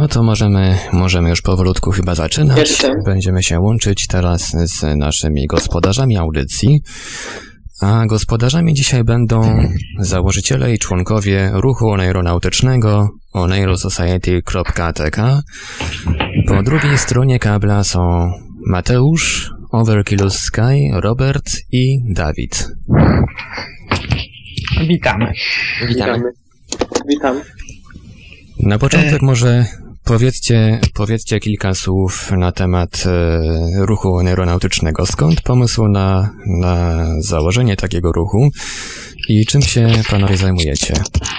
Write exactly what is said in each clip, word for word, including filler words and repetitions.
No to możemy, możemy już powolutku chyba zaczynać. Jestem. Będziemy się łączyć teraz z naszymi gospodarzami audycji. A gospodarzami dzisiaj będą założyciele i członkowie ruchu oneironautycznego oneirosociety kropka t k. Po drugiej stronie kabla są Mateusz, Overkill Sky, Robert i Dawid. Witamy. Witamy. Witam. Na początek może powiedzcie, powiedzcie kilka słów na temat e, ruchu oneironautycznego. Skąd pomysł na, na założenie takiego ruchu i czym się panowie zajmujecie?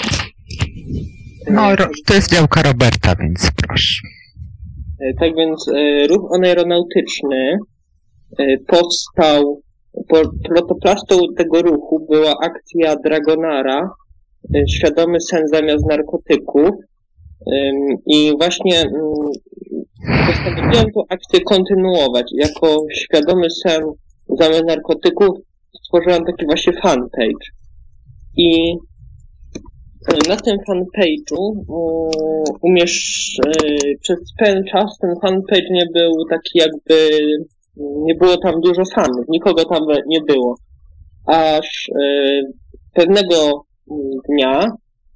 No, to jest działka Roberta, więc proszę. Tak więc ruch oneironautyczny powstał, protoplastą tego ruchu była akcja Dragonara, Świadomy sen zamiast narkotyków. I właśnie postanowiłem tę akcję kontynuować. Jako Świadomy sen zamiast narkotyków stworzyłem taki właśnie fanpage. I na tym fanpage'u umiesz, przez pewien czas ten fanpage nie był taki jakby, nie było tam dużo fanów, nikogo tam nie było. Aż pewnego dnia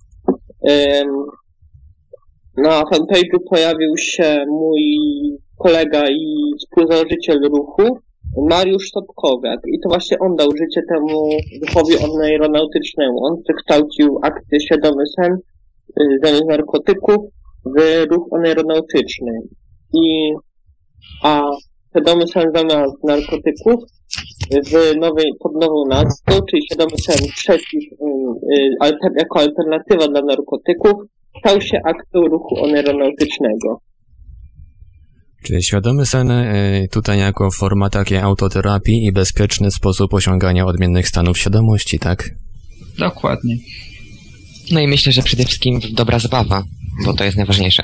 na fanpage'u pojawił się mój kolega i współzałożyciel ruchu, Mariusz Sobkowiak. I to właśnie on dał życie temu ruchowi oneironautycznemu. On przekształcił akcję Świadomy sen zamiast narkotyków w ruch oneironautyczny. I, a Świadomy sen zamiast narkotyków w nowej, pod nową nazwą, czyli Świadomy sen przeciw, alter, jako alternatywa dla narkotyków, stał się akcją ruchu oneironautycznego. Czyli świadomy sen tutaj jako forma takiej autoterapii i bezpieczny sposób osiągania odmiennych stanów świadomości, tak? Dokładnie. No i myślę, że przede wszystkim dobra zabawa, bo to jest najważniejsze.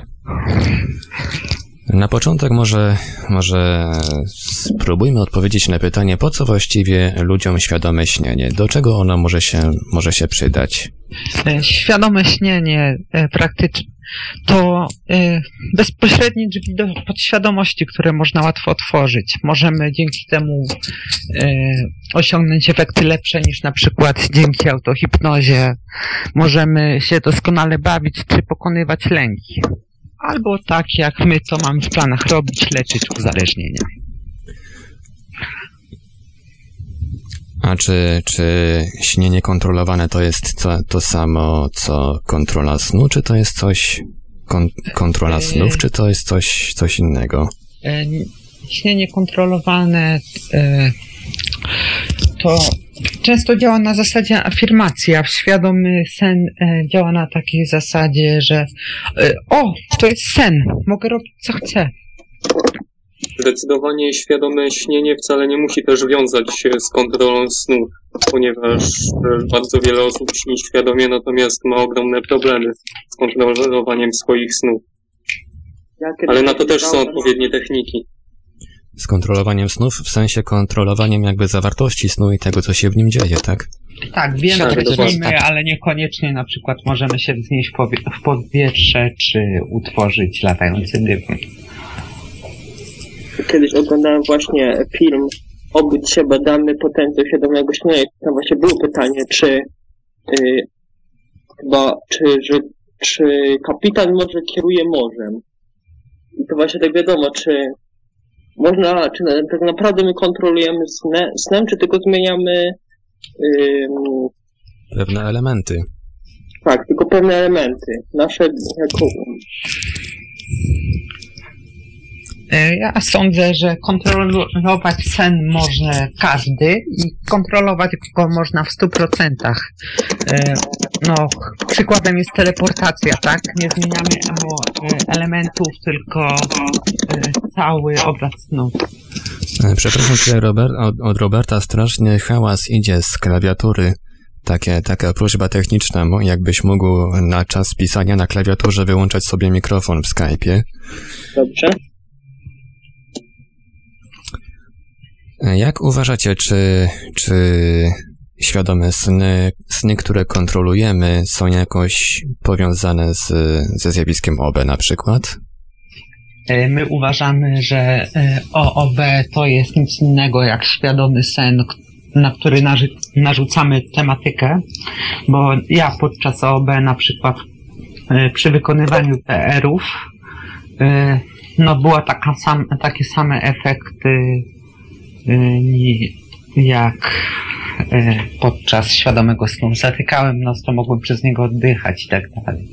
Na początek może, może spróbujmy odpowiedzieć na pytanie, po co właściwie ludziom świadome śnienie? Do czego ono może się, może się przydać? Świadome śnienie praktyczne to bezpośrednie drzwi do podświadomości, które można łatwo otworzyć. Możemy dzięki temu osiągnąć efekty lepsze niż na przykład dzięki autohipnozie. Możemy się doskonale bawić czy pokonywać lęki. Albo tak jak my, co mamy w planach robić, leczyć uzależnienia. A czy, czy śnienie kontrolowane to jest to, to samo, co kontrola snu, czy to jest coś, kon, kontrola snów, czy to jest coś, coś innego? Śnienie kontrolowane to często działa na zasadzie afirmacji, a świadomy sen działa na takiej zasadzie, że o, to jest sen, mogę robić co chcę. Zdecydowanie świadome śnienie wcale nie musi też wiązać się z kontrolą snu, ponieważ bardzo wiele osób śni świadomie, natomiast ma ogromne problemy z kontrolowaniem swoich snów. Ale na to też są odpowiednie techniki. Z kontrolowaniem snów, w sensie kontrolowaniem jakby zawartości snu i tego, co się w nim dzieje, tak? Tak, wiem, że śnimy, ale niekoniecznie na przykład możemy się wznieść w powietrze, czy utworzyć latający dym. Kiedyś oglądałem właśnie film Obudź się, badamy potencjał świadomego śnienia. Tam właśnie było pytanie, czy yy, chyba, czy, że, czy kapitan morza kieruje morzem. I to właśnie tak wiadomo, czy można, czy tak naprawdę my kontrolujemy snem, snem czy tylko zmieniamy yy, pewne elementy. Tak, tylko pewne elementy. Nasze jako... Ja sądzę, że kontrolować sen może każdy i kontrolować go można w stu procentach. No, przykładem jest teleportacja, tak? Nie zmieniamy elementów, tylko cały obraz snu. Przepraszam cię, Robert, od, od Roberta strasznie hałas idzie z klawiatury. Takie, taka prośba techniczna, jakbyś mógł na czas pisania na klawiaturze wyłączać sobie mikrofon w Skype'ie. Dobrze. Jak uważacie, czy, czy świadome sny, sny, które kontrolujemy, są jakoś powiązane z, ze zjawiskiem O B na przykład? My uważamy, że O O B to jest nic innego jak świadomy sen, na który narzucamy tematykę, bo ja podczas O O B na przykład przy wykonywaniu P R-ów no była taka sam, takie same efekty jak podczas świadomego snu. Zatykałem nos, to mogłem przez niego oddychać i tak dalej.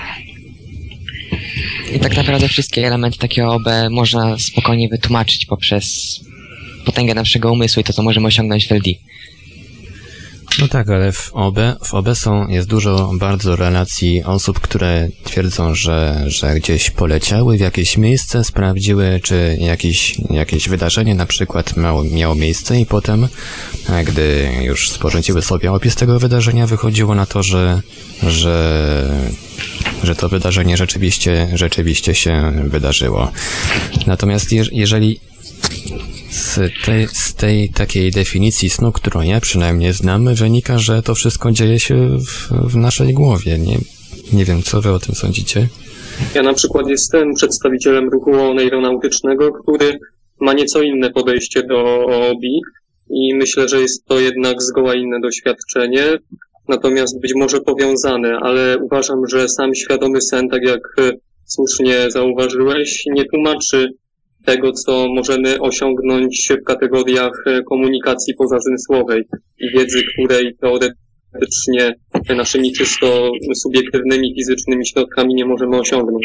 I tak naprawdę wszystkie elementy takiego O B można spokojnie wytłumaczyć poprzez potęgę naszego umysłu i to, co możemy osiągnąć w L D. No tak, ale w O B, w O B są, jest dużo bardzo relacji osób, które twierdzą, że, że gdzieś poleciały w jakieś miejsce, sprawdziły, czy jakieś, jakieś wydarzenie na przykład miało, miało miejsce i potem, gdy już sporządziły sobie opis tego wydarzenia, wychodziło na to, że, że, że to wydarzenie rzeczywiście, rzeczywiście się wydarzyło. Natomiast je, jeżeli Z tej, z tej takiej definicji snu, którą ja przynajmniej znam, wynika, że to wszystko dzieje się w, w naszej głowie. Nie, nie wiem, co wy o tym sądzicie? Ja na przykład jestem przedstawicielem ruchu neuronautycznego, który ma nieco inne podejście do O O B i myślę, że jest to jednak zgoła inne doświadczenie, natomiast być może powiązane, ale uważam, że sam świadomy sen, tak jak słusznie zauważyłeś, nie tłumaczy tego, co możemy osiągnąć w kategoriach komunikacji pozazmysłowej i wiedzy, której teoretycznie naszymi czysto subiektywnymi, fizycznymi środkami nie możemy osiągnąć.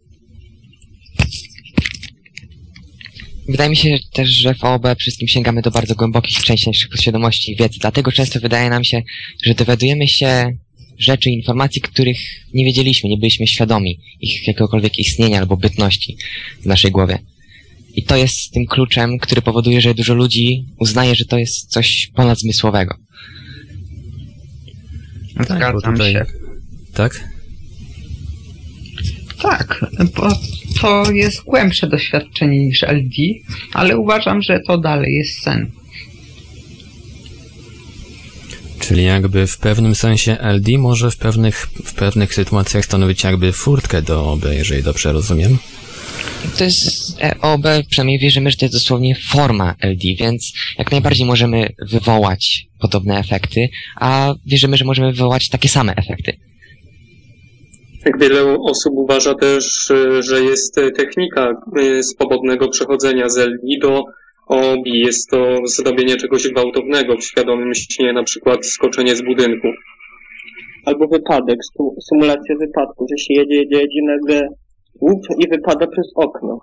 Wydaje mi się też, że w O O B wszystkim sięgamy do bardzo głębokich części naszej podświadomości i wiedzy, dlatego często wydaje nam się, że dowiadujemy się rzeczy, informacji, których nie wiedzieliśmy, nie byliśmy świadomi ich jakiegokolwiek istnienia albo bytności w naszej głowie. I to jest tym kluczem, który powoduje, że dużo ludzi uznaje, że to jest coś ponadzmysłowego. Tak, bo tutaj... się. Tak? Tak, bo to jest głębsze doświadczenie niż L D, ale uważam, że to dalej jest sen. Czyli jakby w pewnym sensie L D może w pewnych, w pewnych sytuacjach stanowić jakby furtkę do O B, jeżeli dobrze rozumiem. To jest O O B, przynajmniej wierzymy, że to jest dosłownie forma L D, więc jak najbardziej możemy wywołać podobne efekty, a wierzymy, że możemy wywołać takie same efekty. Jak wiele osób uważa też, że jest technika swobodnego przechodzenia z L D do O O B. Jest to zrobienie czegoś gwałtownego w świadomym śnie, na przykład skoczenie z budynku. Albo wypadek, symulacja wypadku, że się jedzie, jedzie, jedzie nagle łup i wypada przez okno.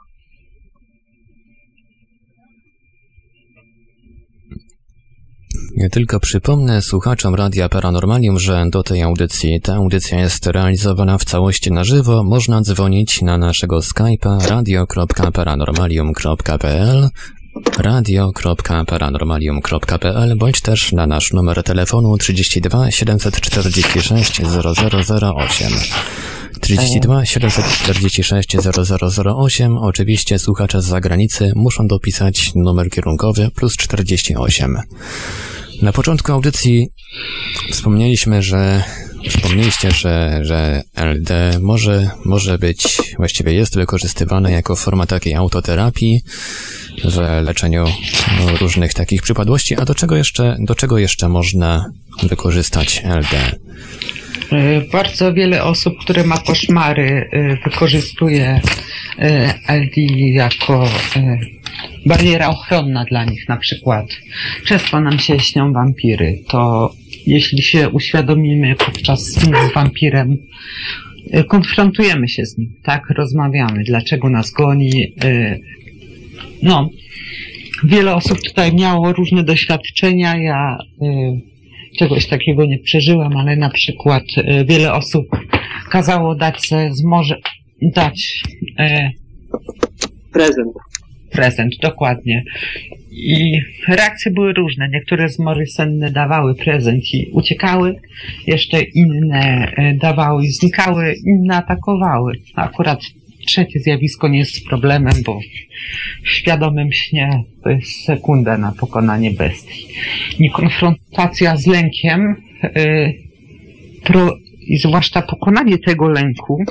Ja tylko przypomnę słuchaczom Radia Paranormalium, że do tej audycji, ta audycja jest realizowana w całości na żywo. Można dzwonić na naszego Skype'a radio kropka paranormalium kropka p l radio kropka paranormalium kropka p l bądź też na nasz numer telefonu trzydzieści dwa siedemset czterdzieści sześć zero zero zero osiem. trzydzieści dwa siedemset czterdzieści sześć zero zero zero osiem. Oczywiście słuchacze z zagranicy muszą dopisać numer kierunkowy plus czterdzieści osiem. Na początku audycji wspomnieliśmy, że wspomnieliście, że, że L D może, może być, właściwie jest wykorzystywane jako forma takiej autoterapii w leczeniu różnych takich przypadłości. A do czego jeszcze, do czego jeszcze można wykorzystać L D? Bardzo wiele osób, które ma koszmary, wykorzystuje L D jako bariera ochronna dla nich na przykład. Często nam się śnią wampiry. To jeśli się uświadomimy podczas snu z wampirem, konfrontujemy się z nim, tak? Rozmawiamy, dlaczego nas goni. No, wiele osób tutaj miało różne doświadczenia. Ja czegoś takiego nie przeżyłam, ale na przykład wiele osób kazało dać se z morza, dać e, prezent. Prezent, dokładnie. I reakcje były różne. Niektóre zmory senne dawały prezent i uciekały, jeszcze inne dawały i znikały, inne atakowały. Akurat trzecie zjawisko nie jest problemem, bo w świadomym śnie to jest sekunda na pokonanie bestii. I konfrontacja z lękiem, yy, pro, i zwłaszcza pokonanie tego lęku,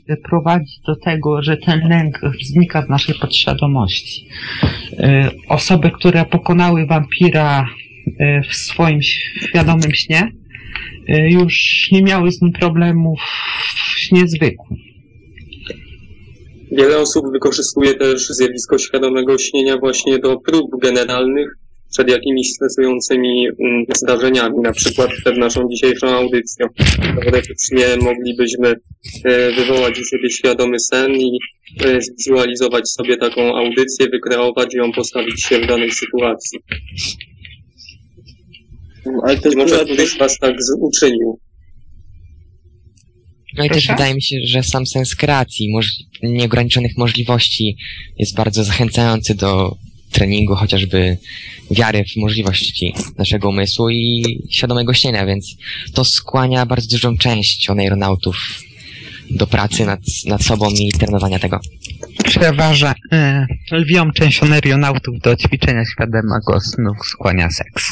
prowadzi do tego, że ten lęk znika z naszej podświadomości. Osoby, które pokonały wampira w swoim świadomym śnie, już nie miały z nim problemów w śnie zwykłym. Wiele osób wykorzystuje też zjawisko świadomego śnienia właśnie do prób generalnych przed jakimiś stresującymi zdarzeniami, na przykład przed naszą dzisiejszą audycją. Teoretycznie moglibyśmy wywołać u siebie świadomy sen i zwizualizować sobie taką audycję, wykreować ją, postawić się w danej sytuacji. Ale też może któryś z was tak uczynił. No i też wydaje mi się, że sam sens kreacji, moż- nieograniczonych możliwości jest bardzo zachęcający do treningu, chociażby wiary w możliwości naszego umysłu i świadomego śnienia, więc to skłania bardzo dużą część oneironautów do pracy nad, nad sobą i trenowania tego. Przeważa e, lwią część oneironautów do ćwiczenia świadomego snu skłania seks.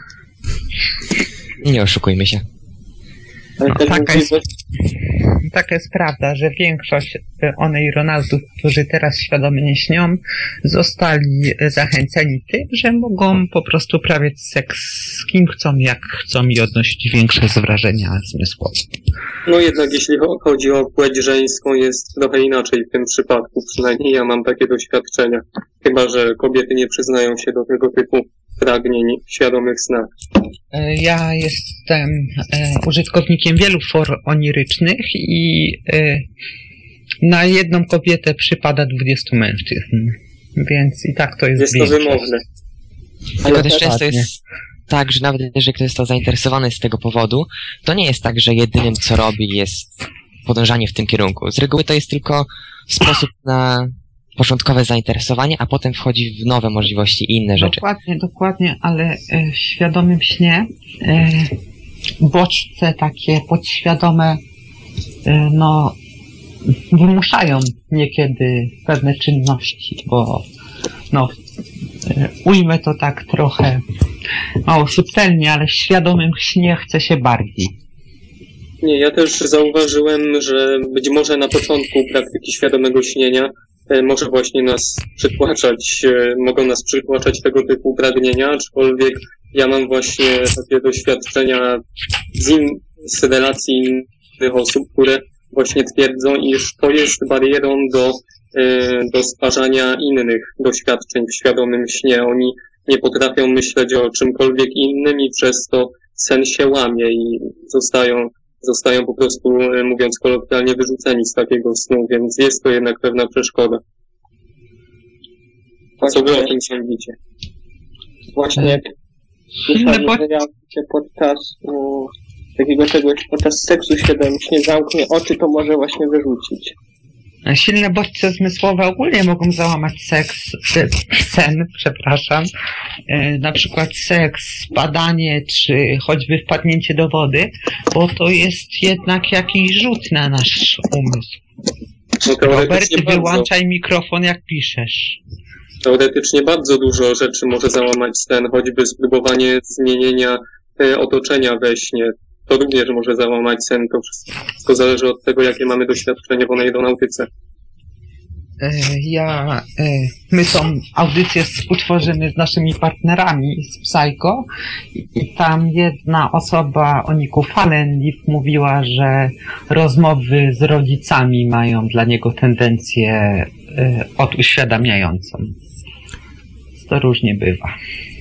Nie oszukujmy się. No, taka, jest, taka jest prawda, że większość oneironautów, którzy teraz świadomie nie śnią, zostali zachęceni tym, że mogą po prostu uprawiać seks z kim chcą, jak chcą i odnosić większe wrażenia zmysłowe. No jednak jeśli chodzi o płeć żeńską, jest trochę inaczej w tym przypadku, przynajmniej ja mam takie doświadczenia. Chyba że kobiety nie przyznają się do tego typu pragnień w świadomych snach. Ja jestem e, użytkownikiem wielu for onirycznych i e, na jedną kobietę przypada dwudziestu mężczyzn, więc i tak to jest Jest większość. to wymowne. Tylko też często jest tak, że nawet jeżeli ktoś został zainteresowany z tego powodu, to nie jest tak, że jedynym co robi jest podążanie w tym kierunku. Z reguły to jest tylko sposób na początkowe zainteresowanie, a potem wchodzi w nowe możliwości i inne rzeczy. Dokładnie, dokładnie, ale e, w świadomym śnie e, bodźce takie podświadome e, no wymuszają niekiedy pewne czynności, bo no e, ujmę to tak trochę mało subtelnie, ale w świadomym śnie chce się bardziej. Nie, ja też zauważyłem, że być może na początku praktyki świadomego śnienia może właśnie nas przytłaczać, mogą nas przytłaczać tego typu pragnienia, aczkolwiek ja mam właśnie takie doświadczenia z, in, z relacji innych osób, które właśnie twierdzą, iż to jest barierą do, do stwarzania innych doświadczeń w świadomym śnie. Oni nie potrafią myśleć o czymkolwiek innym i przez to sen się łamie i zostają Zostają po prostu, mówiąc kolokwialnie, wyrzuceni z takiego snu, więc jest to jednak pewna przeszkoda. Co wy o tym sądzicie? Właśnie jak słyszałem, że ja się podczas um, takiego czegoś, podczas seksu świadomie zamknie oczy, to może właśnie wyrzucić. Silne bodźce zmysłowe ogólnie mogą załamać seks, sen, przepraszam, e, na przykład seks, padanie, czy choćby wpadnięcie do wody, bo to jest jednak jakiś rzut na nasz umysł. No, Robert, bardzo, wyłączaj mikrofon, jak piszesz. Teoretycznie bardzo dużo rzeczy może załamać sen, choćby spróbowanie zmienienia e, otoczenia we śnie. To również może załamać sen, to wszystko zależy od tego, jakie mamy doświadczenie w oneironautyce. Ja, my tą audycję współtworzymy z naszymi partnerami z Psycho i tam jedna osoba o niku Fallenleaf mówiła, że rozmowy z rodzicami mają dla niego tendencję oduświadamiającą. To różnie bywa.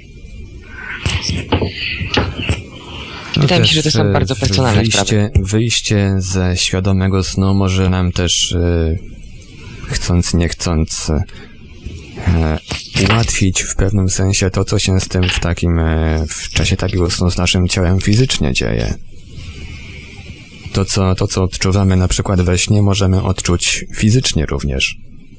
No Wydaje mi się, że to są bardzo personalne wyjście, sprawy. Wyjście ze świadomego snu może nam też, e, chcąc nie chcąc, e, ułatwić w pewnym sensie to, co się z tym w takim, e, w czasie takiego snu z naszym ciałem fizycznie dzieje. To co, to, co odczuwamy na przykład we śnie, możemy odczuć fizycznie również.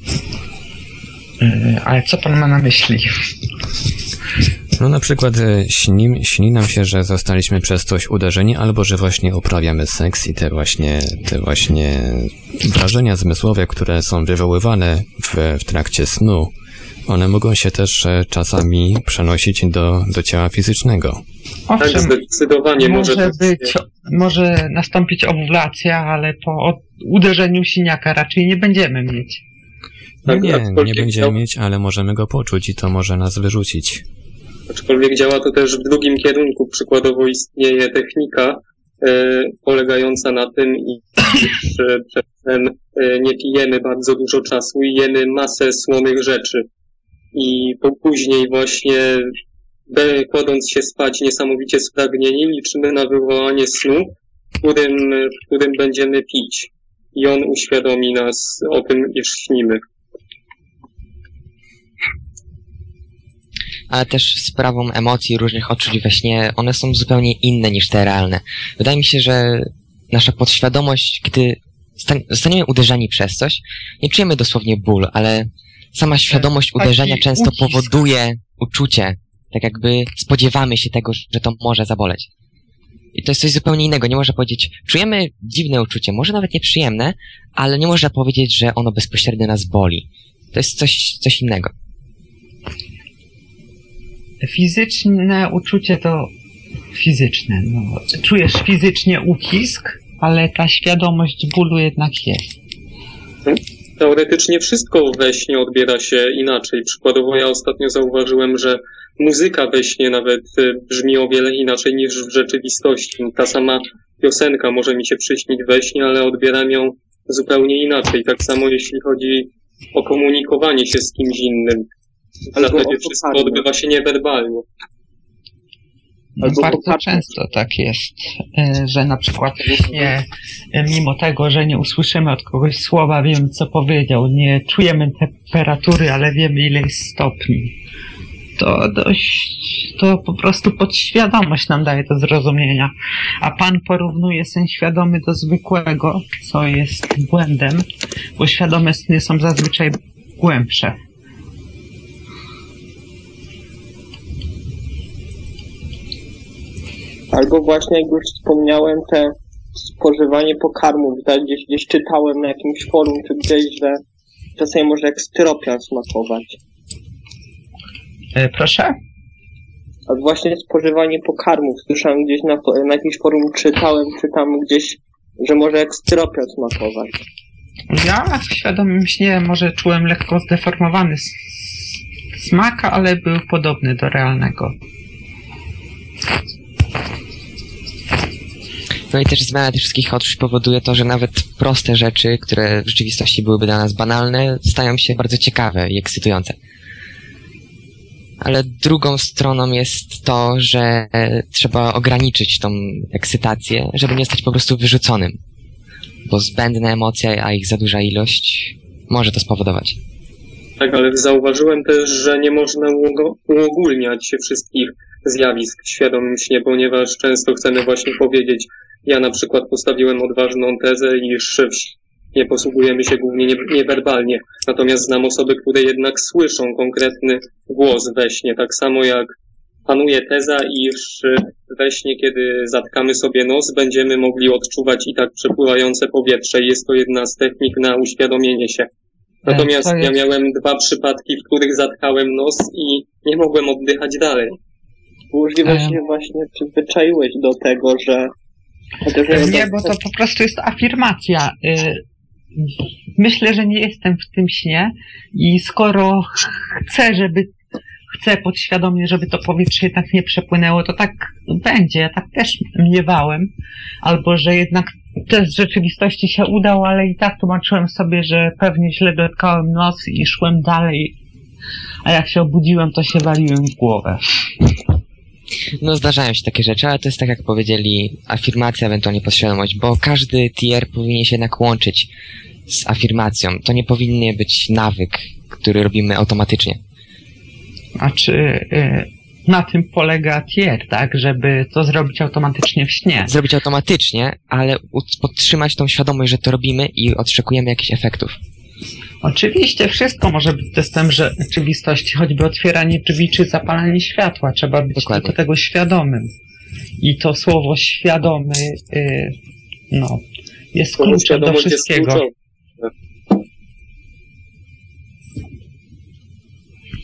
Ale co pan ma na myśli? No na przykład śni, śni nam się, że zostaliśmy przez coś uderzeni, albo że właśnie uprawiamy seks i te właśnie, te właśnie wrażenia zmysłowe, które są wywoływane w, w trakcie snu, One mogą się też e, czasami przenosić do, do ciała fizycznego. Tak, Owszem, zdecydowanie może, może tak być, może nastąpić owulacja, ale po od- uderzeniu siniaka raczej nie będziemy mieć. No Tak, nie, aczkolwiek nie będziemy działa- mieć, ale możemy go poczuć i to może nas wyrzucić. Aczkolwiek działa to też w drugim kierunku. Przykładowo istnieje technika e, polegająca na tym, iż e, przedtem e, nie pijemy bardzo dużo czasu i jemy masę słonych rzeczy. I po później właśnie be, kładąc się spać niesamowicie spragnieni, liczymy na wywołanie snu, w którym, w którym będziemy pić. I on uświadomi nas o tym, iż śnimy. Ale też sprawą emocji, różnych odczuć we śnie, one są zupełnie inne niż te realne. Wydaje mi się, że nasza podświadomość, gdy stan- zostaniemy uderzeni przez coś, nie czujemy dosłownie ból, ale sama świadomość Taki uderzenia często ucisk. powoduje uczucie, tak jakby spodziewamy się tego, że to może zaboleć. I to jest coś zupełnie innego. Nie można powiedzieć, czujemy dziwne uczucie, może nawet nieprzyjemne, ale nie można powiedzieć, że ono bezpośrednio nas boli. To jest coś, coś innego. Fizyczne uczucie to fizyczne. No. Czujesz fizycznie ucisk, ale ta świadomość bólu jednak jest. Teoretycznie wszystko we śnie odbiera się inaczej. Przykładowo ja ostatnio zauważyłem, że muzyka we śnie nawet y, brzmi o wiele inaczej niż w rzeczywistości. Ta sama piosenka może mi się przyśnić we śnie, ale odbieram ją zupełnie inaczej. Tak samo jeśli chodzi o komunikowanie się z kimś innym. W Albo zasadzie o wszystko kochaniu. odbywa się niewerbalnie. No, Albo bardzo popatrzeć. często tak jest, e, że na przykład nie, e, mimo tego, że nie usłyszymy od kogoś słowa, wiemy co powiedział, nie czujemy temperatury, ale wiemy ile jest stopni. To dość, to po prostu podświadomość nam daje do zrozumienia. A pan porównuje sen świadomy do zwykłego, co jest błędem, bo świadome sny są zazwyczaj głębsze. Albo właśnie, jak już wspomniałem, te spożywanie pokarmów. Tak, Gdzieś, gdzieś czytałem na jakimś forum czy gdzieś, że czasami może jak styropian smakować. E, proszę? A właśnie spożywanie pokarmów. Słyszałem gdzieś na, fo- na jakimś forum, czytałem, czytam gdzieś, że może jak styropian smakować. Ja w świadomym śnie może czułem lekko zdeformowany s- smak, ale był podobny do realnego. No i też zmiana tych wszystkich odczuć powoduje to, że nawet proste rzeczy, które w rzeczywistości byłyby dla nas banalne, stają się bardzo ciekawe i ekscytujące. Ale drugą stroną jest to, że e, trzeba ograniczyć tą ekscytację, żeby nie zostać po prostu wyrzuconym. Bo zbędne emocje, a ich za duża ilość, może to spowodować. Tak, ale zauważyłem też, że nie można uogo- uogólniać się wszystkich zjawisk w świadomym śnie, ponieważ często chcemy właśnie powiedzieć, ja na przykład postawiłem odważną tezę, iż w śnie posługujemy się głównie nie- niewerbalnie, natomiast znam osoby, które jednak słyszą konkretny głos we śnie, tak samo jak panuje teza, iż we śnie, kiedy zatkamy sobie nos, będziemy mogli odczuwać i tak przepływające powietrze i jest to jedna z technik na uświadomienie się. Natomiast to jest- ja miałem dwa przypadki, w których zatkałem nos i nie mogłem oddychać dalej. Możliwe, Em. że się właśnie przyzwyczaiłeś do tego, że... Chociaż E, Nie, bo to po prostu jest afirmacja. Y, Myślę, że nie jestem w tym śnie i skoro chcę, żeby chcę podświadomie, żeby to powietrze jednak nie przepłynęło, to tak będzie. Ja tak też mniewałem. Albo, że jednak test rzeczywistości się udał, ale i tak tłumaczyłem sobie, że pewnie źle dotkałem nos i szłem dalej. A jak się obudziłem, to się waliłem w głowę. No zdarzają się takie rzeczy, ale to jest tak jak powiedzieli, afirmacja, ewentualnie podświadomość, bo każdy tier powinien się jednak łączyć z afirmacją. To nie powinien być nawyk, który robimy automatycznie. A czy y, na tym polega tier, tak? Żeby to zrobić automatycznie w śnie. Zrobić automatycznie, ale u- podtrzymać tą świadomość, że to robimy i oczekujemy jakichś efektów. Oczywiście wszystko może być testem rzeczywistości, choćby otwieranie drzwi czy zapalanie światła. Trzeba być Dokładnie. tylko tego świadomym. I to słowo świadomy, y, no, jest Słowo kluczem do świadomość jest wszystkiego. kluczowe.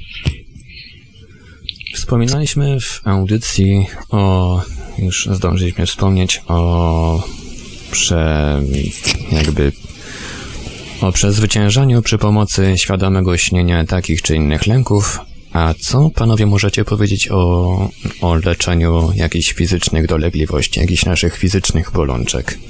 Wspominaliśmy w audycji o, już zdążyliśmy wspomnieć o prze, jakby o przezwyciężaniu przy pomocy świadomego śnienia takich czy innych lęków. A co panowie możecie powiedzieć o, o leczeniu jakichś fizycznych dolegliwości, jakichś naszych fizycznych bolączek?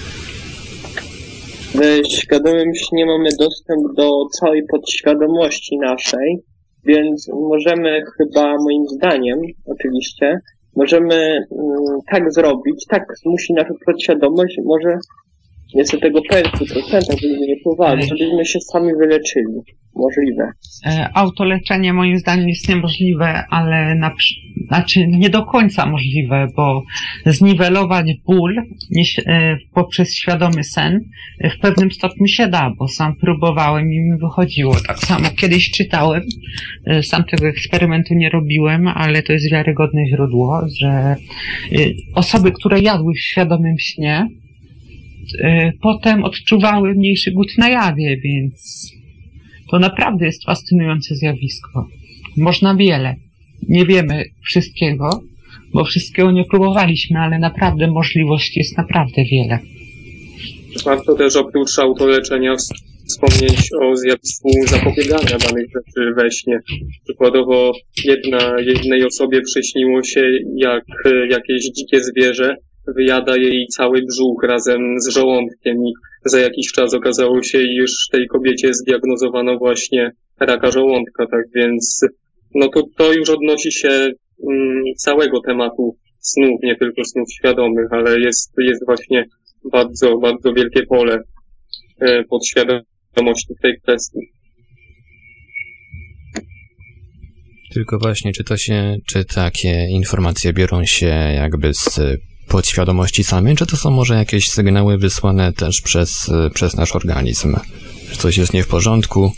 W świadomym śnie mamy dostęp do całej podświadomości naszej, więc możemy chyba, moim zdaniem, oczywiście, możemy mm, tak zrobić, tak zmusi naszą podświadomość, może nie chcę tego pewien w procentach, byśmy nie próbowali, żebyśmy się sami wyleczyli. Możliwe. Autoleczenie moim zdaniem jest niemożliwe, ale na, znaczy nie do końca możliwe, bo zniwelować ból nie, poprzez świadomy sen w pewnym stopniu się da, bo sam próbowałem i mi wychodziło. Tak samo kiedyś czytałem, sam tego eksperymentu nie robiłem, ale to jest wiarygodne źródło, że osoby, które jadły w świadomym śnie, potem odczuwały mniejszy głód na jawie, więc to naprawdę jest fascynujące zjawisko. Można wiele. Nie wiemy wszystkiego, bo wszystkiego nie próbowaliśmy, ale naprawdę możliwości jest naprawdę wiele. Warto też oprócz autoleczenia wspomnieć o zjawisku zapobiegania danych rzeczy we śnie. Przykładowo jedna, jednej osobie przyśniło się, jak jakieś dzikie zwierzę wyjada jej cały brzuch razem z żołądkiem i za jakiś czas okazało się, iż tej kobiecie zdiagnozowano właśnie raka żołądka, tak więc no to, to już odnosi się mm, całego tematu snów, nie tylko snów świadomych, ale jest, jest właśnie bardzo, bardzo wielkie pole e, podświadomości w tej kwestii. Tylko właśnie, czy to się, czy takie informacje biorą się jakby z podświadomości samej, czy to są może jakieś sygnały wysłane też przez, przez nasz organizm? Że coś jest nie w porządku?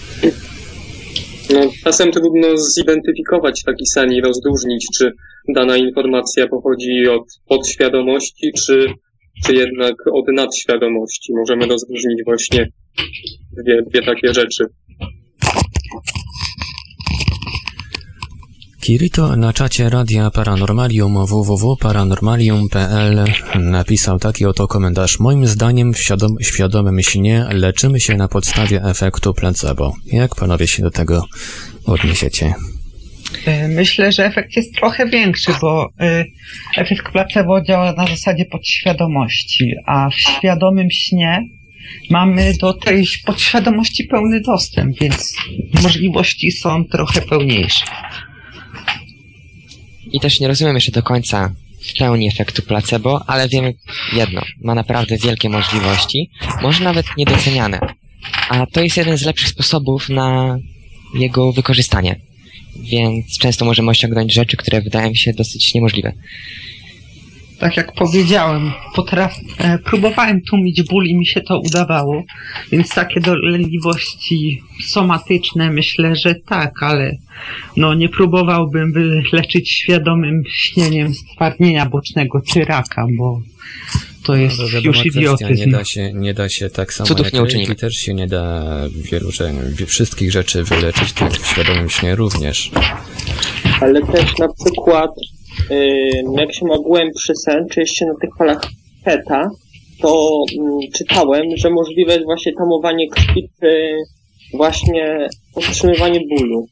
No, czasem trudno zidentyfikować taki sen i rozróżnić, czy dana informacja pochodzi od podświadomości, czy, czy jednak od nadświadomości. Możemy rozróżnić właśnie dwie, dwie takie rzeczy. Kirito na czacie Radia Paranormalium w w w kropka paranormalium kropka p l napisał taki oto komentarz. Moim zdaniem w świadom, świadomym śnie leczymy się na podstawie efektu placebo. Jak panowie się do tego odniesiecie? Myślę, że efekt jest trochę większy, bo efekt placebo działa na zasadzie podświadomości, a w świadomym śnie mamy do tej podświadomości pełny dostęp, więc możliwości są trochę pełniejsze. I też nie rozumiem jeszcze do końca w pełni efektu placebo, ale wiemy jedno, ma naprawdę wielkie możliwości, może nawet niedoceniane. A to jest jeden z lepszych sposobów na jego wykorzystanie. Więc często możemy osiągnąć rzeczy, które wydają się dosyć niemożliwe. Tak jak powiedziałem, potraf... e, próbowałem tłumić ból i mi się to udawało, więc takie dolegliwości somatyczne myślę, że tak, ale no nie próbowałbym wyleczyć świadomym śnieniem stwardnienia bocznego czy raka, bo to jest no, już idiotyzm. Nie da się, nie da się tak samo Cudów jak nie uczynimy. też się nie da wielu, wszystkich rzeczy wyleczyć, tak w świadomym śnie również. Ale też na przykład jak się ma głębszy sen, czy jeszcze na tych falach theta, to mm, czytałem, że możliwe jest właśnie tamowanie krwi, czy właśnie powstrzymywanie bólu.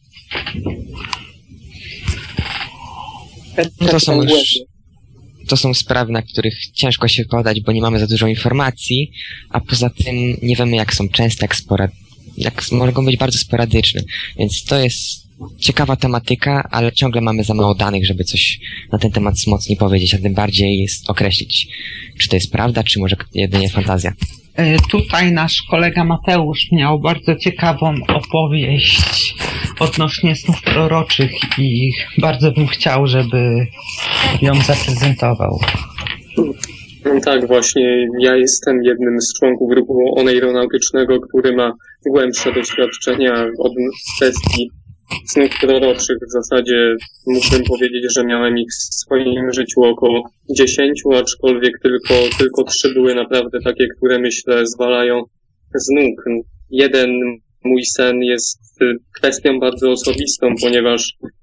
No to są już, to są sprawy, na których ciężko się podać, bo nie mamy za dużo informacji, a poza tym nie wiemy, jak są częste, jak, sporad... jak mogą być bardzo sporadyczne, więc to jest ciekawa tematyka, ale ciągle mamy za mało danych, żeby coś na ten temat mocniej powiedzieć, a tym bardziej jest określić, czy to jest prawda, czy może jedynie fantazja. Tutaj nasz kolega Mateusz miał bardzo ciekawą opowieść odnośnie snów proroczych i bardzo bym chciał, żeby ją zaprezentował. No tak, właśnie ja jestem jednym z członków ruchu oneironautycznego, który ma głębsze doświadczenia od kwestii snów proroczych. W zasadzie mógłbym powiedzieć, że miałem ich w swoim życiu około dziesięciu, aczkolwiek tylko, tylko trzy były naprawdę takie, które myślę zwalają z nóg. Jeden mój sen jest kwestią bardzo osobistą, ponieważ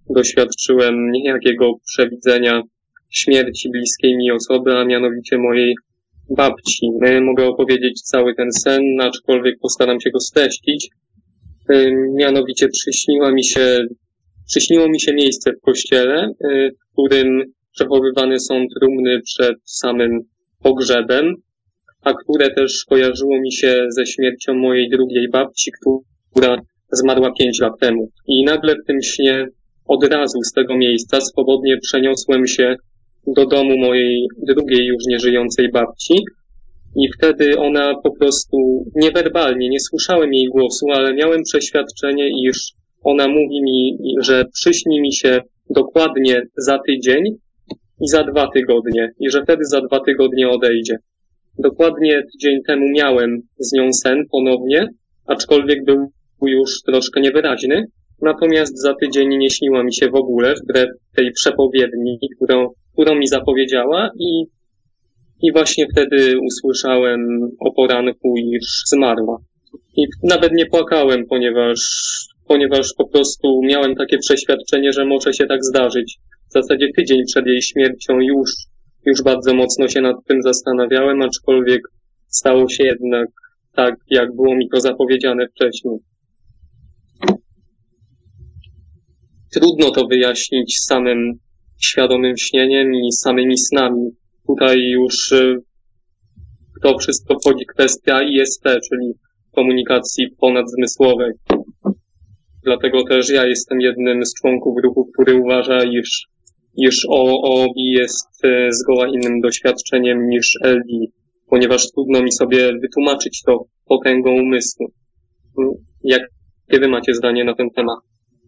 doświadczyłem niejakiego przewidzenia śmierci bliskiej mi osoby, a mianowicie mojej babci. Mogę opowiedzieć cały ten sen, aczkolwiek postaram się go streścić. Mianowicie przyśniła mi się, przyśniło mi się miejsce w kościele, w którym przechowywane są trumny przed samym pogrzebem, a które też kojarzyło mi się ze śmiercią mojej drugiej babci, która zmarła pięć lat temu. I nagle w tym śnie od razu z tego miejsca swobodnie przeniosłem się do domu mojej drugiej już nieżyjącej babci i wtedy ona po prostu niewerbalnie, nie słyszałem jej głosu, ale miałem przeświadczenie, iż ona mówi mi, że przyśni mi się dokładnie za tydzień i za dwa tygodnie i że wtedy za dwa tygodnie odejdzie. Dokładnie tydzień temu miałem z nią sen ponownie, aczkolwiek był już troszkę niewyraźny, natomiast za tydzień nie śniła mi się w ogóle, wbrew tej przepowiedni, którą, którą mi zapowiedziała i, i właśnie wtedy usłyszałem o poranku, iż zmarła. I nawet nie płakałem, ponieważ, ponieważ po prostu miałem takie przeświadczenie, że może się tak zdarzyć. W zasadzie tydzień przed jej śmiercią już, już bardzo mocno się nad tym zastanawiałem, aczkolwiek stało się jednak tak, jak było mi to zapowiedziane wcześniej. Trudno to wyjaśnić samym świadomym śnieniem i samymi snami. Tutaj już w to wszystko wchodzi kwestia I S P, czyli komunikacji ponadzmysłowej. Dlatego też ja jestem jednym z członków ruchu, który uważa, iż, iż O O B jest zgoła innym doświadczeniem niż L D, ponieważ trudno mi sobie wytłumaczyć to potęgą umysłu. Jakie wy macie zdanie na ten temat?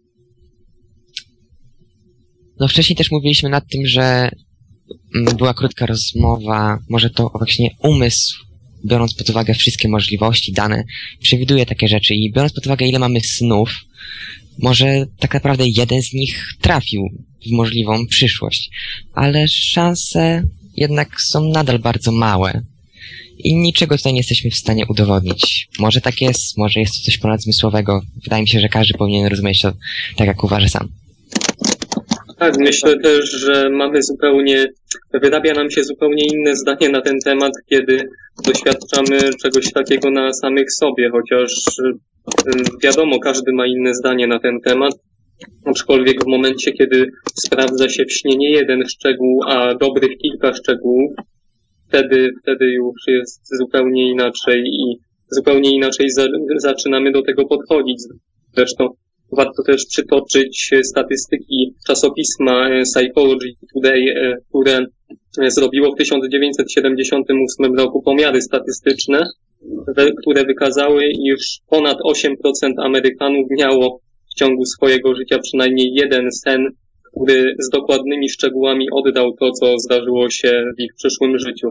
No wcześniej też mówiliśmy nad tym, że była krótka rozmowa, może to właśnie umysł, biorąc pod uwagę wszystkie możliwości, dane, przewiduje takie rzeczy i biorąc pod uwagę, ile mamy snów, może tak naprawdę jeden z nich trafił w możliwą przyszłość, ale szanse jednak są nadal bardzo małe i niczego tutaj nie jesteśmy w stanie udowodnić. Może tak jest, może jest to coś ponadzmysłowego. Wydaje mi się, że każdy powinien rozumieć to tak, jak uważa sam. Tak, myślę też, że mamy zupełnie, wyrabia nam się zupełnie inne zdanie na ten temat, kiedy doświadczamy czegoś takiego na samych sobie, chociaż wiadomo, każdy ma inne zdanie na ten temat, aczkolwiek w momencie, kiedy sprawdza się w śnie nie jeden szczegół, a dobrych kilka szczegółów, wtedy, wtedy już jest zupełnie inaczej i zupełnie inaczej za, zaczynamy do tego podchodzić. Zresztą warto też przytoczyć statystyki czasopisma Psychology Today, które zrobiło w tysiąc dziewięćset siedemdziesiątym ósmym roku pomiary statystyczne, które wykazały, iż ponad osiem procent Amerykanów miało w ciągu swojego życia przynajmniej jeden sen, który z dokładnymi szczegółami oddał to, co zdarzyło się w ich przyszłym życiu.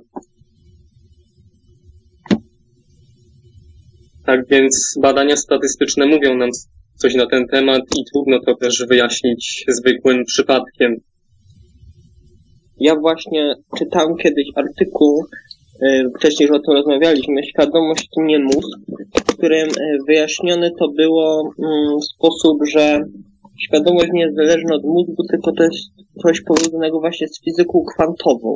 Tak więc badania statystyczne mówią nam coś na ten temat i trudno to też wyjaśnić zwykłym przypadkiem. Ja właśnie czytałem kiedyś artykuł, wcześniej już o tym rozmawialiśmy, Świadomość to nie mózg, w którym wyjaśnione to było w sposób, że świadomość nie jest zależna od mózgu, tylko to jest coś powiązanego właśnie z fizyką kwantową.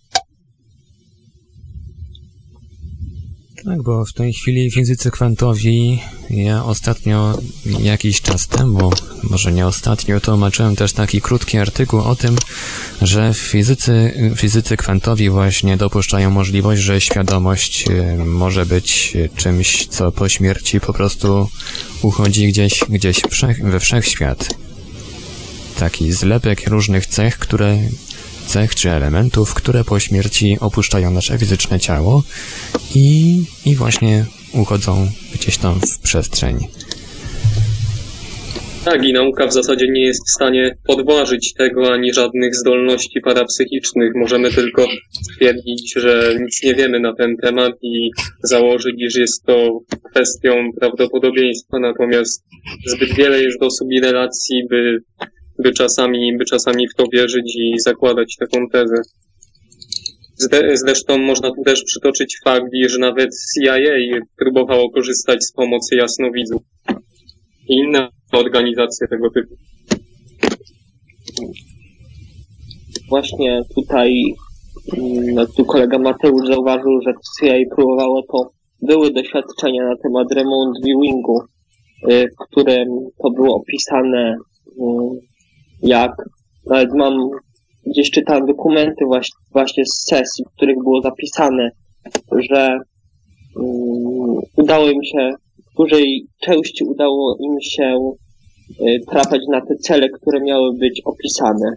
Tak, bo w tej chwili fizycy kwantowi, ja ostatnio, jakiś czas temu, może nie ostatnio, tłumaczyłem też taki krótki artykuł o tym, że fizycy, fizycy kwantowi właśnie dopuszczają możliwość, że świadomość może być czymś, co po śmierci po prostu uchodzi gdzieś, gdzieś wszech, we wszechświat. Taki zlepek różnych cech, które cech czy elementów, które po śmierci opuszczają nasze fizyczne ciało i, i właśnie uchodzą gdzieś tam w przestrzeń. Tak, i nauka w zasadzie nie jest w stanie podważyć tego ani żadnych zdolności parapsychicznych. Możemy tylko stwierdzić, że nic nie wiemy na ten temat i założyć, iż jest to kwestią prawdopodobieństwa, natomiast zbyt wiele jest osób i relacji, by by czasami, by czasami w to wierzyć i zakładać taką tezę. Zresztą można tu też przytoczyć fakt, iż nawet C I A próbowało korzystać z pomocy jasnowidzów i inne organizacje tego typu. właśnie tutaj no, tu kolega Mateusz zauważył, że C I A próbowało, to były doświadczenia na temat remote viewingu, w którym to było opisane, jak nawet mam, gdzieś czytałem dokumenty właśnie, właśnie z sesji, w których było zapisane, że um, udało im się, w dużej części udało im się y, trafiać na te cele, które miały być opisane.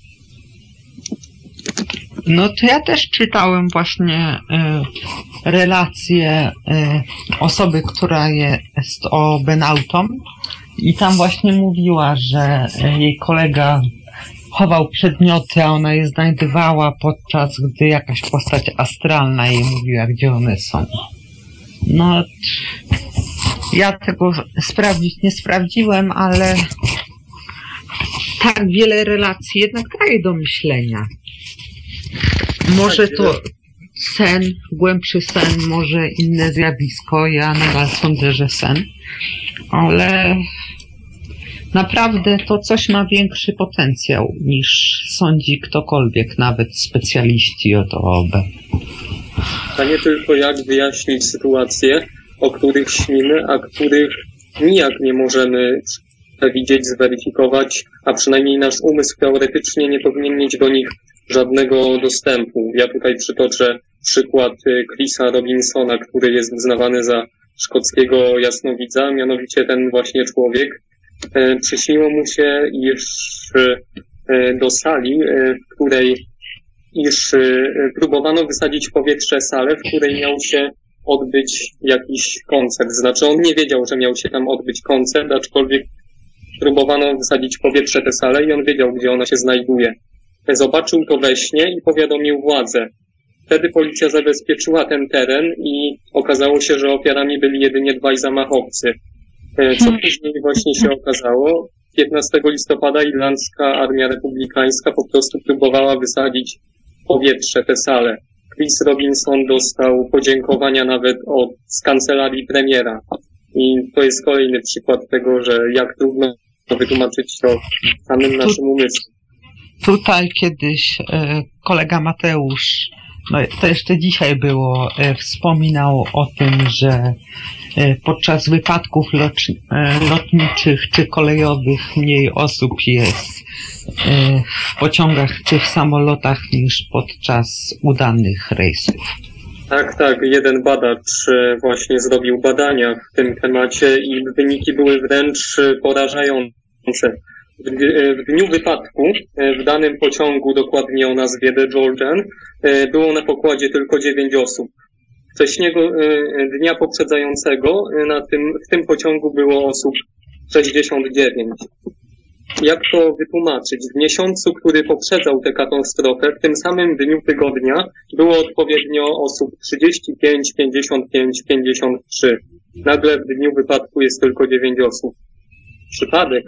No to ja też czytałem właśnie y, relację y, osoby, która jest o Benautom i tam właśnie mówiła, że y, jej kolega chował przedmioty, a ona je znajdowała, podczas gdy jakaś postać astralna jej mówiła, gdzie one są. No, ja tego sprawdzić nie sprawdziłem, ale tak wiele relacji jednak daje do myślenia. Może to sen, głębszy sen, może inne zjawisko, ja nadal sądzę, że sen, ale naprawdę to coś ma większy potencjał niż sądzi ktokolwiek, nawet specjaliści od O O B. A nie tylko jak wyjaśnić sytuacje, o których śnimy, a których nijak nie możemy przewidzieć, zweryfikować, a przynajmniej nasz umysł teoretycznie nie powinien mieć do nich żadnego dostępu. Ja tutaj przytoczę przykład Chrisa Robinsona, który jest uznawany za szkockiego jasnowidza, mianowicie ten właśnie człowiek. Przyśniło mu się, iż do sali, w której, iż próbowano wysadzić w powietrze salę, w której miał się odbyć jakiś koncert. Znaczy on nie wiedział, że miał się tam odbyć koncert, aczkolwiek próbowano wysadzić w powietrze tę salę i on wiedział, gdzie ona się znajduje. Zobaczył to we śnie i powiadomił władzę. Wtedy policja zabezpieczyła ten teren i okazało się, że ofiarami byli jedynie dwaj zamachowcy. Co później właśnie się okazało? piętnastego listopada irlandzka armia republikańska po prostu próbowała wysadzić w powietrze tę salę. Chris Robinson dostał podziękowania nawet od z kancelarii premiera. I to jest kolejny przykład tego, że jak trudno wytłumaczyć to samym naszym umysłem. Tutaj kiedyś e, kolega Mateusz, no to jeszcze dzisiaj było, e, wspominał o tym, że e, podczas wypadków locz, e, lotniczych czy kolejowych mniej osób jest e, w pociągach czy w samolotach niż podczas udanych rejsów. Tak, tak. Jeden badacz właśnie zrobił badania w tym temacie i wyniki były wręcz porażające. W dniu wypadku w danym pociągu, dokładnie o nazwie The Georgian, było na pokładzie tylko dziewięć osób. Wcześniejszego dnia poprzedzającego na tym, w tym pociągu było osób sześćdziesiąt dziewięć. Jak to wytłumaczyć? W miesiącu, który poprzedzał tę katastrofę, w tym samym dniu tygodnia było odpowiednio osób trzydzieści pięć, pięćdziesiąt pięć, pięćdziesiąt trzy. Nagle w dniu wypadku jest tylko dziewięć osób. Przypadek?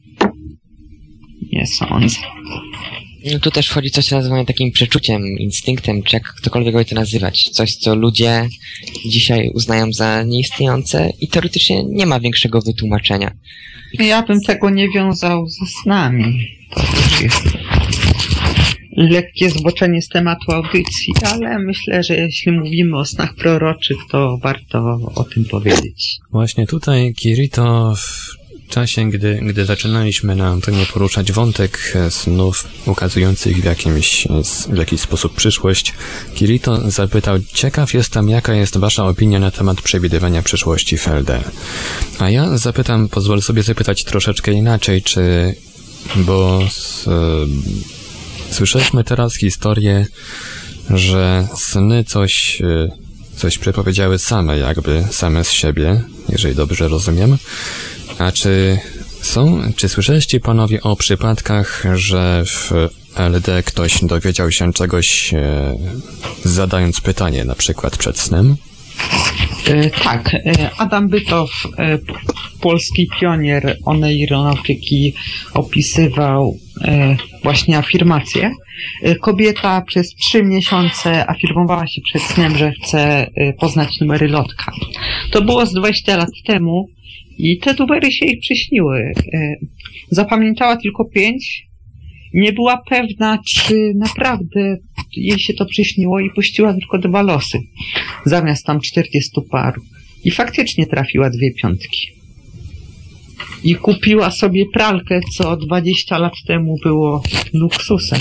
Nie sądzę. No tu też wchodzi coś, co nazywamy takim przeczuciem, instynktem, czy jak ktokolwiek by to nazywać. Coś, co ludzie dzisiaj uznają za nieistniejące i teoretycznie nie ma większego wytłumaczenia. Ja bym tego nie wiązał ze snami. To też jest lekkie zboczenie z tematu audycji, ale myślę, że jeśli mówimy o snach proroczych, to warto o tym powiedzieć. Właśnie tutaj Kirito w czasie, gdy, gdy zaczynaliśmy na Antonie poruszać wątek snów ukazujących w jakimś, w jakiś sposób przyszłość, Kirito zapytał, ciekaw jestem, jaka jest wasza opinia na temat przewidywania przyszłości w L D. A ja zapytam, pozwolę sobie zapytać troszeczkę inaczej, czy, bo s, słyszeliśmy teraz historię, że sny coś, coś przepowiedziały same, jakby same z siebie, jeżeli dobrze rozumiem. A czy są, czy słyszeliście panowie o przypadkach, że w L D ktoś dowiedział się czegoś, e, zadając pytanie, na przykład przed snem? E, tak, e, Adam Bytow, e, polski pionier oneironautyki, opisywał e, właśnie afirmację. E, kobieta przez trzy miesiące afirmowała się przed snem, że chce e, poznać numery lotka. To było z dwadzieścia lat temu. I te numery się jej przyśniły. Zapamiętała tylko pięć nie była pewna, czy naprawdę jej się to przyśniło i puściła tylko dwa losy, zamiast tam czterdziestu paru. I faktycznie trafiła dwie piątki. I kupiła sobie pralkę, co dwadzieścia lat temu było luksusem.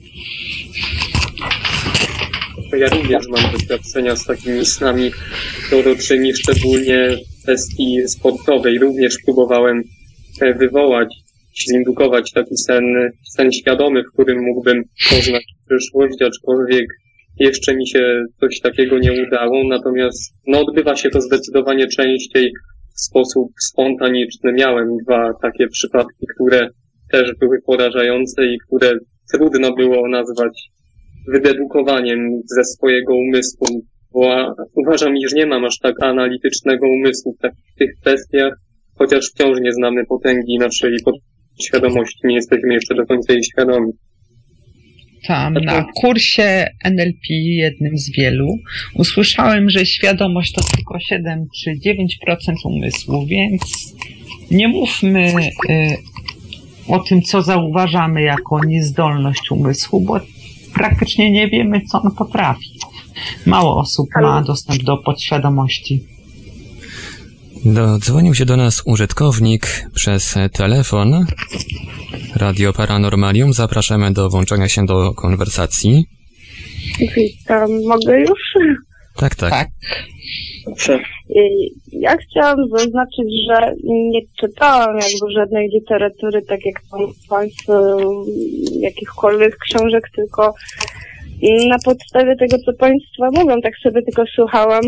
Ja również mam doświadczenia z takimi snami proroczymi, szczególnie w kwestii sportowej. Również próbowałem wywołać, zindukować taki sen, sen świadomy, w którym mógłbym poznać przyszłość, aczkolwiek jeszcze mi się coś takiego nie udało. Natomiast no, odbywa się to zdecydowanie częściej w sposób spontaniczny. Miałem dwa takie przypadki, które też były porażające i które trudno było nazwać wydedukowaniem ze swojego umysłu, bo uważam, iż nie mam aż tak analitycznego umysłu w tych kwestiach, chociaż wciąż nie znamy potęgi naszej podświadomości, nie jesteśmy jeszcze do końca jej świadomi. Tam na kursie N L P, jednym z wielu, usłyszałem, że świadomość to tylko siedem czy dziewięć procent umysłu, więc nie mówmy y, o tym, co zauważamy jako niezdolność umysłu, bo praktycznie nie wiemy, co on potrafi. Mało osób ma dostęp do podświadomości. Dodzwonił się do nas użytkownik przez telefon. Radio Paranormalium. Zapraszamy do włączenia się do konwersacji. Witam. Mogę już? Tak, tak. Tak. Dobrze. Ja chciałam zaznaczyć, że nie czytałam jakby żadnej literatury, tak jak Państwo, jakichkolwiek książek, tylko na podstawie tego, co Państwo mówią, tak sobie tylko słuchałam.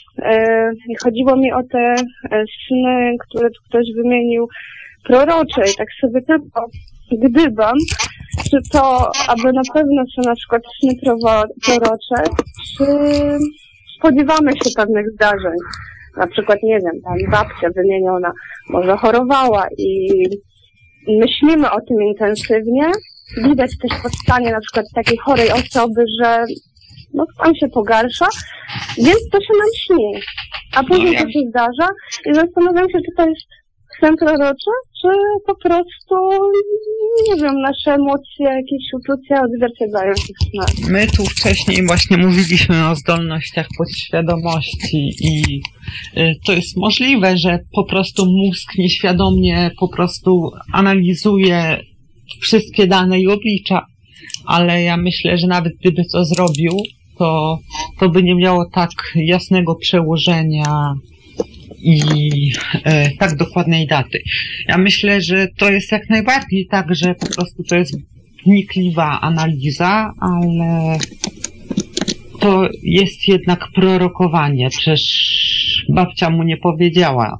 I chodziło mi o te sny, które tu ktoś wymienił, prorocze, i tak sobie tylko gdybam, czy to, aby na pewno są na przykład sny prorocze, czy spodziewamy się pewnych zdarzeń. Na przykład, nie wiem, tam babcia wymieniona może chorowała i myślimy o tym intensywnie. Widać też powstanie na przykład takiej chorej osoby, że no stan się pogarsza, więc to się nam śni. A później No, ja... to się zdarza i zastanawiam się, czy to jest sen proroczy, czy po prostu, nie wiem, nasze emocje, jakieś uczucia odzwierciedlają się w snach. My tu wcześniej właśnie mówiliśmy o zdolnościach podświadomości i y, to jest możliwe, że po prostu mózg nieświadomie po prostu analizuje wszystkie dane i oblicza, ale ja myślę, że nawet gdyby to zrobił, to, to by nie miało tak jasnego przełożenia i e, tak dokładnej daty. Ja myślę, że to jest jak najbardziej tak, że po prostu to jest wnikliwa analiza, ale to jest jednak prorokowanie. Przecież babcia mu nie powiedziała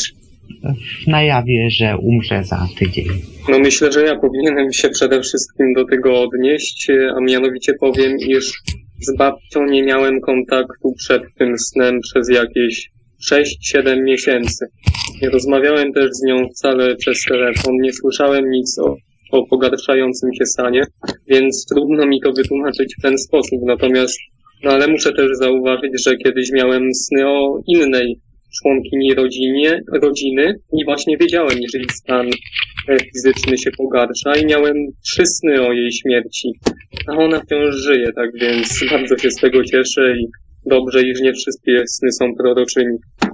na jawie, że umrze za tydzień. No myślę, że ja powinienem się przede wszystkim do tego odnieść, a mianowicie powiem, iż z babcią nie miałem kontaktu przed tym snem przez jakieś sześć siedem miesięcy. Nie rozmawiałem też z nią wcale przez telefon, nie słyszałem nic o, o pogarszającym się stanie, więc trudno mi to wytłumaczyć w ten sposób. Natomiast, no ale muszę też zauważyć, że kiedyś miałem sny o innej członkini rodzinie, rodziny i właśnie wiedziałem, że jej stan fizyczny się pogarsza i miałem trzy sny o jej śmierci, a ona wciąż żyje, tak więc bardzo się z tego cieszę i dobrze, iż nie wszystkie sny są proroczymi.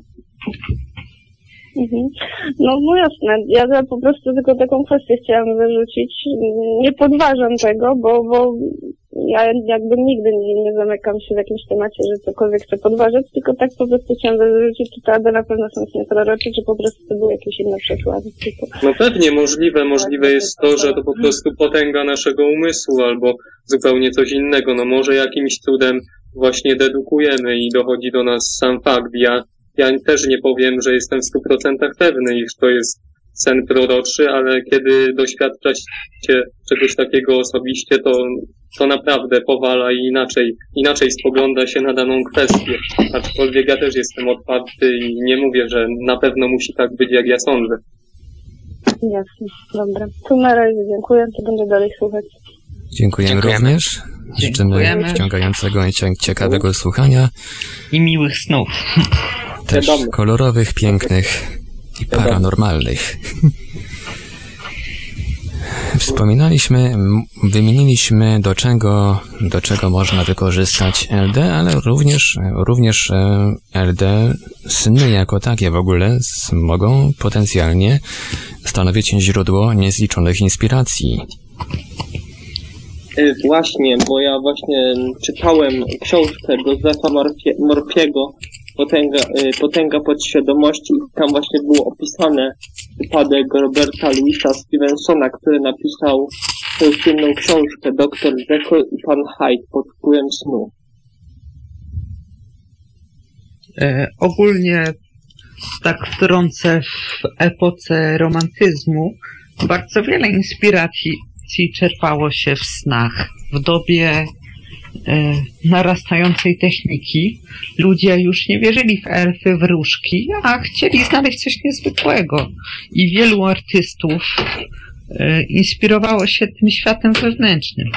Mhm. No, no jasne, ja po prostu tylko taką kwestię chciałam wyrzucić. Nie podważam tego, bo, bo ja jakby nigdy nie, nie zamykam się w jakimś temacie, że cokolwiek chcę podważać, tylko tak po prostu chciałam wyrzucić, czy to aby na pewno są sny prorocze, czy po prostu to były jakieś inne przykłady. Tylko... No pewnie możliwe, możliwe jest to, że to po prostu potęga naszego umysłu albo zupełnie coś innego. No może jakimś cudem właśnie dedukujemy i dochodzi do nas sam fakt. Ja Ja też nie powiem, że jestem w stu procentach pewny, iż to jest sen proroczy, ale kiedy doświadcza się czegoś takiego osobiście, to, to naprawdę powala i inaczej, inaczej spogląda się na daną kwestię. Aczkolwiek ja też jestem otwarty i nie mówię, że na pewno musi tak być, jak ja sądzę. Jasne, dobra. To na razie dziękuję, to będę dalej słuchać. Dziękujemy, Dziękujemy. również. Życzymy Dziękujemy. wciągającego i ciekawego słuchania. I miłych snów. Też Wiadomo. kolorowych, pięknych i paranormalnych. Wspominaliśmy, m, wymieniliśmy do czego, do czego można wykorzystać L D, ale również, również e, L D, sny jako takie w ogóle s- mogą potencjalnie stanowić źródło niezliczonych inspiracji. Y, Właśnie, bo ja właśnie czytałem książkę Josefa Morfie- Morfiego Potęga, y, Potęga Podświadomości i tam właśnie było opisane wypadek Roberta Louisa Stevensona, który napisał tę słynną książkę doktor Jekyll i pan Hyde pod wpływem snu. E, ogólnie tak wtrącę, w epoce romantyzmu bardzo wiele inspiracji czerpało się w snach. W dobie e, narastającej techniki ludzie już nie wierzyli w elfy, wróżki, a chcieli znaleźć coś niezwykłego. I wielu artystów e, inspirowało się tym światem wewnętrznym.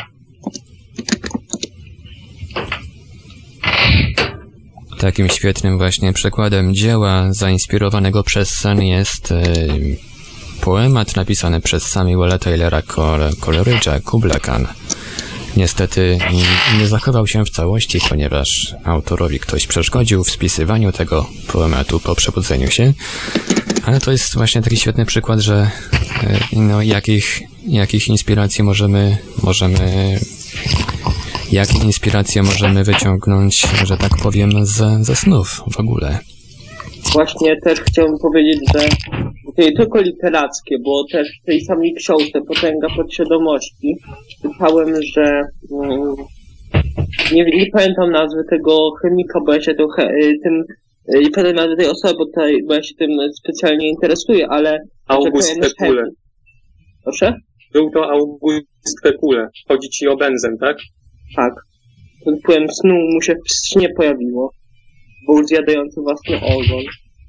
Takim świetnym właśnie przykładem dzieła zainspirowanego przez sen jest e, poemat napisany przez Samuela Taylora Col- Coleridge'a, Kubla Khan. Niestety nie zachował się w całości, ponieważ autorowi ktoś przeszkodził w spisywaniu tego poematu po przebudzeniu się. Ale to jest właśnie taki świetny przykład, że e, no, jakich, jakich inspiracji możemy, możemy, jakie inspiracje możemy wyciągnąć, że tak powiem, z, ze snów w ogóle. Właśnie też chciałbym powiedzieć, że to nie tylko literackie, bo też w tej samej książce Potęga Podświadomości czytałem, że mm, nie, nie pamiętam nazwy tego chemika, bo ja się trochę tym, nie pamiętam nazwy tej osoby, bo, tutaj, bo ja się tym specjalnie interesuję, ale... August Kekule. Proszę? Był to August Kekule. Chodzi ci o benzem, tak? Tak. Pod wpływem snu mu się w śnie pojawiło. Był zjadający własny ogon.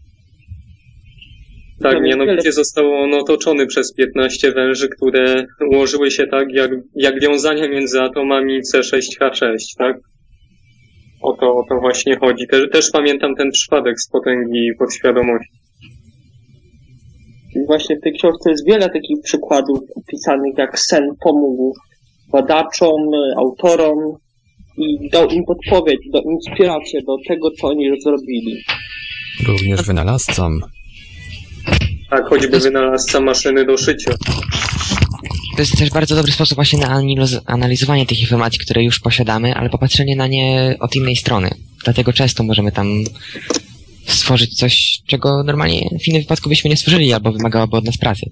Tak, Tam mianowicie wiele- został on otoczony przez piętnaście węży, które ułożyły się tak jak, jak wiązania między atomami C sześć H sześć, tak? O to, o to właśnie chodzi. Też, też pamiętam ten przypadek z Potęgi Podświadomości. I właśnie w tej książce jest wiele takich przykładów opisanych, jak sen pomógł badaczom, autorom i dał im podpowiedź, do inspirację do tego, co oni już zrobili. Również wynalazcom. Tak, choćby wynalazca maszyny do szycia. To jest też bardzo dobry sposób właśnie na analiz- analizowanie tych informacji, które już posiadamy, ale popatrzenie na nie od innej strony. Dlatego często możemy tam stworzyć coś, czego normalnie w innym wypadku byśmy nie stworzyli, albo wymagałoby od nas pracy.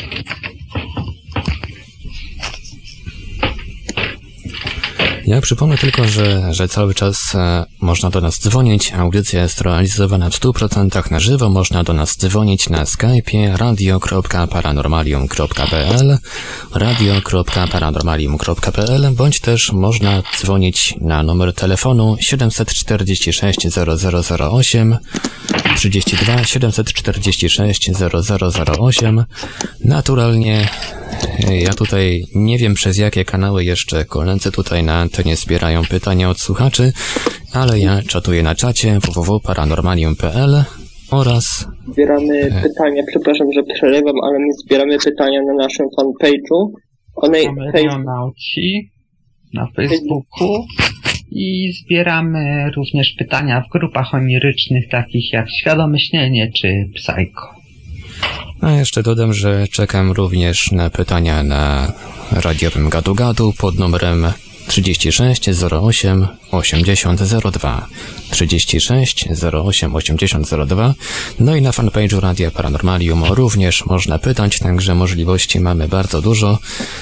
Ja przypomnę tylko, że, że cały czas e, można do nas dzwonić. Audycja jest realizowana w stu procentach na żywo. Można do nas dzwonić na Skype'ie radio kropka paranormalium kropka p l radio kropka paranormalium kropka p l bądź też można dzwonić na numer telefonu siedem cztery sześć zero zero zero osiem trzydzieści dwa siedem cztery sześć zero zero zero osiem. Naturalnie ja tutaj nie wiem, przez jakie kanały jeszcze koledzy tutaj na antenie zbierają pytania od słuchaczy, ale ja czatuję na czacie w w w kropka paranormalium kropka p l oraz... Zbieramy E. pytania, przepraszam, że przerywam, ale my zbieramy pytania na naszym fanpage'u. One, Mamy hej, Neonauci na Facebooku i zbieramy również pytania w grupach onirycznych, takich jak Świadome Śnienie czy Psycho. A jeszcze dodam, że czekam również na pytania na radiowym gadu-gadu pod numerem trzydzieści sześć zero osiem osiemdziesiąt zero dwa trzydzieści sześć zero osiem osiemdziesiąt zero dwa. No i na fanpage'u Radia Paranormalium również można pytać, także możliwości mamy bardzo dużo.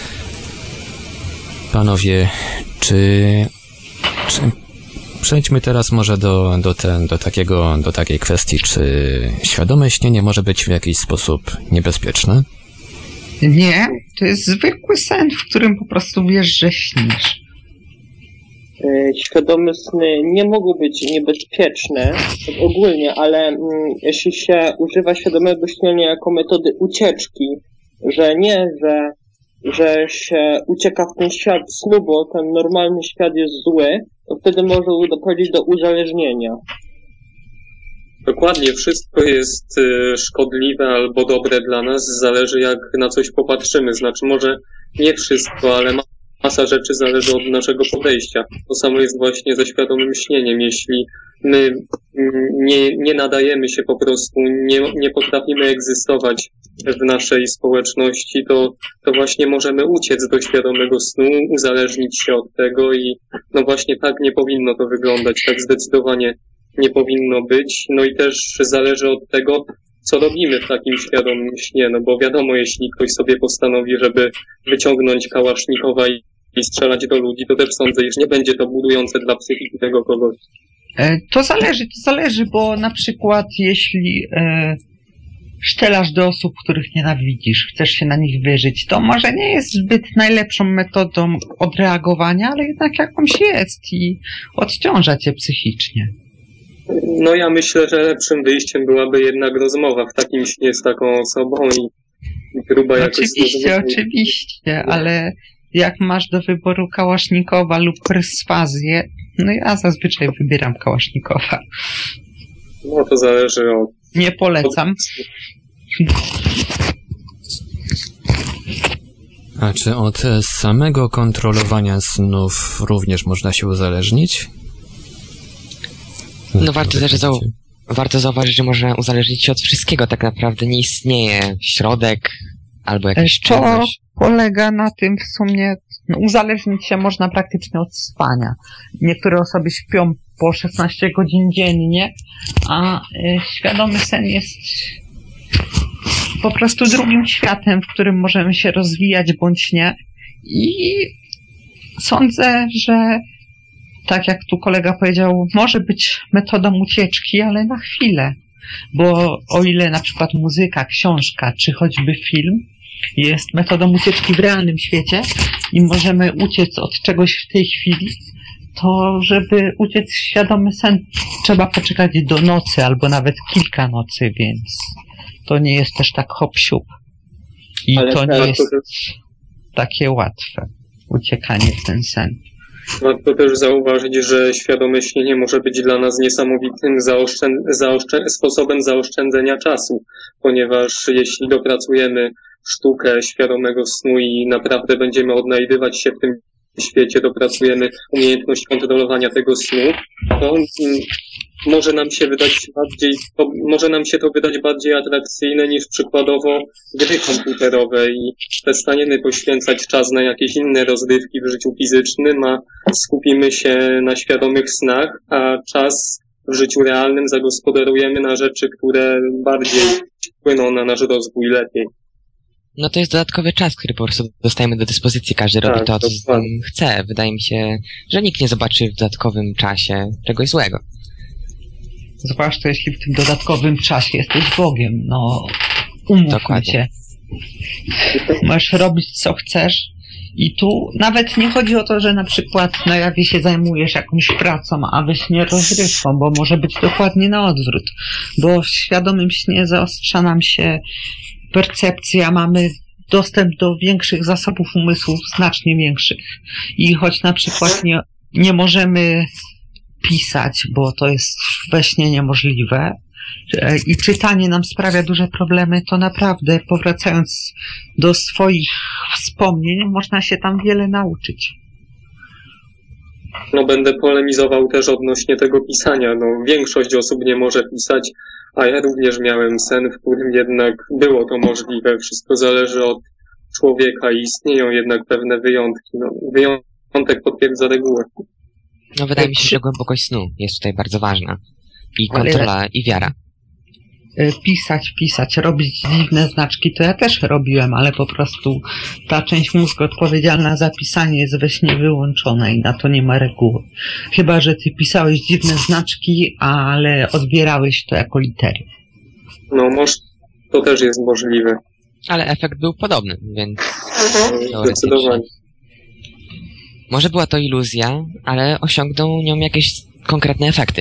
Panowie, czy... czy przejdźmy teraz może do, do, ten, do, takiego, do takiej kwestii, czy świadome śnienie może być w jakiś sposób niebezpieczne? Nie, to jest zwykły sen, w którym po prostu wiesz, że śnisz. e, świadome sny nie mogą być niebezpieczne tak ogólnie, ale mm, jeśli się używa świadomego śnienia jako metody ucieczki, że nie, że, że się ucieka w ten świat snu, bo ten normalny świat jest zły, to wtedy może doprowadzić do uzależnienia. Dokładnie, wszystko jest y, szkodliwe albo dobre dla nas, zależy jak na coś popatrzymy. Znaczy może nie wszystko, ale ma masa rzeczy zależy od naszego podejścia. To samo jest właśnie ze świadomym śnieniem. Jeśli my nie, nie nadajemy się po prostu, nie, nie potrafimy egzystować w naszej społeczności, to, to właśnie możemy uciec do świadomego snu, uzależnić się od tego i no właśnie tak nie powinno to wyglądać, tak zdecydowanie nie powinno być. No i też zależy od tego, co robimy w takim świadomym śnie, no bo wiadomo, jeśli ktoś sobie postanowi, żeby wyciągnąć kałasznikowa i, i strzelać do ludzi, to też sądzę, iż nie będzie to budujące dla psychiki tego kogoś. To zależy, to zależy, bo na przykład jeśli e, szczelasz do osób, których nienawidzisz, chcesz się na nich wyżyć, to może nie jest zbyt najlepszą metodą odreagowania, ale jednak jakąś jest i odciąża cię psychicznie. No ja myślę, że lepszym wyjściem byłaby jednak rozmowa w takim śnie z taką osobą i, i próba jakoś... Oczywiście, oczywiście, ale jak masz do wyboru kałasznikowa lub perswazję, no ja zazwyczaj wybieram kałasznikowa. No to zależy od... Nie polecam. A czy od samego kontrolowania snów również można się uzależnić? No warto też zau- warto zauważyć, że można uzależnić się od wszystkiego. Tak naprawdę nie istnieje środek albo jakaś To czynność. polega na tym w sumie, no, uzależnić się można praktycznie od spania. Niektóre osoby śpią po szesnaście godzin dziennie, a y, świadomy sen jest po prostu drugim światem, w którym możemy się rozwijać bądź nie. I sądzę, że tak jak tu kolega powiedział, może być metodą ucieczki, ale na chwilę. Bo o ile na przykład muzyka, książka, czy choćby film jest metodą ucieczki w realnym świecie i możemy uciec od czegoś w tej chwili, to żeby uciec w świadomy sen trzeba poczekać do nocy albo nawet kilka nocy, więc to nie jest też tak hop-siup. I Ale to nie warto jest też, takie łatwe uciekanie w ten sen. warto też zauważyć, że świadome śnienie może być dla nas niesamowitym zaoszczę- zaoszczę- sposobem zaoszczędzenia czasu, ponieważ jeśli dopracujemy sztukę świadomego snu i naprawdę będziemy odnajdywać się w tym świecie, dopracujemy umiejętność kontrolowania tego snu, to mm, może nam się wydać bardziej, to, może nam się to wydać bardziej atrakcyjne niż przykładowo gry komputerowe i przestaniemy poświęcać czas na jakieś inne rozrywki w życiu fizycznym, a skupimy się na świadomych snach, a czas w życiu realnym zagospodarujemy na rzeczy, które bardziej wpłyną na nasz rozwój lepiej. No to jest dodatkowy czas, który po prostu dostajemy do dyspozycji. Każdy Tak, robi to, co z dokładnie. nim chce. Wydaje mi się, że nikt nie zobaczy w dodatkowym czasie czegoś złego. Zwłaszcza jeśli w tym dodatkowym czasie jesteś Bogiem, no umówmy Dokładnie. się. Możesz robić co chcesz i tu nawet nie chodzi o to, że na przykład na jawie się zajmujesz jakąś pracą, a we śnie rozrywką, bo może być dokładnie na odwrót. Bo w świadomym śnie zaostrza nam się percepcja, mamy dostęp do większych zasobów umysłów, znacznie większych. I choć na przykład nie, nie możemy pisać, bo to jest we śnie niemożliwe e, i czytanie nam sprawia duże problemy, to naprawdę powracając do swoich wspomnień można się tam wiele nauczyć. No będę polemizował też odnośnie tego pisania. No większość osób nie może pisać, a ja również miałem sen, w którym jednak było to możliwe. Wszystko zależy od człowieka i istnieją jednak pewne wyjątki. No, wyjątek potwierdza regułę. No wydaje mi się, że głębokość snu jest tutaj bardzo ważna. I Ale- kontrola, i wiara. E, Pisać, pisać, robić dziwne znaczki, to ja też robiłem, ale po prostu ta część mózgu odpowiedzialna za pisanie jest we śnie wyłączona i na to nie ma reguły. Chyba że ty pisałeś dziwne znaczki, ale odbierałeś to jako litery. No może to też jest możliwe. Ale efekt był podobny, więc No, zdecydowanie. może była to iluzja, ale osiągnął nią jakieś konkretne efekty.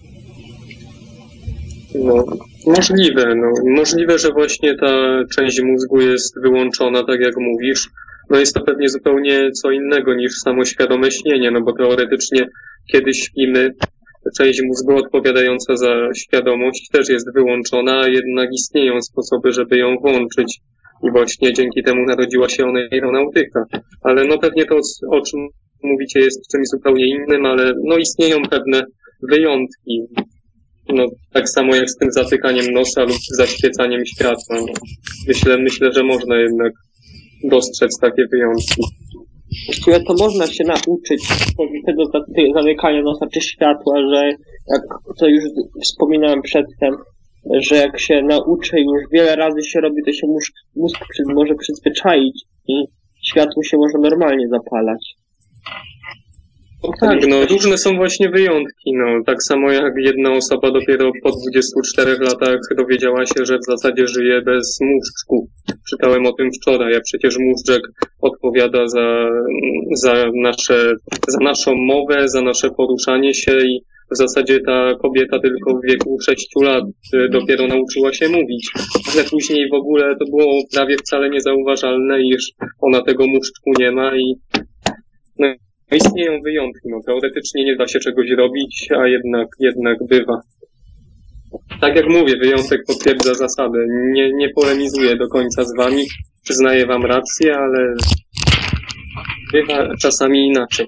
No, możliwe, no. Możliwe, że właśnie ta część mózgu jest wyłączona, tak jak mówisz. No jest to pewnie zupełnie co innego niż samo świadome śnienie, no bo teoretycznie, kiedy śpimy, część mózgu odpowiadająca za świadomość też jest wyłączona, a jednak istnieją sposoby, żeby ją włączyć. i właśnie dzięki temu narodziła się oneironautyka. Ale no pewnie to, o czym mówicie, jest czymś zupełnie innym, ale no istnieją pewne wyjątki. No, tak samo jak z tym zatykaniem nosa lub zaświecaniem światła. No. Myślę, myślę, że można jednak dostrzec takie wyjątki. Właściwie to można się nauczyć tego zamykania nosa czy światła, że jak to już wspominałem przedtem, że jak się nauczy już wiele razy się robi, to się mózg, mózg może przyzwyczaić i światło się może normalnie zapalać. No tak, no różne są właśnie wyjątki, no tak samo jak jedna osoba dopiero po dwudziestu czterech latach dowiedziała się, że w zasadzie żyje bez móżdżku. Czytałem o tym wczoraj, a przecież móżdżek odpowiada za, za nasze, za naszą mowę, za nasze poruszanie się i w zasadzie ta kobieta tylko w wieku sześciu lat dopiero nauczyła się mówić, ale później w ogóle to było prawie wcale niezauważalne, iż ona tego móżdżku nie ma i no, istnieją wyjątki, no teoretycznie nie da się czegoś robić, a jednak, jednak bywa. Tak jak mówię, wyjątek potwierdza zasadę. Nie, nie polemizuję do końca z wami, przyznaję wam rację, ale bywa czasami inaczej.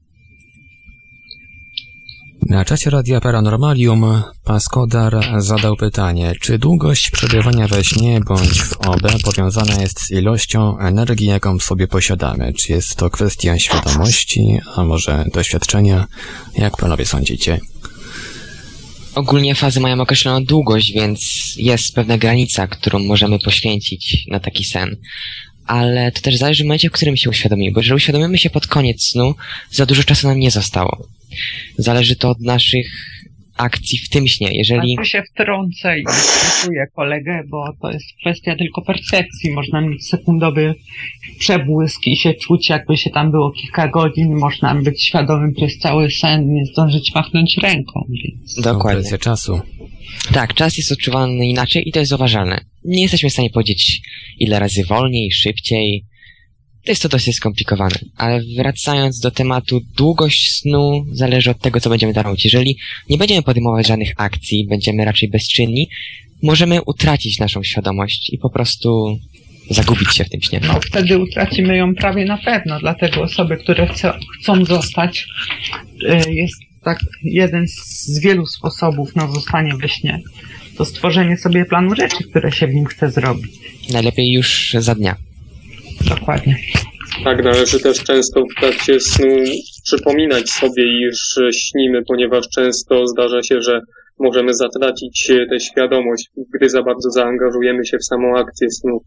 Na czacie Radia Paranormalium Paskodar zadał pytanie, czy długość przebywania we śnie bądź w O B powiązana jest z ilością energii, jaką w sobie posiadamy? Czy jest to kwestia świadomości, a może doświadczenia? Jak panowie sądzicie? Ogólnie fazy mają określoną długość, więc jest pewna granica, którą możemy poświęcić na taki sen. Ale to też zależy w momencie, w którym się uświadomimy, bo jeżeli uświadomimy się pod koniec snu, za dużo czasu nam nie zostało. Zależy to od naszych akcji w tym śnie. Jeżeli... A tu się wtrącę i cytuję kolegę, bo to jest kwestia tylko percepcji. Można mieć sekundowy przebłysk i się czuć, jakby się tam było kilka godzin. Można być świadomym przez cały sen, nie zdążyć machnąć ręką. Więc... Dokładnie. Kwestia czasu. Tak, czas jest odczuwany inaczej i to jest zauważalne. Nie jesteśmy w stanie powiedzieć, ile razy wolniej, szybciej. To jest to dosyć skomplikowane. Ale wracając do tematu, długość snu zależy od tego, co będziemy tam robić. Jeżeli nie będziemy podejmować żadnych akcji, będziemy raczej bezczynni, możemy utracić naszą świadomość i po prostu zagubić się w tym śnie. No wtedy utracimy ją prawie na pewno, dlatego osoby, które chcą, chcą zostać, jest tak jeden z wielu sposobów na zostanie we śnie. To stworzenie sobie planu rzeczy, które się w nim chce zrobić. Najlepiej już za dnia. Dokładnie. Tak, należy też często w trakcie snu przypominać sobie, iż śnimy, ponieważ często zdarza się, że możemy zatracić tę świadomość, gdy za bardzo zaangażujemy się w samą akcję snu.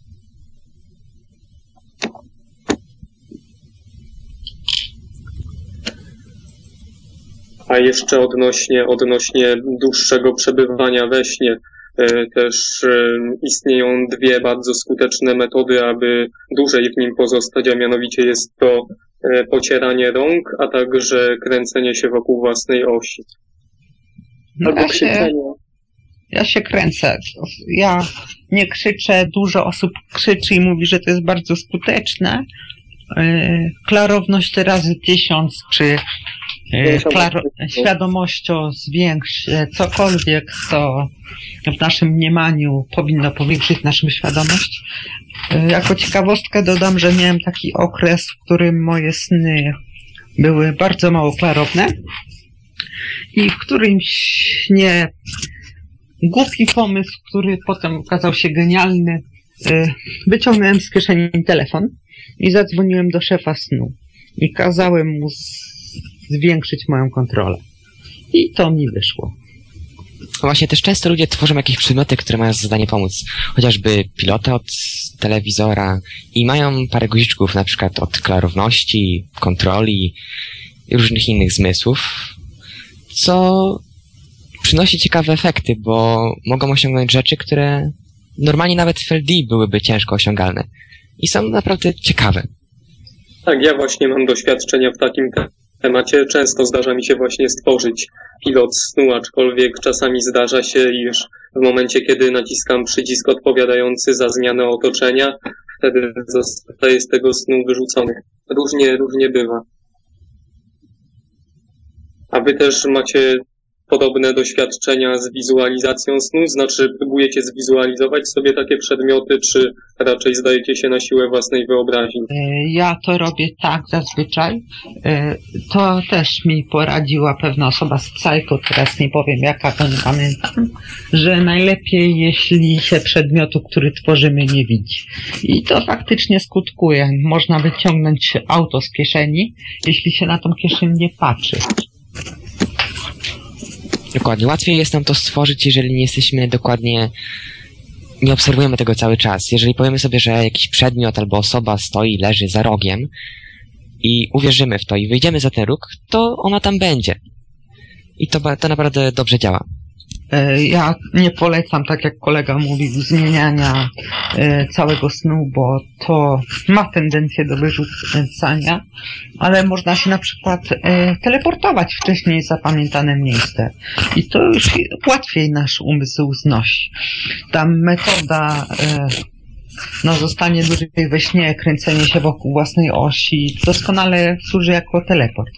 A jeszcze odnośnie, odnośnie dłuższego przebywania we śnie, też istnieją dwie bardzo skuteczne metody, aby dłużej w nim pozostać, a mianowicie jest to pocieranie rąk, a także kręcenie się wokół własnej osi. No ja, się, ja się kręcę. Ja nie krzyczę, dużo osób krzyczy i mówi, że to jest bardzo skuteczne. Klarowność razy tysiąc, czy klaro- świadomością zwiększy cokolwiek, co w naszym mniemaniu powinno powiększyć naszą świadomość. Jako ciekawostkę dodam, że miałem taki okres, w którym moje sny były bardzo mało klarowne i w którymś śnie głupi pomysł, który potem okazał się genialny, wyciągnąłem z kieszeni telefon i zadzwoniłem do szefa snu i kazałem mu zwiększyć moją kontrolę. I to mi wyszło. Właśnie też często ludzie tworzą jakieś przedmioty, które mają za zadanie pomóc. Chociażby pilota od telewizora i mają parę guziczków, na przykład od klarowności, kontroli i różnych innych zmysłów, co przynosi ciekawe efekty, bo mogą osiągnąć rzeczy, które normalnie nawet w L D byłyby ciężko osiągalne. I są naprawdę ciekawe. Tak, ja właśnie mam doświadczenia w takim te- temacie. Często zdarza mi się właśnie stworzyć pilot snu, aczkolwiek czasami zdarza się, iż w momencie, kiedy naciskam przycisk odpowiadający za zmianę otoczenia, wtedy zostaję z tego snu wyrzucony. Różnie, różnie bywa. A wy też macie podobne doświadczenia z wizualizacją snu? Znaczy, próbujecie zwizualizować sobie takie przedmioty, czy raczej zdajecie się na siłę własnej wyobraźni? Ja to robię tak zazwyczaj. To też mi poradziła pewna osoba z Psycho, teraz nie powiem jaka, bo nie pamiętam, że najlepiej jeśli się przedmiotu, który tworzymy, nie widzi. I to faktycznie skutkuje. Można wyciągnąć auto z kieszeni, jeśli się na tą kieszeń nie patrzy. Dokładnie. Łatwiej jest nam to stworzyć, jeżeli nie jesteśmy dokładnie, nie obserwujemy tego cały czas. Jeżeli powiemy sobie, że jakiś przedmiot albo osoba stoi, leży za rogiem i uwierzymy w to i wyjdziemy za ten róg, to ona tam będzie. I to, to naprawdę dobrze działa. Ja nie polecam, tak jak kolega mówił, zmieniania całego snu, bo to ma tendencję do wyrzucania, ale można się na przykład teleportować w wcześniej zapamiętane miejsce i to już łatwiej nasz umysł znosi. Ta metoda no, zostanie dłużej we śnie, kręcenie się wokół własnej osi doskonale służy jako teleport.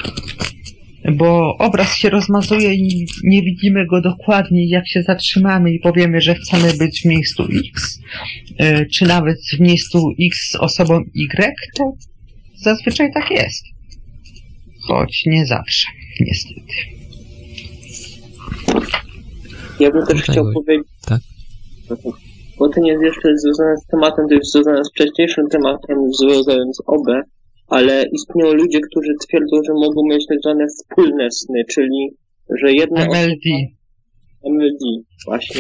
Bo obraz się rozmazuje i nie widzimy go dokładnie, jak się zatrzymamy i powiemy, że chcemy być w miejscu X, czy nawet w miejscu X z osobą Y, to zazwyczaj tak jest. Choć nie zawsze, niestety. Ja bym też chciał powiedzieć, tak? bo to nie jest jeszcze związane z tematem, to jest związane z wcześniejszym tematem związanym z O B E, ale istnieją ludzie, którzy twierdzą, że mogą mieć tak zwane wspólne sny, czyli że jedna M L D. M L D, właśnie.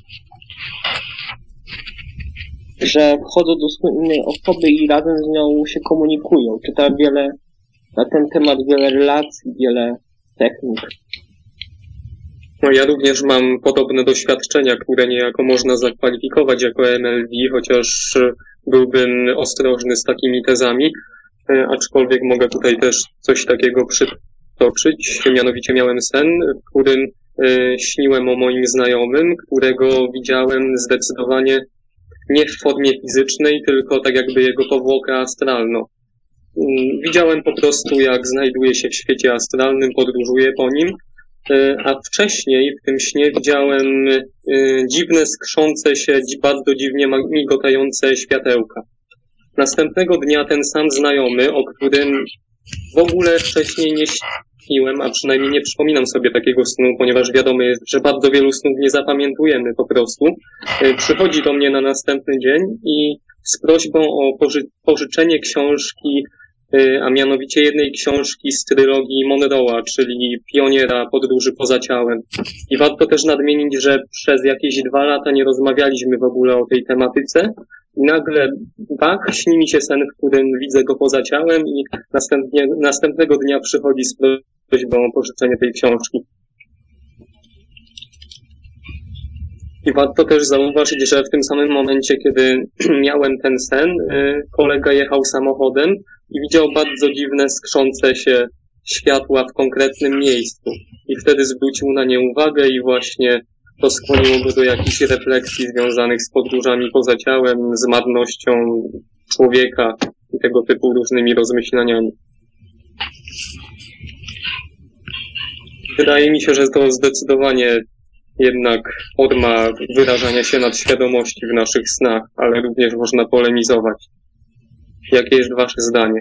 Że wchodzą do snu innej osoby i razem z nią się komunikują. Czytam wiele na ten temat, wiele relacji, wiele technik. No ja również mam podobne doświadczenia, które niejako można zakwalifikować jako M L D, chociaż byłbym ostrożny z takimi tezami. Aczkolwiek mogę tutaj też coś takiego przytoczyć. Mianowicie miałem sen, w którym y, śniłem o moim znajomym, którego widziałem zdecydowanie nie w formie fizycznej, tylko tak jakby jego powłokę astralną. Y, widziałem po prostu, jak znajduje się w świecie astralnym, podróżuję po nim, y, a wcześniej w tym śnie widziałem y, dziwne, skrzące się, bardzo dziwnie migotające światełka. Następnego dnia ten sam znajomy, o którym w ogóle wcześniej nie śniłem, a przynajmniej nie przypominam sobie takiego snu, ponieważ wiadomo jest, że bardzo wielu snów nie zapamiętujemy po prostu, przychodzi do mnie na następny dzień i z prośbą o poży- pożyczenie książki, a mianowicie jednej książki z trylogii Monroe'a, czyli Pioniera podróży poza ciałem. I warto też nadmienić, że przez jakieś dwa lata nie rozmawialiśmy w ogóle o tej tematyce. I nagle, tak, śni mi się sen, w którym widzę go poza ciałem i następnie, następnego dnia przychodzi z prośbą o pożyczenie tej książki. I warto też zauważyć, że w tym samym momencie, kiedy miałem ten sen, kolega jechał samochodem i widział bardzo dziwne, skrzące się światła w konkretnym miejscu. I wtedy zwrócił na nie uwagę i właśnie to skłoniło go do jakichś refleksji związanych z podróżami poza ciałem, z marnością człowieka i tego typu różnymi rozmyślaniami. Wydaje mi się, że to zdecydowanie jednak forma wyrażania się nadświadomości w naszych snach, ale również można polemizować. Jakie jest wasze zdanie?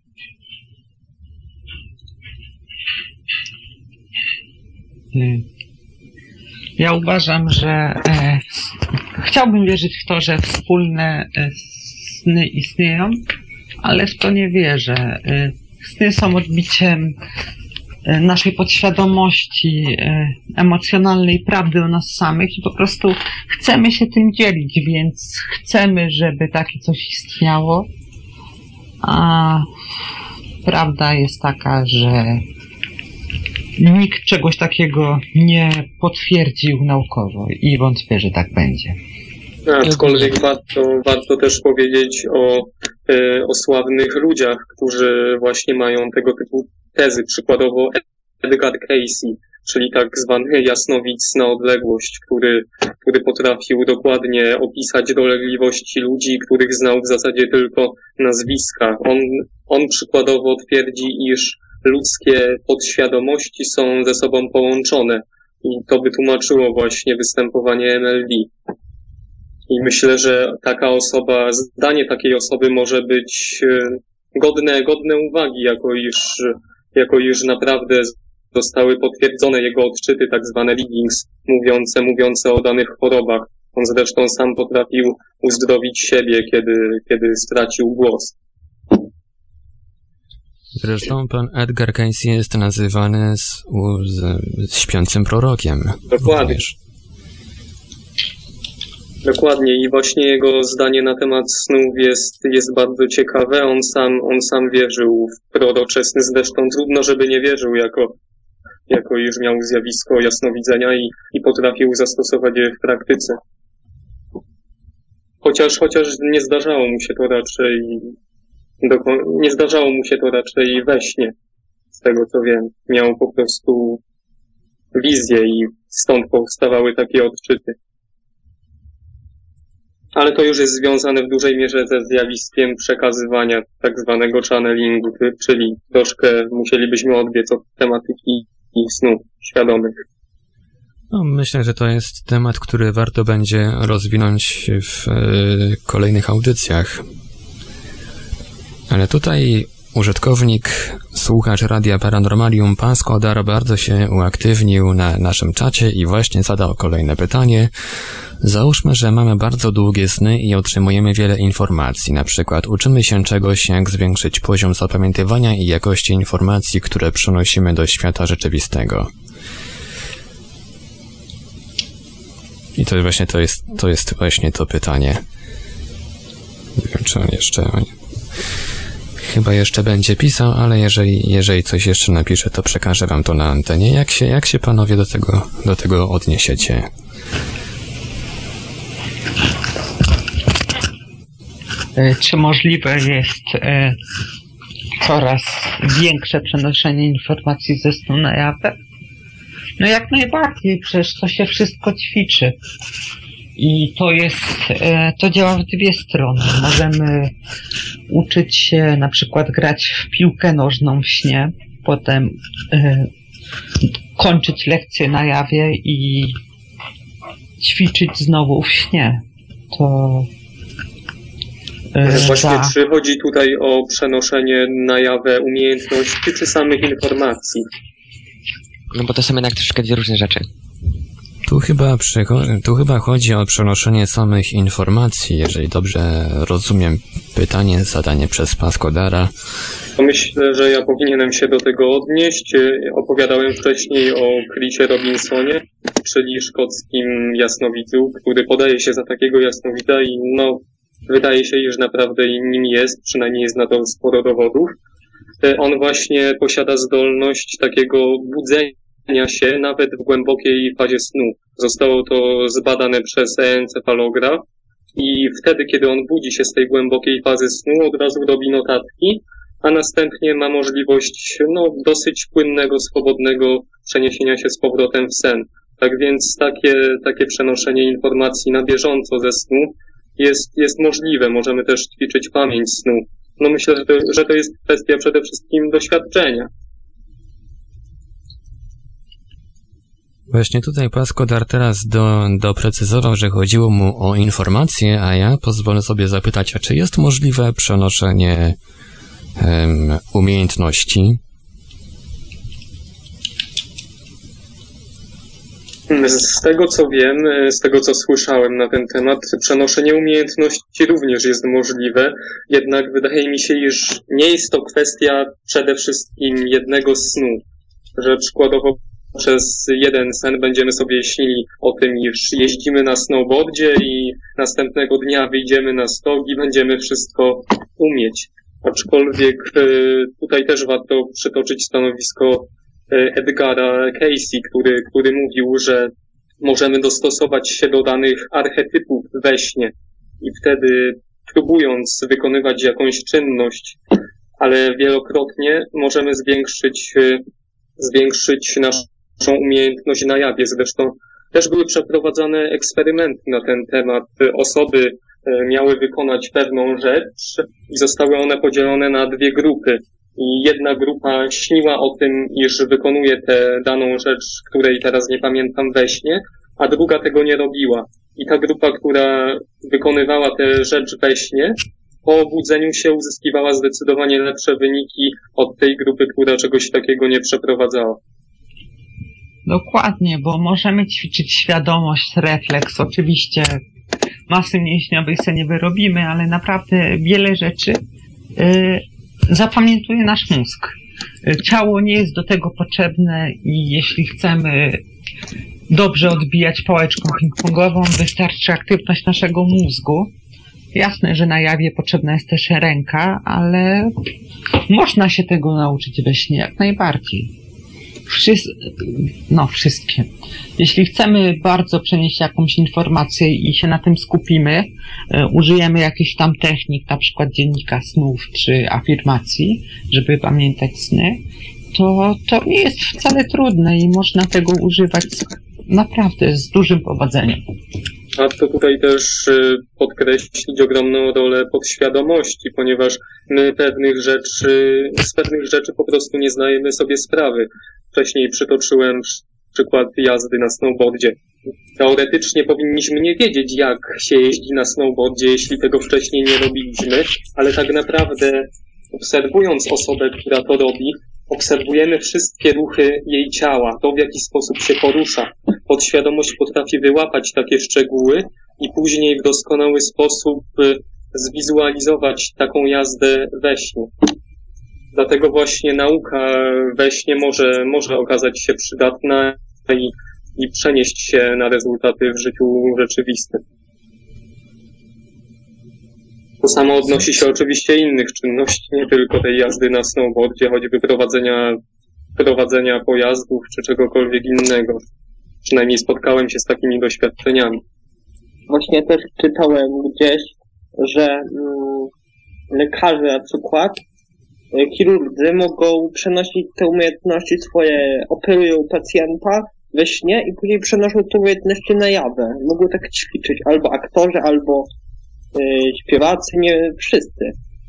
Hmm. Ja uważam, że e, chciałbym wierzyć w to, że wspólne e, sny istnieją, ale w to nie wierzę. E, sny są odbiciem e, naszej podświadomości, e, emocjonalnej prawdy o nas samych i po prostu chcemy się tym dzielić, więc chcemy, żeby takie coś istniało, a prawda jest taka, że nikt czegoś takiego nie potwierdził naukowo i wątpię, że tak będzie. Aczkolwiek warto, warto też powiedzieć o, o sławnych ludziach, którzy właśnie mają tego typu tezy. Przykładowo Edgar Cayce, czyli tak zwany jasnowidz na odległość, który, który potrafił dokładnie opisać dolegliwości ludzi, których znał w zasadzie tylko nazwiska. On, on przykładowo twierdzi, iż ludzkie podświadomości są ze sobą połączone i to by tłumaczyło właśnie występowanie N L D. I myślę, że taka osoba, zdanie takiej osoby może być godne, godne uwagi, jako iż, jako iż naprawdę zostały potwierdzone jego odczyty, tak zwane readings, mówiące, mówiące o danych chorobach. On zresztą sam potrafił uzdrowić siebie, kiedy, kiedy stracił głos. Zresztą pan Edgar Cayce jest nazywany z, z, z śpiącym prorokiem. Dokładnie. Również. Dokładnie i właśnie jego zdanie na temat snów jest, jest bardzo ciekawe. On sam, on sam wierzył w prorocze sny, zresztą trudno, żeby nie wierzył, jako, jako iż miał zjawisko jasnowidzenia i, i potrafił zastosować je w praktyce. Chociaż, chociaż nie zdarzało mu się to raczej, nie zdarzało mu się to raczej we śnie, z tego co wiem. Miał po prostu wizję i stąd powstawały takie odczyty. Ale to już jest związane w dużej mierze ze zjawiskiem przekazywania tak zwanego channelingu, czyli troszkę musielibyśmy odbiec od tematyki snu świadomych. No, myślę, że to jest temat, który warto będzie rozwinąć w e, kolejnych audycjach. Ale tutaj użytkownik, słuchacz Radia Paranormalium, pan Skodar, bardzo się uaktywnił na naszym czacie i właśnie zadał kolejne pytanie. Załóżmy, że mamy bardzo długie sny i otrzymujemy wiele informacji. Na przykład uczymy się czegoś, jak zwiększyć poziom zapamiętywania i jakości informacji, które przenosimy do świata rzeczywistego. I to właśnie to jest, to jest właśnie to pytanie. Nie wiem, czy on jeszcze... Chyba jeszcze będzie pisał, ale jeżeli, jeżeli coś jeszcze napisze, to przekażę wam to na antenie. Jak się, jak się panowie do tego, do tego odniesiecie? Czy możliwe jest e, coraz większe przenoszenie informacji ze snu na jawę? No jak najbardziej, przecież to się wszystko ćwiczy. I to jest, e, to działa w dwie strony. Możemy uczyć się na przykład grać w piłkę nożną w śnie, potem e, kończyć lekcje na jawie i ćwiczyć znowu w śnie. To e, Właśnie za... czy chodzi tutaj o przenoszenie na jawę umiejętności czy samych informacji? No bo to są jednak troszkę dwie różne rzeczy. Tu chyba, tu chyba chodzi o przenoszenie samych informacji, jeżeli dobrze rozumiem pytanie zadane przez pana Skodara. Myślę, że ja powinienem się do tego odnieść. Opowiadałem wcześniej o Chrisie Robinsonie, czyli szkockim jasnowidzu, który podaje się za takiego jasnowidza i no, wydaje się, iż naprawdę nim jest, przynajmniej jest na to sporo dowodów. On właśnie posiada zdolność takiego budzenia się nawet w głębokiej fazie snu. Zostało to zbadane przez encefalograf i wtedy, kiedy on budzi się z tej głębokiej fazy snu, od razu robi notatki, a następnie ma możliwość no, dosyć płynnego, swobodnego przeniesienia się z powrotem w sen. Tak więc takie, takie przenoszenie informacji na bieżąco ze snu jest, jest możliwe. Możemy też ćwiczyć pamięć snu. No myślę, że to, że to jest kwestia przede wszystkim doświadczenia. Właśnie tutaj pan Skodar teraz do, doprecyzował, że chodziło mu o informacje, a ja pozwolę sobie zapytać, a czy jest możliwe przenoszenie um, umiejętności? Z tego co wiem, z tego co słyszałem na ten temat, przenoszenie umiejętności również jest możliwe, jednak wydaje mi się, iż nie jest to kwestia przede wszystkim jednego snu, że przykładowo przez jeden sen będziemy sobie śnili o tym, iż jeździmy na snowboardzie i następnego dnia wyjdziemy na stok i będziemy wszystko umieć. Aczkolwiek tutaj też warto przytoczyć stanowisko Edgara Cayce, który, który mówił, że możemy dostosować się do danych archetypów we śnie i wtedy próbując wykonywać jakąś czynność, ale wielokrotnie możemy zwiększyć, zwiększyć naszą umiejętność na jawie. Zresztą też były przeprowadzane eksperymenty na ten temat. Osoby miały wykonać pewną rzecz i zostały one podzielone na dwie grupy. i jedna grupa śniła o tym, iż wykonuje tę daną rzecz, której teraz nie pamiętam, we śnie, a druga tego nie robiła. I ta grupa, która wykonywała tę rzecz we śnie, po obudzeniu się uzyskiwała zdecydowanie lepsze wyniki od tej grupy, która czegoś takiego nie przeprowadzała. Dokładnie, bo możemy ćwiczyć świadomość, refleks. Oczywiście masy mięśniowej sobie nie wyrobimy, ale naprawdę wiele rzeczy yy, zapamiętuje nasz mózg. Ciało nie jest do tego potrzebne i jeśli chcemy dobrze odbijać pałeczką ping-pongową, wystarczy aktywność naszego mózgu. Jasne, że na jawie potrzebna jest też ręka, ale można się tego nauczyć we śnie jak najbardziej. Wszys- no, wszystkie. Jeśli chcemy bardzo przenieść jakąś informację i się na tym skupimy, y, użyjemy jakichś tam technik, na przykład dziennika snów czy afirmacji, żeby pamiętać sny, to to nie jest wcale trudne i można tego używać naprawdę z dużym powodzeniem. Warto tutaj też podkreślić ogromną rolę podświadomości, ponieważ my pewnych rzeczy, z pewnych rzeczy po prostu nie zdajemy sobie sprawy. Wcześniej przytoczyłem przykład jazdy na snowboardzie. Teoretycznie powinniśmy nie wiedzieć, jak się jeździ na snowboardzie, jeśli tego wcześniej nie robiliśmy, ale tak naprawdę obserwując osobę, która to robi, obserwujemy wszystkie ruchy jej ciała, to w jaki sposób się porusza. Podświadomość potrafi wyłapać takie szczegóły i później w doskonały sposób zwizualizować taką jazdę we śnie. Dlatego właśnie nauka we śnie może, może okazać się przydatna i, i przenieść się na rezultaty w życiu rzeczywistym. To samo odnosi się oczywiście innych czynności, nie tylko tej jazdy na snowboardzie, choćby prowadzenia, prowadzenia pojazdów czy czegokolwiek innego. Przynajmniej spotkałem się z takimi doświadczeniami. Właśnie też czytałem gdzieś, że mm, lekarze na przykład, chirurdzy mogą przenosić te umiejętności swoje, operują pacjenta we śnie i później przenoszą te umiejętności na jawę. Mogą tak ćwiczyć albo aktorzy, albo y, śpiewacy, nie wszyscy.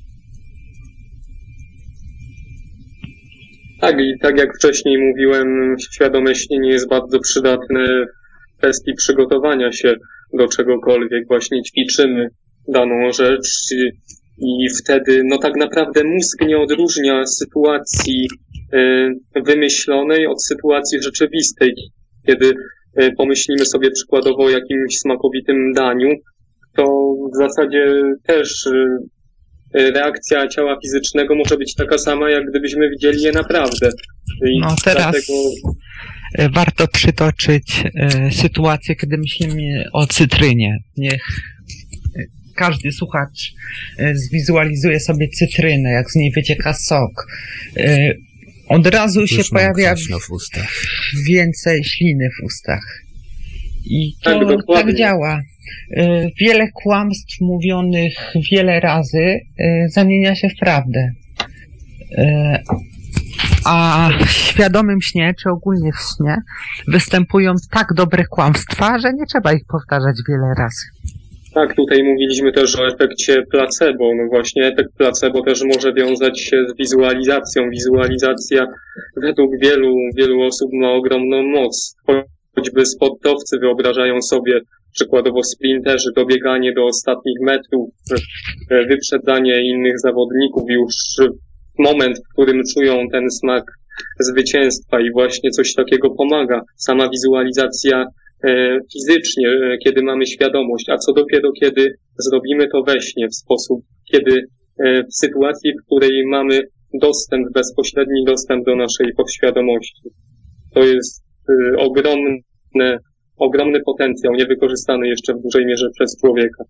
Tak, i tak jak wcześniej mówiłem, świadome śnienie jest bardzo przydatne w kwestii przygotowania się do czegokolwiek. Właśnie ćwiczymy daną rzecz i wtedy, no tak naprawdę mózg nie odróżnia sytuacji y, wymyślonej od sytuacji rzeczywistej. Kiedy y, pomyślimy sobie przykładowo o jakimś smakowitym daniu, to w zasadzie też y, reakcja ciała fizycznego może być taka sama, jak gdybyśmy widzieli je naprawdę. I no teraz dlatego... warto przytoczyć e, sytuację, kiedy myślimy o cytrynie. Niech każdy słuchacz e, zwizualizuje sobie cytrynę, jak z niej wycieka sok. E, od razu Już się pojawia w ustach. więcej śliny w ustach. I to tak, tak działa. Wiele kłamstw mówionych wiele razy zamienia się w prawdę. A w świadomym śnie, czy ogólnie w śnie, występują tak dobre kłamstwa, że nie trzeba ich powtarzać wiele razy. Tak, tutaj mówiliśmy też o efekcie placebo. No właśnie efekt placebo też może wiązać się z wizualizacją. Wizualizacja według wielu, wielu osób ma ogromną moc. Choćby sportowcy wyobrażają sobie przykładowo sprinterzy, dobieganie do ostatnich metrów, wyprzedzanie innych zawodników, już moment, w którym czują ten smak zwycięstwa i właśnie coś takiego pomaga. Sama wizualizacja e, fizycznie, e, kiedy mamy świadomość, a co dopiero kiedy zrobimy to we śnie w sposób, kiedy e, w sytuacji, w której mamy dostęp, bezpośredni dostęp do naszej podświadomości. To jest e, ogromne ogromny potencjał, niewykorzystany jeszcze w dużej mierze przez człowieka.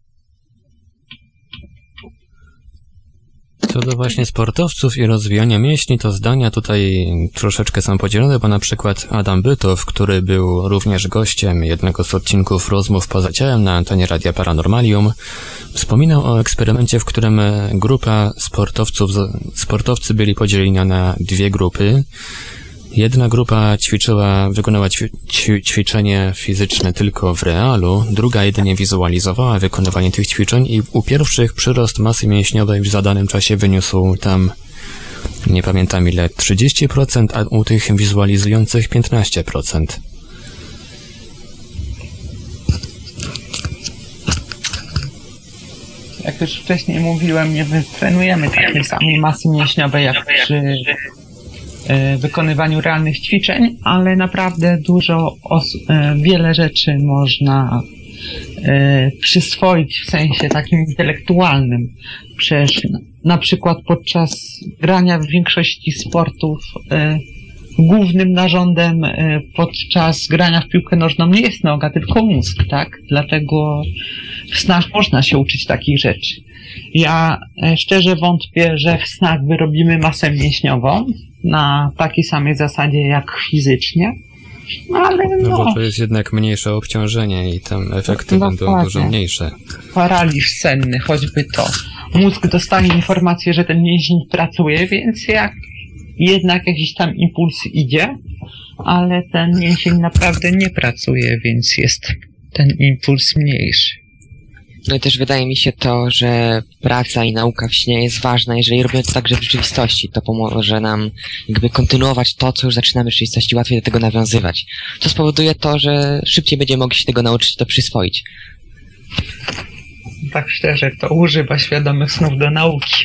Co do właśnie sportowców i rozwijania mięśni, to zdania tutaj troszeczkę są podzielone, bo na przykład Adam Bytow, który był również gościem jednego z odcinków Rozmów poza ciałem na antenie Radia Paranormalium, wspominał o eksperymencie, w którym grupa sportowców, sportowcy byli podzieleni na dwie grupy. Jedna grupa ćwiczyła, wykonała ćwi, ćwi, ćwiczenie fizyczne tylko w realu, druga jedynie wizualizowała wykonywanie tych ćwiczeń i u pierwszych przyrost masy mięśniowej w zadanym czasie wyniósł tam nie pamiętam ile, trzydzieści procent, a u tych wizualizujących piętnaście procent. Jak już wcześniej mówiłem, nie wytrenujemy takiej samej masy mięśniowej jak przy y, wykonywaniu realnych ćwiczeń, ale naprawdę dużo, os- y, wiele rzeczy można y, przyswoić w sensie takim intelektualnym. Przecież na przykład podczas grania w większości sportów y, głównym narządem y, podczas grania w piłkę nożną nie jest noga, tylko mózg, tak? Dlatego w snach można się uczyć takich rzeczy. Ja y, szczerze wątpię, że w snach wyrobimy masę mięśniową na takiej samej zasadzie jak fizycznie, ale no... No bo to jest jednak mniejsze obciążenie i tam efekty no, będą dokładnie. dużo mniejsze. Paraliż senny, choćby to. Mózg dostanie informację, że ten mięsień pracuje, więc jak jednak jakiś tam impuls idzie, ale ten mięsień naprawdę nie pracuje, więc jest ten impuls mniejszy. No i też wydaje mi się to, że praca i nauka w śnie jest ważna, jeżeli robimy to także w rzeczywistości. To pomoże nam jakby kontynuować to, co już zaczynamy w rzeczywistości, łatwiej do tego nawiązywać. To spowoduje to, że szybciej będziemy mogli się tego nauczyć i to przyswoić. Tak szczerze, to używa świadomych snów do nauki.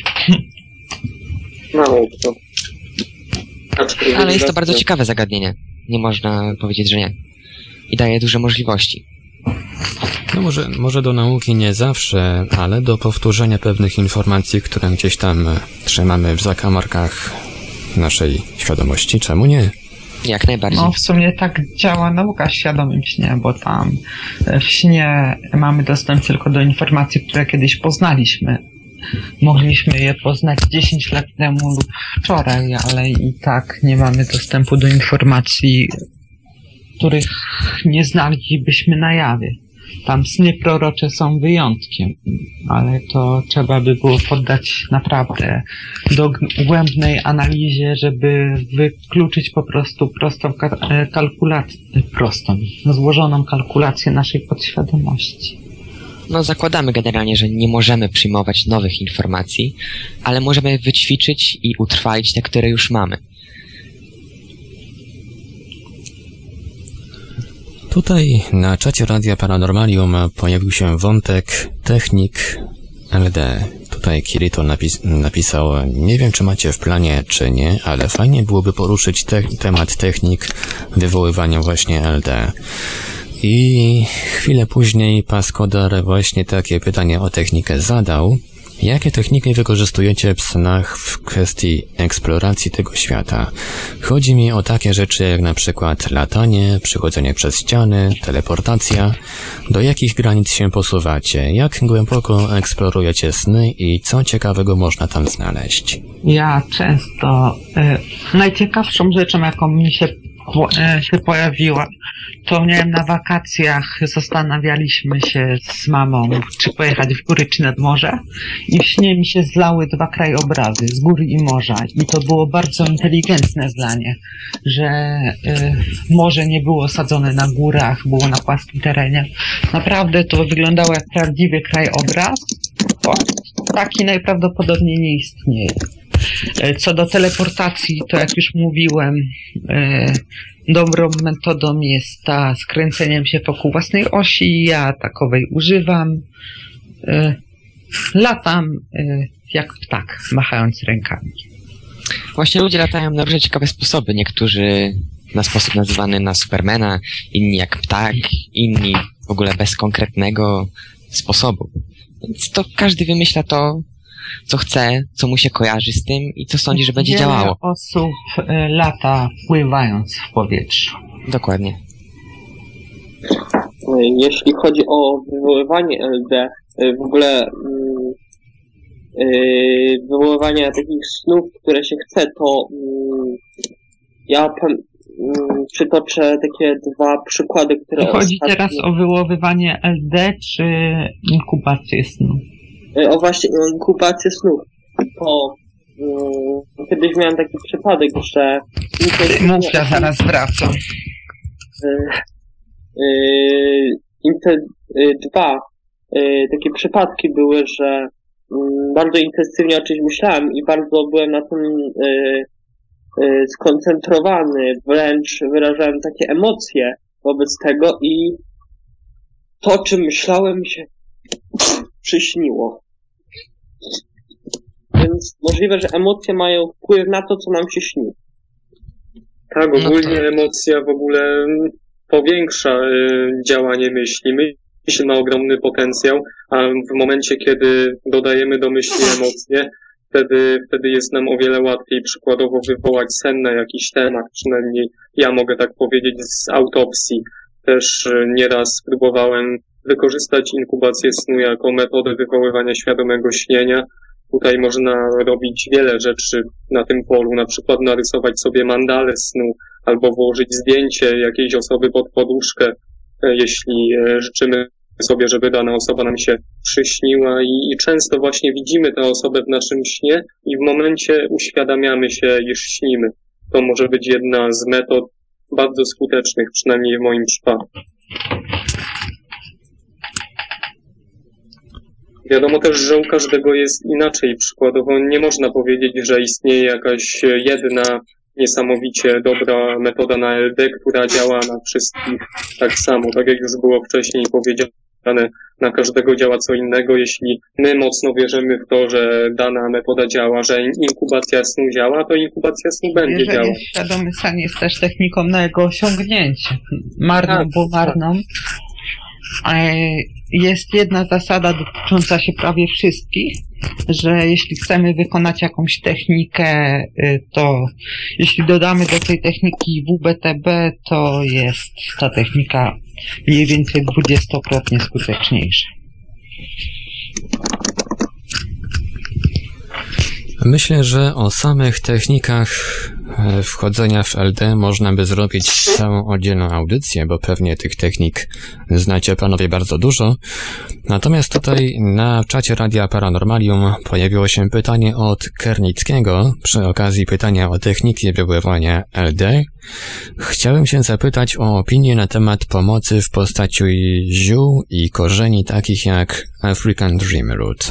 Nauka. Ale jest to bardzo ciekawe zagadnienie. Nie można powiedzieć, że nie. I daje duże możliwości. No może, może do nauki nie zawsze, ale do powtórzenia pewnych informacji, które gdzieś tam trzymamy w zakamarkach naszej świadomości. Czemu nie? Jak najbardziej. No w sumie tak działa nauka w świadomym śnie, bo tam w śnie mamy dostęp tylko do informacji, które kiedyś poznaliśmy. Mogliśmy je poznać dziesięć lat temu lub wczoraj, ale i tak nie mamy dostępu do informacji, których nie znalibyśmy na jawie. Tam sny prorocze są wyjątkiem, ale to trzeba by było poddać naprawdę dogłębnej analizie, żeby wykluczyć po prostu prostą kalkulację, prostą, złożoną kalkulację naszej podświadomości. No zakładamy generalnie, że nie możemy przyjmować nowych informacji, ale możemy wyćwiczyć i utrwalić te, które już mamy. Tutaj na czacie Radia Paranormalium pojawił się wątek technik L D. Tutaj Kirito napis- napisał, nie wiem czy macie w planie czy nie, ale fajnie byłoby poruszyć te- temat technik wywoływania właśnie L D. I chwilę później Paskodar właśnie takie pytanie o technikę zadał. Jakie techniki wykorzystujecie w snach w kwestii eksploracji tego świata? Chodzi mi o takie rzeczy jak na przykład latanie, przechodzenie przez ściany, teleportacja. Do jakich granic się posuwacie? Jak głęboko eksplorujecie sny i co ciekawego można tam znaleźć? Ja często... Y, najciekawszą rzeczą, jaką mi się, po, y, się pojawiła, to nie wiem, na wakacjach zastanawialiśmy się z mamą, czy pojechać w góry, czy nad morze i w śnie mi się zlały dwa krajobrazy, z góry i morza i to było bardzo inteligentne zdanie, że y, morze nie było osadzone na górach, było na płaskim terenie. Naprawdę to wyglądało jak prawdziwy krajobraz, choć taki najprawdopodobniej nie istnieje. Co do teleportacji, to jak już mówiłem, dobrą metodą jest ta skręceniem się wokół własnej osi. Ja takowej używam. Latam jak ptak, machając rękami. Właśnie ludzie latają na różne ciekawe sposoby. Niektórzy na sposób nazywany na Supermana, inni jak ptak, inni w ogóle bez konkretnego sposobu. Więc to każdy wymyśla to, co chce, co mu się kojarzy z tym i co sądzi, że będzie Wiele działało. osób lata pływając w powietrzu. Dokładnie. Jeśli chodzi o wywoływanie L D, w ogóle yy, wywoływanie takich snów, które się chce, to yy, ja yy, przytoczę takie dwa przykłady, które Chodzi ostatnio... teraz o wywoływanie L D czy inkubację snu? O właśnie, o inkubację snów. To yy, kiedyś miałem taki przypadek, że... Mów, ja zaraz wracam. Yy, yy, te, yy, dwa yy, takie przypadki były, że yy, bardzo intensywnie o czymś myślałem i bardzo byłem na tym y, y, skoncentrowany, wręcz wyrażałem takie emocje wobec tego i to, o czym myślałem, mi się przyśniło. Więc możliwe, że emocje mają wpływ na to, co nam się śni. Tak, ogólnie emocja w ogóle powiększa y, działanie myśli. Myśl ma ogromny potencjał, a w momencie, kiedy dodajemy do myśli emocje, wtedy, wtedy jest nam o wiele łatwiej przykładowo wywołać sen na jakiś temat. Przynajmniej ja mogę tak powiedzieć z autopsji. Też y, nieraz próbowałem wykorzystać inkubację snu jako metodę wywoływania świadomego śnienia. Tutaj można robić wiele rzeczy na tym polu, na przykład narysować sobie mandalę snu albo włożyć zdjęcie jakiejś osoby pod poduszkę, jeśli życzymy sobie, żeby dana osoba nam się przyśniła i, i często właśnie widzimy tę osobę w naszym śnie i w momencie uświadamiamy się, iż śnimy. To może być jedna z metod bardzo skutecznych, przynajmniej w moim przypadku. Wiadomo też, że u każdego jest inaczej. Przykładowo nie można powiedzieć, że istnieje jakaś jedna niesamowicie dobra metoda na L D, która działa na wszystkich tak samo. Tak jak już było wcześniej powiedziane, na każdego działa co innego. Jeśli my mocno wierzymy w to, że dana metoda działa, że inkubacja snu działa, to inkubacja snu będzie Jeżeli działać. świadomy sen jest też techniką na jego osiągnięcie. Marną, Tak, bo marną. Jest jedna zasada dotycząca się prawie wszystkich, że jeśli chcemy wykonać jakąś technikę, to jeśli dodamy do tej techniki W B T B, to jest ta technika mniej więcej dwudziestokrotnie skuteczniejsza. Myślę, że o samych technikach wchodzenia w L D można by zrobić całą oddzielną audycję, bo pewnie tych technik znacie panowie bardzo dużo. Natomiast tutaj na czacie Radia Paranormalium pojawiło się pytanie od Kernickiego przy okazji pytania o techniki wywoływania L D. Chciałem się zapytać o opinię na temat pomocy w postaci ziół i korzeni takich jak African Dream Root.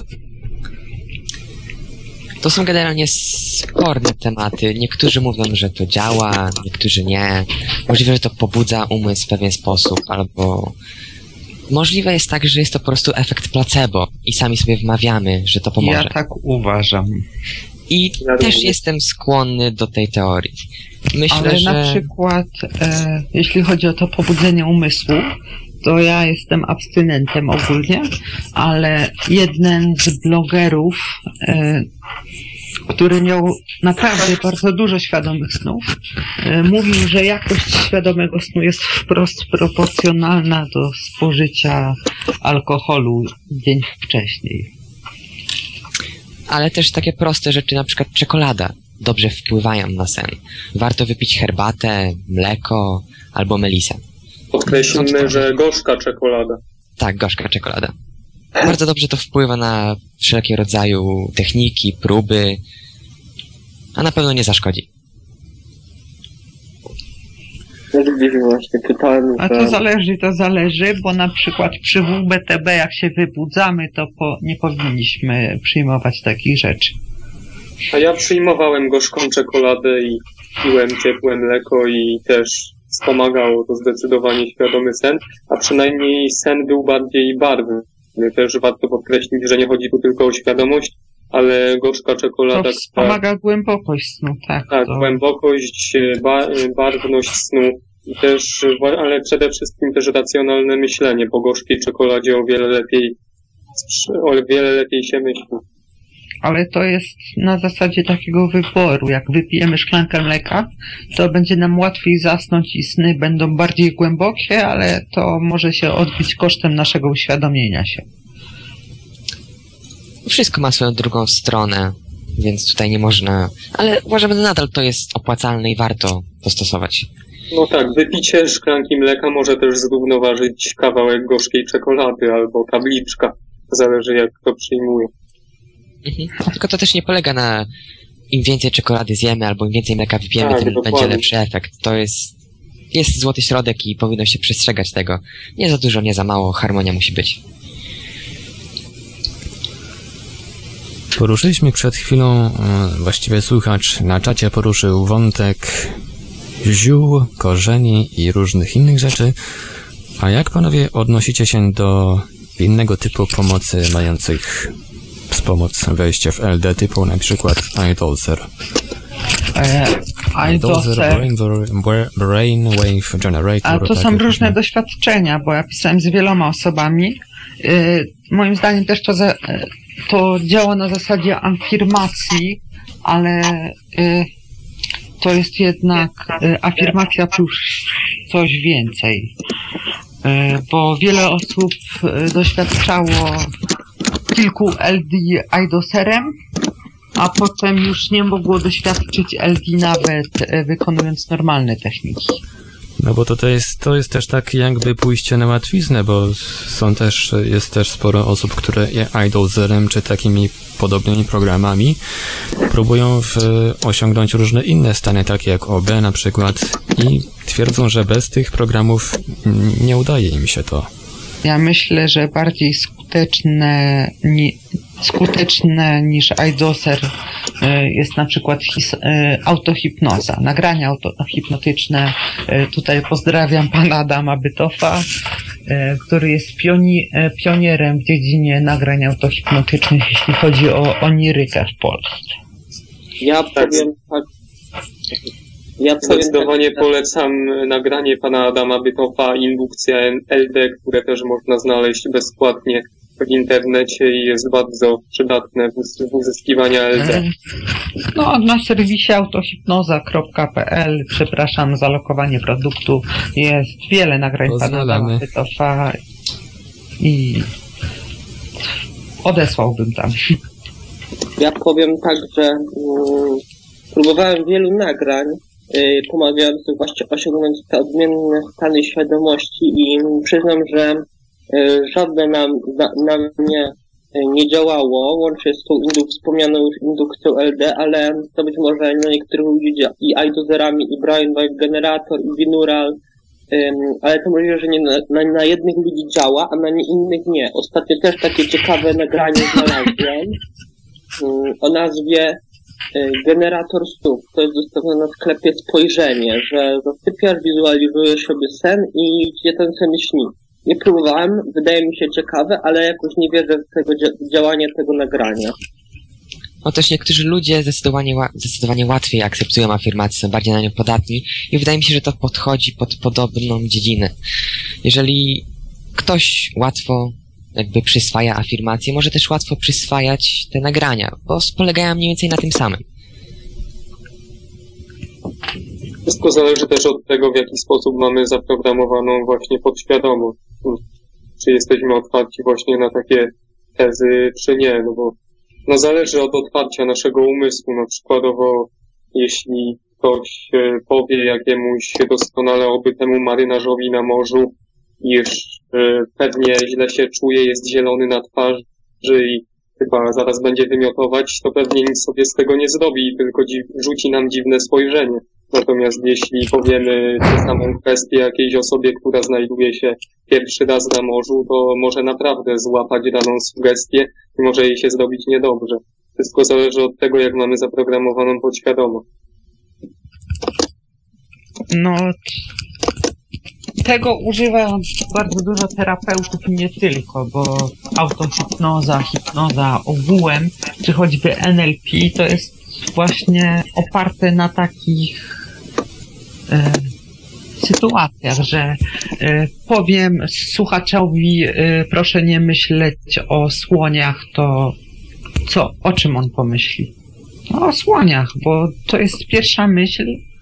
To są generalnie sporne tematy. Niektórzy mówią, że to działa, niektórzy nie. Możliwe, że to pobudza umysł w pewien sposób, albo możliwe jest tak, że jest to po prostu efekt placebo i sami sobie wmawiamy, że to pomoże. Ja tak uważam. I Ja też również. jestem skłonny do tej teorii. Myślę, Ale że... na przykład, e, jeśli chodzi o to pobudzenie umysłu, to ja jestem abstynentem ogólnie, ale jeden z blogerów, e, który miał naprawdę bardzo dużo świadomych snów, e, mówił, że jakość świadomego snu jest wprost proporcjonalna do spożycia alkoholu dzień wcześniej. Ale też takie proste rzeczy, na przykład czekolada, dobrze wpływają na sen. Warto wypić herbatę, mleko albo melisę. Podkreślmy, że gorzka czekolada. Tak, gorzka czekolada. Bardzo dobrze to wpływa na wszelkiego rodzaju techniki, próby, a na pewno nie zaszkodzi. Gdzieś właśnie pytałem, A to zależy, to zależy, bo na przykład przy W B T B jak się wybudzamy, to po, nie powinniśmy przyjmować takich rzeczy. A ja przyjmowałem gorzką czekoladę i piłem ciepłe mleko i też wspomagało to zdecydowanie świadomy sen, a przynajmniej sen był bardziej barwny. Też warto podkreślić, że nie chodzi tu tylko o świadomość, ale gorzka czekolada... To wspomaga głębokość snu, tak. Tak, to... głębokość, ba, barwność snu i też, ale przede wszystkim też racjonalne myślenie. Po gorzkiej czekoladzie o wiele lepiej, o wiele lepiej się myśli. Ale to jest na zasadzie takiego wyboru. Jak wypijemy szklankę mleka, to będzie nam łatwiej zasnąć i sny będą bardziej głębokie, ale to może się odbić kosztem naszego uświadomienia się. Wszystko ma swoją drugą stronę, więc tutaj nie można... Ale uważam, że nadal to jest opłacalne i warto to stosować. No tak, wypicie szklanki mleka może też zrównoważyć kawałek gorzkiej czekolady albo tabliczka. Zależy jak to przyjmuje. Mhm. Tylko to też nie polega na im więcej czekolady zjemy albo im więcej mleka wypijemy, Tak, tym dokładnie. będzie lepszy efekt. To jest, jest złoty środek i powinno się przestrzegać tego. Nie za dużo, nie za mało, harmonia musi być. Poruszyliśmy przed chwilą, właściwie słuchacz na czacie poruszył wątek ziół, korzeni i różnych innych rzeczy. A jak panowie odnosicie się do innego typu pomocy mających wspomóc wejście w L D, typu na przykład iDozer? E, iDozer, Brainwave Generator. A to tak są różne nie? doświadczenia, bo ja pisałem z wieloma osobami. E, moim zdaniem też to, za, to działa na zasadzie afirmacji, ale e, to jest jednak e, afirmacja plus coś więcej. E, bo wiele osób e, doświadczało kilku L D iDozerem, a potem już nie mogło doświadczyć L D nawet e, wykonując normalne techniki. No bo to, to jest to jest też tak jakby pójście na łatwiznę, bo są też, jest też sporo osób, które iDozerem czy takimi podobnymi programami próbują w, osiągnąć różne inne stany, takie jak O B na przykład, i twierdzą, że bez tych programów nie udaje im się to. Ja myślę, że bardziej skuteczne, ni, skuteczne niż iDozer y, jest na przykład his, y, autohipnoza, nagrania autohipnotyczne. Y, tutaj pozdrawiam pana Adama Bytofa, y, który jest pioni, y, pionierem w dziedzinie nagrań autohipnotycznych, jeśli chodzi o onirykę w Polsce. Ja powiem tak. Ja powiem Zdecydowanie tak, polecam nagranie pana Adama Bytofa, indukcja L D, które też można znaleźć bezpłatnie w internecie i jest bardzo przydatne w uzyskiwaniu L D. No, na serwisie autohipnoza kropka p l, przepraszam za lokowanie produktu, jest wiele nagrań pana Adama Bytofa i odesłałbym tam. Ja powiem tak, że um, próbowałem wielu nagrań y, pomagających właśnie osiągnąć te odmienne stany świadomości i przyznam, że y, żadne na, na, na mnie y, nie działało, łącznie z tą induk, wspomnianą już indukcją L D, ale to być może na niektórych ludzi działa i iDozerami, i Brainwave Generator, i Binaural, ym, ale to możliwe, że nie na, na, na jednych ludzi działa, a na innych nie. Ostatnio też takie ciekawe nagranie znalazłem ym, o nazwie Generator snów. To jest dostępne na sklepie Spojrzenie, że zasypiasz, wizualizujesz sobie sen i gdzie ten sen śni. Nie próbowałem, wydaje mi się ciekawe, ale jakoś nie wierzę w tego dzia- działanie tego nagrania. No też niektórzy ludzie zdecydowanie, zdecydowanie łatwiej akceptują afirmację, są bardziej na nią podatni i wydaje mi się, że to podchodzi pod podobną dziedzinę. Jeżeli ktoś łatwo jakby przyswaja afirmacje, może też łatwo przyswajać te nagrania, bo polegają mniej więcej na tym samym. Wszystko zależy też od tego, w jaki sposób mamy zaprogramowaną właśnie podświadomość. Czy jesteśmy otwarci właśnie na takie tezy, czy nie, no bo no zależy od otwarcia naszego umysłu. Na przykładowo, jeśli ktoś powie jakiemuś doskonale obytemu marynarzowi na morzu, iż y, pewnie źle się czuje, jest zielony na twarzy i chyba zaraz będzie wymiotować, to pewnie nic sobie z tego nie zrobi, tylko dziw, rzuci nam dziwne spojrzenie. Natomiast jeśli powiemy tę samą kwestię jakiejś osobie, która znajduje się pierwszy raz na morzu, to może naprawdę złapać daną sugestię i może jej się zrobić niedobrze. Wszystko zależy od tego, jak mamy zaprogramowaną podświadomość. No, tego używa bardzo dużo terapeutów i nie tylko, bo autohipnoza, hipnoza ogółem, czy choćby N L P to jest właśnie oparte na takich e, sytuacjach, że e, powiem słuchaczowi, e, proszę nie myśleć o słoniach, to co, o czym on pomyśli? No, o słoniach, bo to jest pierwsza myśl,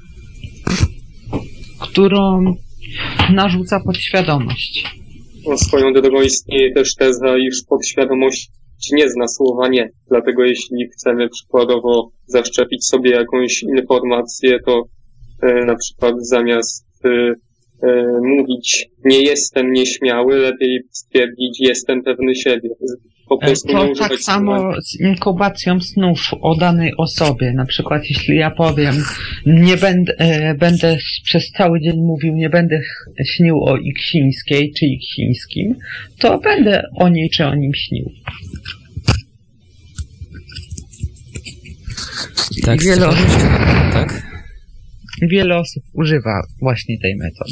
którą narzuca podświadomość. No, swoją drogą istnieje też teza, iż podświadomość nie zna słowa nie. Dlatego jeśli chcemy przykładowo zaszczepić sobie jakąś informację, to e, na przykład zamiast e, e, mówić nie jestem nieśmiały, lepiej stwierdzić jestem pewny siebie. Po prostu to nie tak samo słowa. Z inkubacją snów o danej osobie. Na przykład jeśli ja powiem, nie będę, e, będę przez cały dzień mówił, nie będę śnił o Iksińskiej czy Iksińskim, to będę o niej czy o nim śnił. Tak, I wiele, osób, tak? wiele osób używa właśnie tej metody.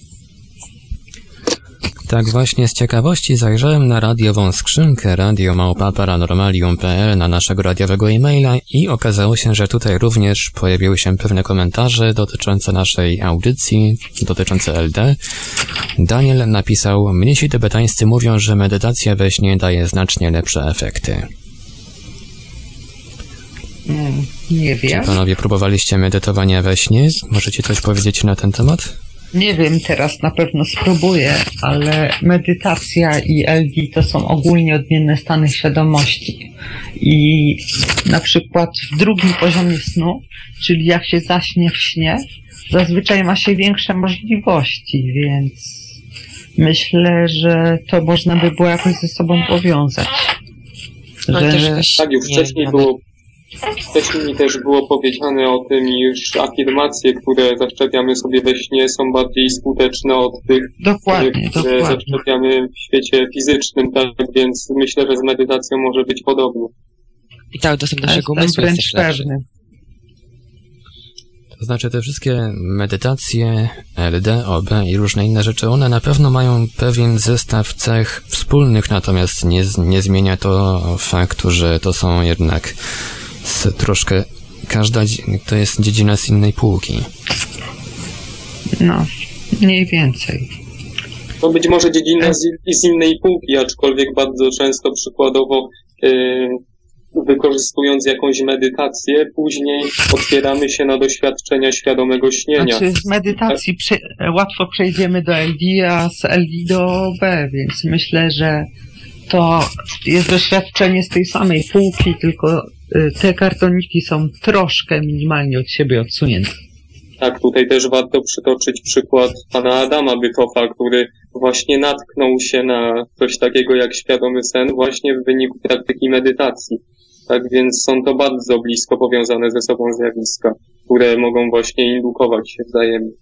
Tak właśnie z ciekawości zajrzałem na radiową skrzynkę radio małpa paranormalium kropka p l na naszego radiowego e-maila i okazało się, że tutaj również pojawiły się pewne komentarze dotyczące naszej audycji, dotyczące L D. Daniel napisał: mniejsi tybetańscy mówią, że medytacja we śnie daje znacznie lepsze efekty. Hmm, nie wiem. Czy panowie próbowaliście medytowania we śnie? Możecie coś powiedzieć na ten temat? Nie wiem, teraz na pewno spróbuję, ale medytacja i L D to są ogólnie odmienne stany świadomości. I na przykład w drugim poziomie snu, czyli jak się zaśnie w śnie, zazwyczaj ma się większe możliwości, więc myślę, że to można by było jakoś ze sobą powiązać. Że... Tak, już wcześniej było Wcześniej mi też było powiedziane o tym, iż afirmacje, które zaszczepiamy sobie we śnie, są bardziej skuteczne od tych, dokładnie, które dokładnie. zaszczepiamy w świecie fizycznym, tak więc myślę, że z medytacją może być podobnie. I cały dostęp do naszego Jestem umysłu jest też wręcz lepszy. pewny. To znaczy te wszystkie medytacje, L D, O B i różne inne rzeczy, one na pewno mają pewien zestaw cech wspólnych, natomiast nie, nie zmienia to faktu, że to są jednak z troszkę, każda to jest dziedzina z innej półki. No, mniej więcej. No być może dziedzina z, z innej półki, aczkolwiek bardzo często przykładowo yy, wykorzystując jakąś medytację, później otwieramy się na doświadczenia świadomego śnienia. Znaczy z medytacji prze, łatwo przejdziemy do L D, a z L D do O B, więc myślę, że to jest doświadczenie z tej samej półki, tylko te kartoniki są troszkę minimalnie od siebie odsunięte. Tak, tutaj też warto przytoczyć przykład pana Adama Bytofa, który właśnie natknął się na coś takiego jak świadomy sen właśnie w wyniku praktyki medytacji. Tak więc są to bardzo blisko powiązane ze sobą zjawiska, które mogą właśnie indukować się wzajemnie.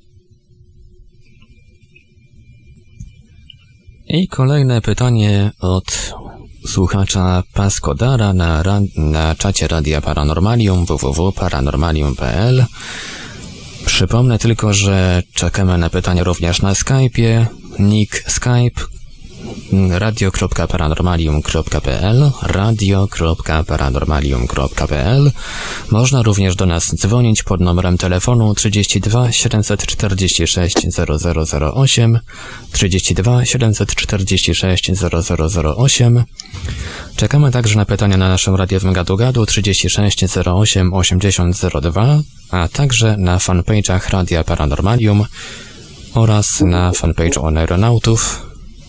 I kolejne pytanie od słuchacza Paskodara na, ra- na czacie Radia Paranormalium w w w kropka paranormalium kropka p l. Przypomnę tylko, że czekamy na pytania również na Skype'ie. Nick Skype radio kropka paranormalium kropka p l radio kropka paranormalium kropka p l. Można również do nas dzwonić pod numerem telefonu trzydzieści dwa siedemset czterdzieści sześć zero zero zero osiem trzydzieści dwa siedemset czterdzieści sześć zero zero zero osiem. Czekamy także na pytania na naszym radiowym gadu-gadu trzydzieści sześć zero osiem osiemdziesiąt zero dwa, a także na fanpage'ach Radia Paranormalium oraz na fanpage'u Oneironautów,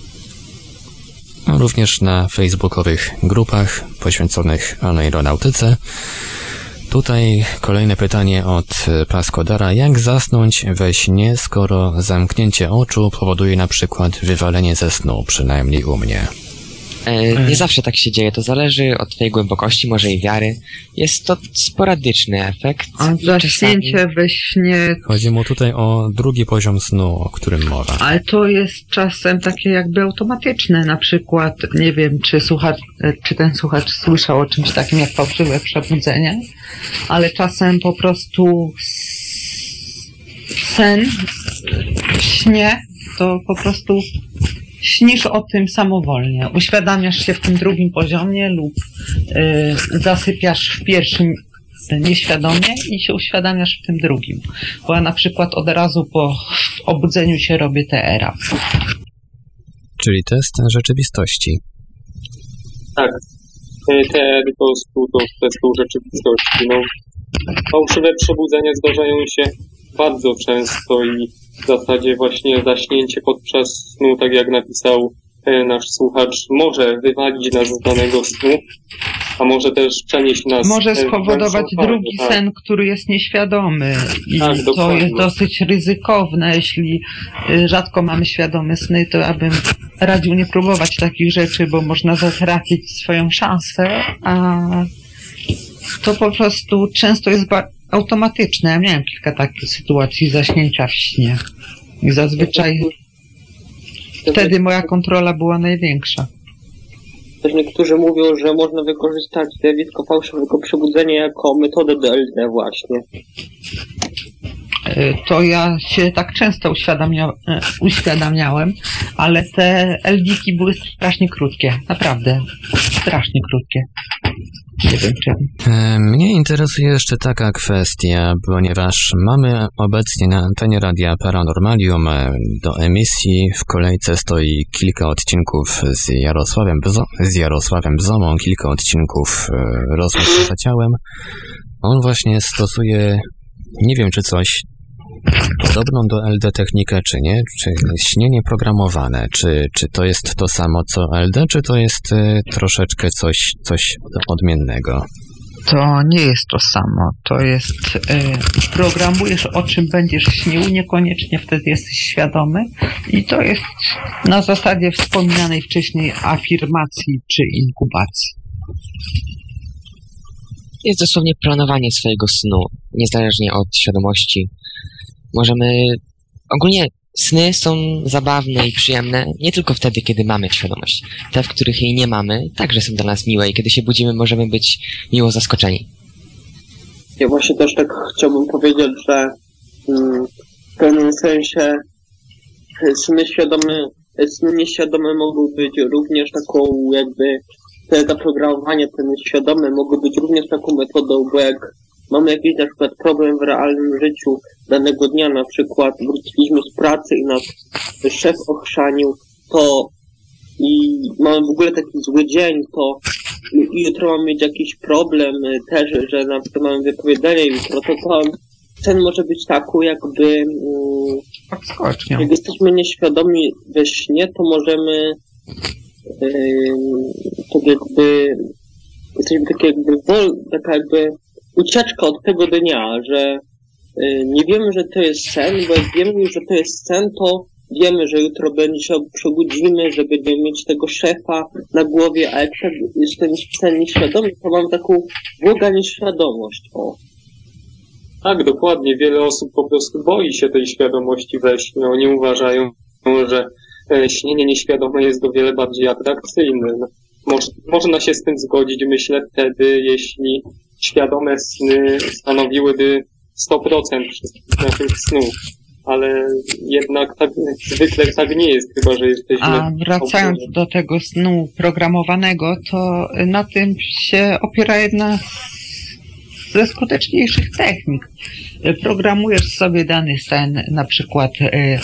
również na facebookowych grupach poświęconych oneironautyce. Tutaj kolejne pytanie od Paskodara. Jak zasnąć we śnie, skoro zamknięcie oczu powoduje na przykład wywalenie ze snu, przynajmniej u mnie? E, nie zawsze tak się dzieje, to zależy od twojej głębokości, może i wiary. Jest to sporadyczny efekt. A zaśnięcie czasami... we śnie... Chodzi mu tutaj o drugi poziom snu, o którym mowa. Ale to jest czasem takie jakby automatyczne. Na przykład, nie wiem, czy słuchacz, czy ten słuchacz słyszał o czymś takim jak fałszywe przebudzenie, ale czasem po prostu sen w śnie to po prostu śnisz o tym samowolnie. Uświadamiasz się w tym drugim poziomie lub y, zasypiasz w pierwszym nieświadomie i się uświadamiasz w tym drugim. Bo ja na przykład od razu po obudzeniu się robię T R A. Czyli test rzeczywistości. Tak. T R po prostu to testu rzeczywistości. No, fałszywe przebudzenia zdarzają się bardzo często i w zasadzie właśnie zaśnięcie podczas snu, tak jak napisał nasz słuchacz, może wywalić nas z danego snu, a może też przenieść nas... Może spowodować fazę, drugi tak. sen, który jest nieświadomy. I tak, to dokładnie. jest dosyć ryzykowne. Jeśli rzadko mamy świadome sny, to ja bym radził nie próbować takich rzeczy, bo można zatracić swoją szansę, a to po prostu często jest ba- automatyczne. Ja miałem kilka takich sytuacji zaśnięcia w śnie. I zazwyczaj wtedy moja kontrola była największa. Też niektórzy mówią, że można wykorzystać zjawisko fałszywego przebudzenia jako metodę D L D właśnie. To ja się tak często uświadamia, uświadamiałem, ale te L D ki były strasznie krótkie. Naprawdę. Strasznie krótkie. Nie wiem czemu. Mnie interesuje jeszcze taka kwestia, ponieważ mamy obecnie na antenie Radia Paranormalium do emisji w kolejce stoi kilka odcinków z Jarosławem, Bzo- z Jarosławem Bzomą, kilka odcinków rozmów poza ciałem. On właśnie stosuje, nie wiem czy coś, podobną do L D technikę, czy nie? Czy śnienie programowane? Czy, czy to jest to samo co L D, czy to jest y, troszeczkę coś, coś odmiennego? To nie jest to samo. To jest... Y, programujesz, o czym będziesz śnił, niekoniecznie wtedy jesteś świadomy i to jest na zasadzie wspominanej wcześniej afirmacji czy inkubacji. Jest dosłownie planowanie swojego snu, niezależnie od świadomości. Możemy... Ogólnie sny są zabawne i przyjemne nie tylko wtedy, kiedy mamy świadomość. Te, w których jej nie mamy, także są dla nas miłe i kiedy się budzimy, możemy być miło zaskoczeni. Ja właśnie też tak chciałbym powiedzieć, że mm, w pewnym sensie sny świadome, sny nieświadome mogą być również taką jakby te zaprogramowanie, te nieświadome mogą być również taką metodą, bo jak mamy jakiś na przykład problem w realnym życiu danego dnia, na przykład wróciliśmy z pracy i nas szef ochrzanił, to i mamy w ogóle taki zły dzień, to i jutro mamy mieć jakiś problem też, że na przykład mamy wypowiedzenie jutro, to tam sen może być taką jakby Odskocznią. jak jesteśmy nieświadomi we śnie, to możemy yy, tak jakby jesteśmy takie jakby wol, taka jakby ucieczka od tego dnia, że y, nie wiemy, że to jest sen, bo jak wiemy już, że to jest sen, to wiemy, że jutro będzie się przebudzimy, że będziemy mieć tego szefa na głowie, a jak tak jest ten sen nieświadomy, to mam taką błoga nieświadomość. O. Tak, dokładnie. Wiele osób po prostu boi się tej świadomości we śnie. Oni uważają, że śnienie nieświadome jest o wiele bardziej atrakcyjne. Moż, można się z tym zgodzić, myślę, wtedy, jeśli świadome sny stanowiłyby sto procent wszystkich naszych snów, ale jednak tak, zwykle tak nie jest, chyba że jesteśmy... A wracając do tego snu programowanego, to na tym się opiera jedna ze skuteczniejszych technik. Programujesz sobie dany sen, na przykład e,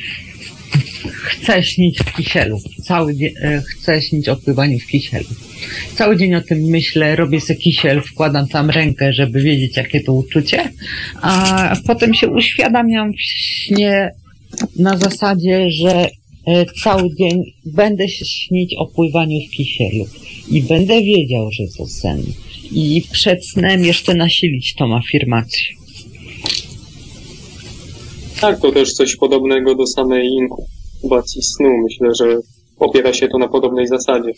chcę śnić w kisielu, cały dzień, e, chcę śnić o pływaniu w kisielu. Cały dzień o tym myślę, robię sobie kisiel, wkładam tam rękę, żeby wiedzieć, jakie to uczucie, a potem się uświadamiam w śnie na zasadzie, że cały dzień będę się śnić o pływaniu w kisielu i będę wiedział, że to sen. I przed snem jeszcze nasilić tą afirmację. Tak, to też coś podobnego do samej inkubacji snu. Myślę, że opiera się to na podobnej zasadzie.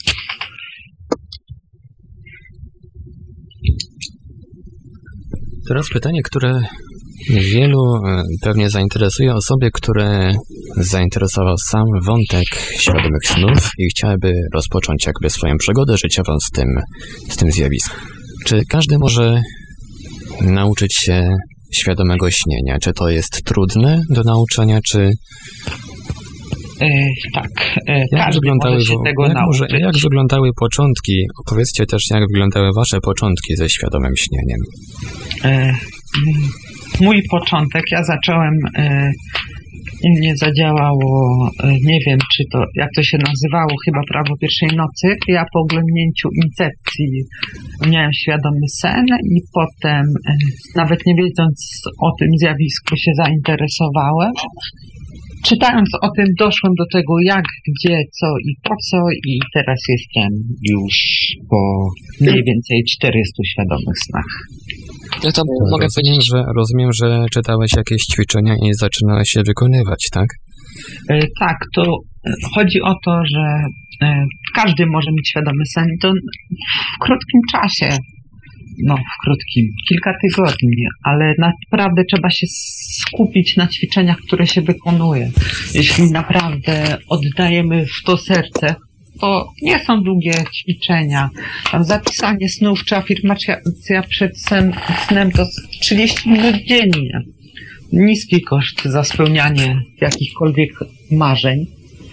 Teraz pytanie, które wielu pewnie zainteresuje osoby, które zainteresował sam wątek świadomych snów i chciałyby rozpocząć jakby swoją przygodę życiową z tym, z tym zjawiskiem. Czy każdy może nauczyć się świadomego śnienia? Czy to jest trudne do nauczenia, czy... E, tak, e, jak każdy wyglądały, może się tego jak, nauczyć. może, jak wyglądały początki? Opowiedzcie też, jak wyglądały wasze początki ze świadomym śnieniem. E, mój początek, ja zacząłem, e, u mnie zadziałało, e, nie wiem czy to, jak to się nazywało, chyba prawo pierwszej nocy. Ja po oglądnięciu Incepcji miałem świadomy sen i potem, e, nawet nie wiedząc o tym zjawisku, się zainteresowałem. Czytając o tym, doszłem do tego jak, gdzie, co i po co i teraz jestem już po mniej więcej czterystu świadomych snach. No to To mogę rozumiem, powiedzieć... że, rozumiem, że czytałeś jakieś ćwiczenia i zaczynałeś je wykonywać, tak? E, tak, to e, chodzi o to, że e, każdy może mieć świadomy sen i to w krótkim czasie, no w krótkim, kilka tygodni, ale naprawdę trzeba się skupić na ćwiczeniach, które się wykonuje. Jeśli naprawdę oddajemy w to serce, to nie są długie ćwiczenia. Tam zapisanie snów czy afirmacja przed sen, snem to trzydzieści minut dziennie. Niski koszt za spełnianie jakichkolwiek marzeń.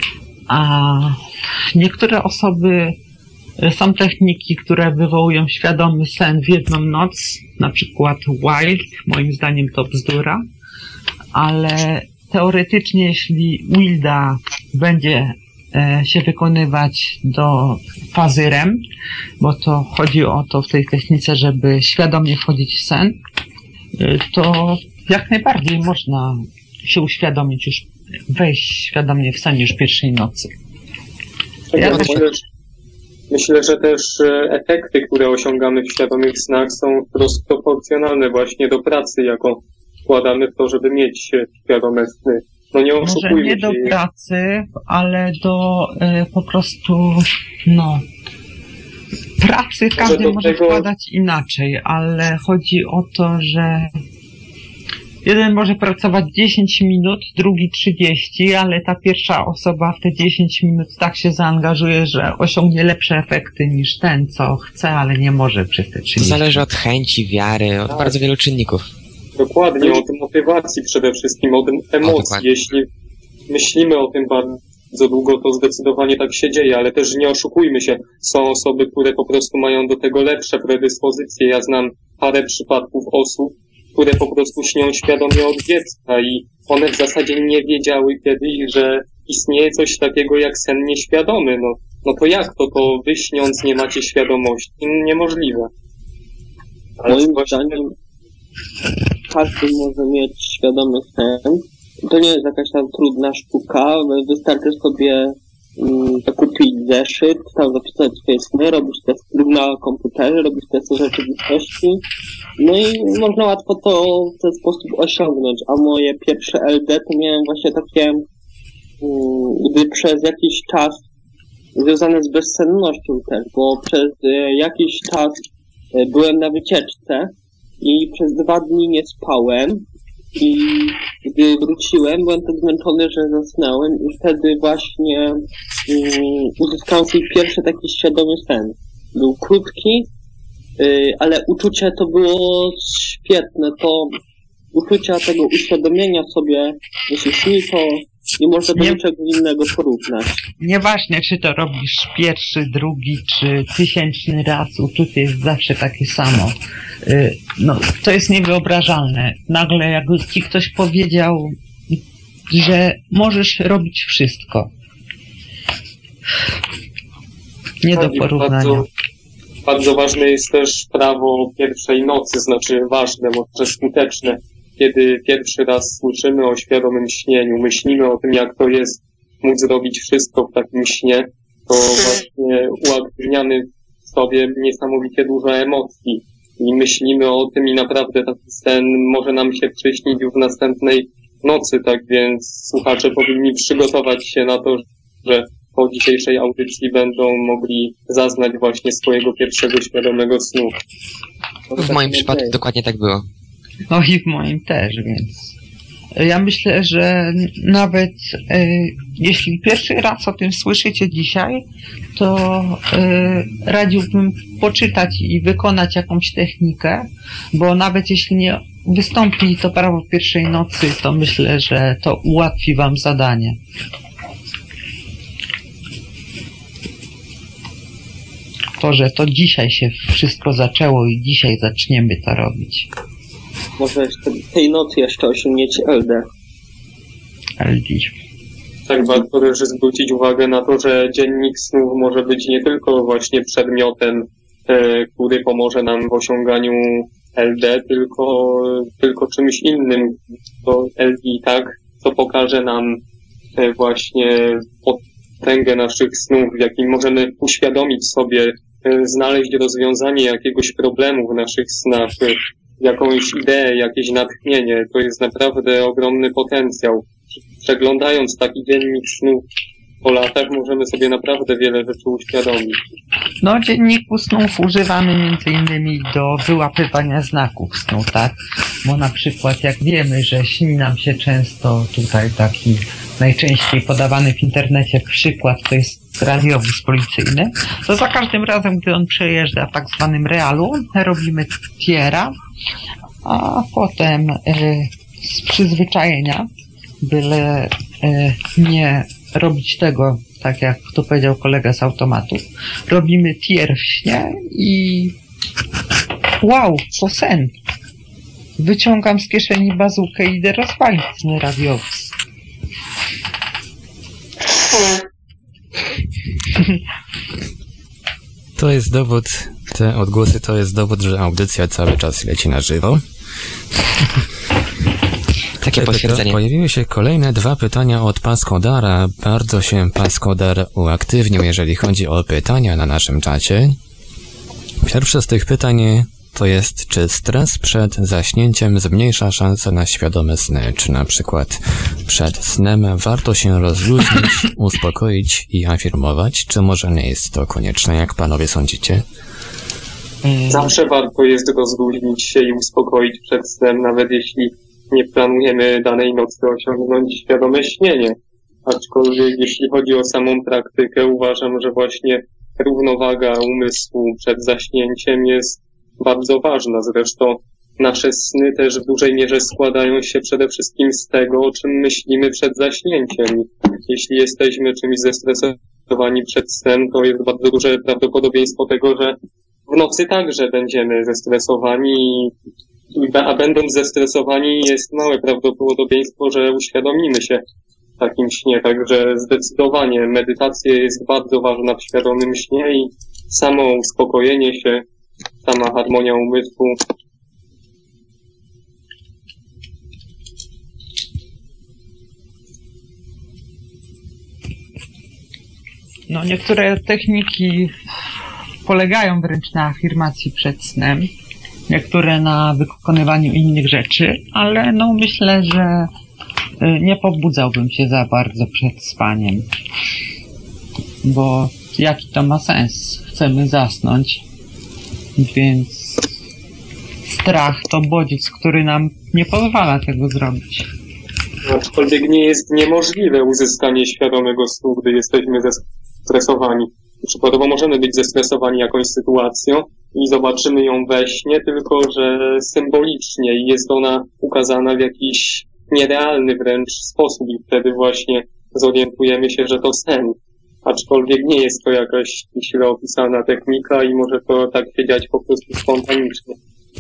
A niektóre osoby, są techniki, które wywołują świadomy sen w jedną noc, na przykład Wild, moim zdaniem to bzdura, ale teoretycznie jeśli Wilda będzie e, się wykonywać do fazy R E M, bo to chodzi o to w tej technice, żeby świadomie wchodzić w sen, e, to jak najbardziej można się uświadomić już, wejść świadomie w sen już pierwszej nocy. Ja myślę, myślę, że też efekty, które osiągamy w świadomych snach są wprost proporcjonalne właśnie do pracy, jaką wkładamy w to, żeby mieć świadome sny. No nie oszukujmy Może nie do się. pracy, ale do y, po prostu, no, pracy każdy do może tego- wkładać inaczej, ale chodzi o to, że jeden może pracować dziesięć minut, drugi trzydzieści, ale ta pierwsza osoba w te dziesięć minut tak się zaangażuje, że osiągnie lepsze efekty niż ten, co chce, ale nie może przez te To trzydzieści. zależy od chęci, wiary, od Tak. bardzo wielu czynników. Dokładnie, od motywacji przede wszystkim, od emocji. dokładnie. Jeśli myślimy o tym bardzo długo, to zdecydowanie tak się dzieje, ale też nie oszukujmy się. Są osoby, które po prostu mają do tego lepsze predyspozycje. Ja znam parę przypadków osób, które po prostu śnią świadomie od dziecka i one w zasadzie nie wiedziały kiedyś, że istnieje coś takiego jak sen nieświadomy. No, no to jak to, to wy śniąc nie macie świadomości? Niemożliwe. Ale Moim właśnie- zdaniem każdy może mieć świadomy sen. To nie jest jakaś tam trudna sztuka. Wystarczy sobie mm, zakupić zeszyt, tam zapisać swoje sny, robić testy na komputerze, robić testy rzeczywistości. No i można łatwo to w ten sposób osiągnąć. A moje pierwsze L D to miałem właśnie takie, mm, gdy przez jakiś czas związane z bezsennością też, bo przez e, jakiś czas e, byłem na wycieczce i przez dwa dni nie spałem i gdy wróciłem, byłem tak zmęczony, że zasnąłem i wtedy właśnie um, uzyskałem swój pierwszy taki świadomy sen. Był krótki, y, ale uczucie to było świetne. To uczucia tego uświadomienia sobie, że się śni, to nie można do Nie- niczego innego porównać. Nieważne, czy to robisz pierwszy, drugi, czy tysięczny raz, uczucie jest zawsze takie samo. Y, No, to jest niewyobrażalne. Nagle jakby ci ktoś powiedział, że możesz robić wszystko. Nie do Tak, i porównania. Bardzo, bardzo ważne jest też prawo pierwszej nocy, znaczy ważne, może skuteczne. Kiedy pierwszy raz słyszymy o świadomym śnieniu, myślimy o tym, jak to jest móc zrobić wszystko w takim śnie, to właśnie uaktywniamy w sobie niesamowicie dużo emocji i myślimy o tym i naprawdę taki sen może nam się przyśnić już w następnej nocy, tak więc słuchacze powinni przygotować się na to, że po dzisiejszej audycji będą mogli zaznać właśnie swojego pierwszego świadomego snu. W moim przypadku dokładnie tak było. No i w moim też, więc ja myślę, że nawet e, jeśli pierwszy raz o tym słyszycie dzisiaj, to e, radziłbym poczytać i wykonać jakąś technikę, bo nawet jeśli nie wystąpi to prawo pierwszej nocy, to myślę, że to ułatwi wam zadanie. To, że to dzisiaj się wszystko zaczęło i dzisiaj zaczniemy to robić. Może jeszcze tej nocy jeszcze osiągniecie L D. L D. Tak, warto też zwrócić uwagę na to, że dziennik snów może być nie tylko właśnie przedmiotem, e, który pomoże nam w osiąganiu L D, tylko, tylko czymś innym. To L D, tak, co pokaże nam e, właśnie potęgę naszych snów, w jakim możemy uświadomić sobie, e, znaleźć rozwiązanie jakiegoś problemu w naszych snach, e, jakąś ideę, jakieś natchnienie. To jest naprawdę ogromny potencjał. Przeglądając taki dziennik snów po latach możemy sobie naprawdę wiele rzeczy uświadomić. No, dzienniku snów używamy między innymi do wyłapywania znaków snu, tak? Bo na przykład jak wiemy, że śni nam się często tutaj taki najczęściej podawany w internecie przykład, to jest radiowóz policyjny, to za każdym razem, gdy on przejeżdża w tak zwanym realu, robimy tiera, a potem y, z przyzwyczajenia, byle y, nie robić tego, tak jak to powiedział kolega z automatu, robimy tier w śnie i wow, to sen. Wyciągam z kieszeni bazukę i idę rozwalić ten radiowóz. To jest dowód, te odgłosy to jest dowód, że audycja cały czas leci na żywo. Takie potwierdzenie. Pojawiły się kolejne dwa pytania od Paskodara. Bardzo się Paskodar uaktywnił, jeżeli chodzi o pytania na naszym czacie. Pierwsze z tych pytań to jest, czy stres przed zaśnięciem zmniejsza szanse na świadome sny? Czy na przykład przed snem warto się rozluźnić, uspokoić i afirmować? Czy może nie jest to konieczne, jak panowie sądzicie? Zawsze warto jest rozluźnić się i uspokoić przed snem, nawet jeśli nie planujemy danej nocy osiągnąć świadome śnienie. Aczkolwiek jeśli chodzi o samą praktykę, uważam, że właśnie równowaga umysłu przed zaśnięciem jest bardzo ważna. Zresztą nasze sny też w dużej mierze składają się przede wszystkim z tego, o czym myślimy przed zaśnięciem. Jeśli jesteśmy czymś zestresowani przed snem, to jest bardzo duże prawdopodobieństwo tego, że w nocy także będziemy zestresowani, a będąc zestresowani jest małe prawdopodobieństwo, że uświadomimy się w takim śnie. Także zdecydowanie medytacja jest bardzo ważna w świadomym śnie i samo uspokojenie się, sama harmonia umysłu. No, niektóre techniki polegają wręcz na afirmacji przed snem, niektóre na wykonywaniu innych rzeczy, ale no myślę, że nie pobudzałbym się za bardzo przed spaniem, bo jaki to ma sens? Chcemy zasnąć, więc strach to bodziec, który nam nie pozwala tego zrobić. Aczkolwiek nie jest niemożliwe uzyskanie świadomego snu, gdy jesteśmy zestresowani. Przykładowo możemy być zestresowani jakąś sytuacją i zobaczymy ją we śnie, tylko że symbolicznie i jest ona ukazana w jakiś nierealny wręcz sposób i wtedy właśnie zorientujemy się, że to sen. Aczkolwiek nie jest to jakaś źle opisana technika i może to tak się dziać po prostu spontanicznie.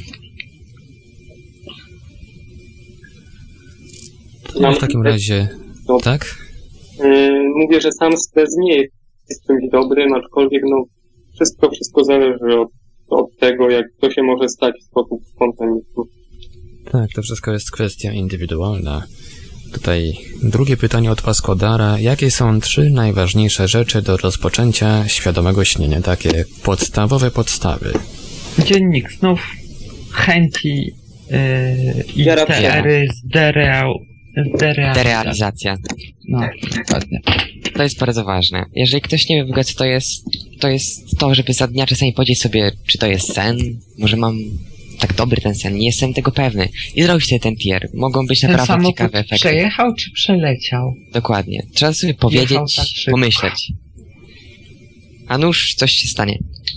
No, w takim razie, to, tak? Yy, mówię, że sam stres nie jest czymś dobrym, aczkolwiek no wszystko, wszystko zależy od, od tego, jak to się może stać w sposób spontaniczny. Tak, to wszystko jest kwestia indywidualna. Tutaj drugie pytanie od Paskodara. Jakie są trzy najważniejsze rzeczy do rozpoczęcia świadomego śnienia? Takie podstawowe podstawy. Dziennik snów, chęci yy, i teory z dereał, derealizacja. No, dokładnie. To jest bardzo ważne. Jeżeli ktoś nie wie w ogóle, co to jest, to jest to, żeby za dnia czasami powiedzieć sobie, czy to jest sen, może mam tak dobry ten sen, nie jestem tego pewny. I zrobić sobie ten tier. Mogą być ten naprawdę samochód ciekawe efekty. Przejechał czy przeleciał? Dokładnie. Trzeba sobie powiedzieć, tak pomyśleć. A nuż coś się stanie.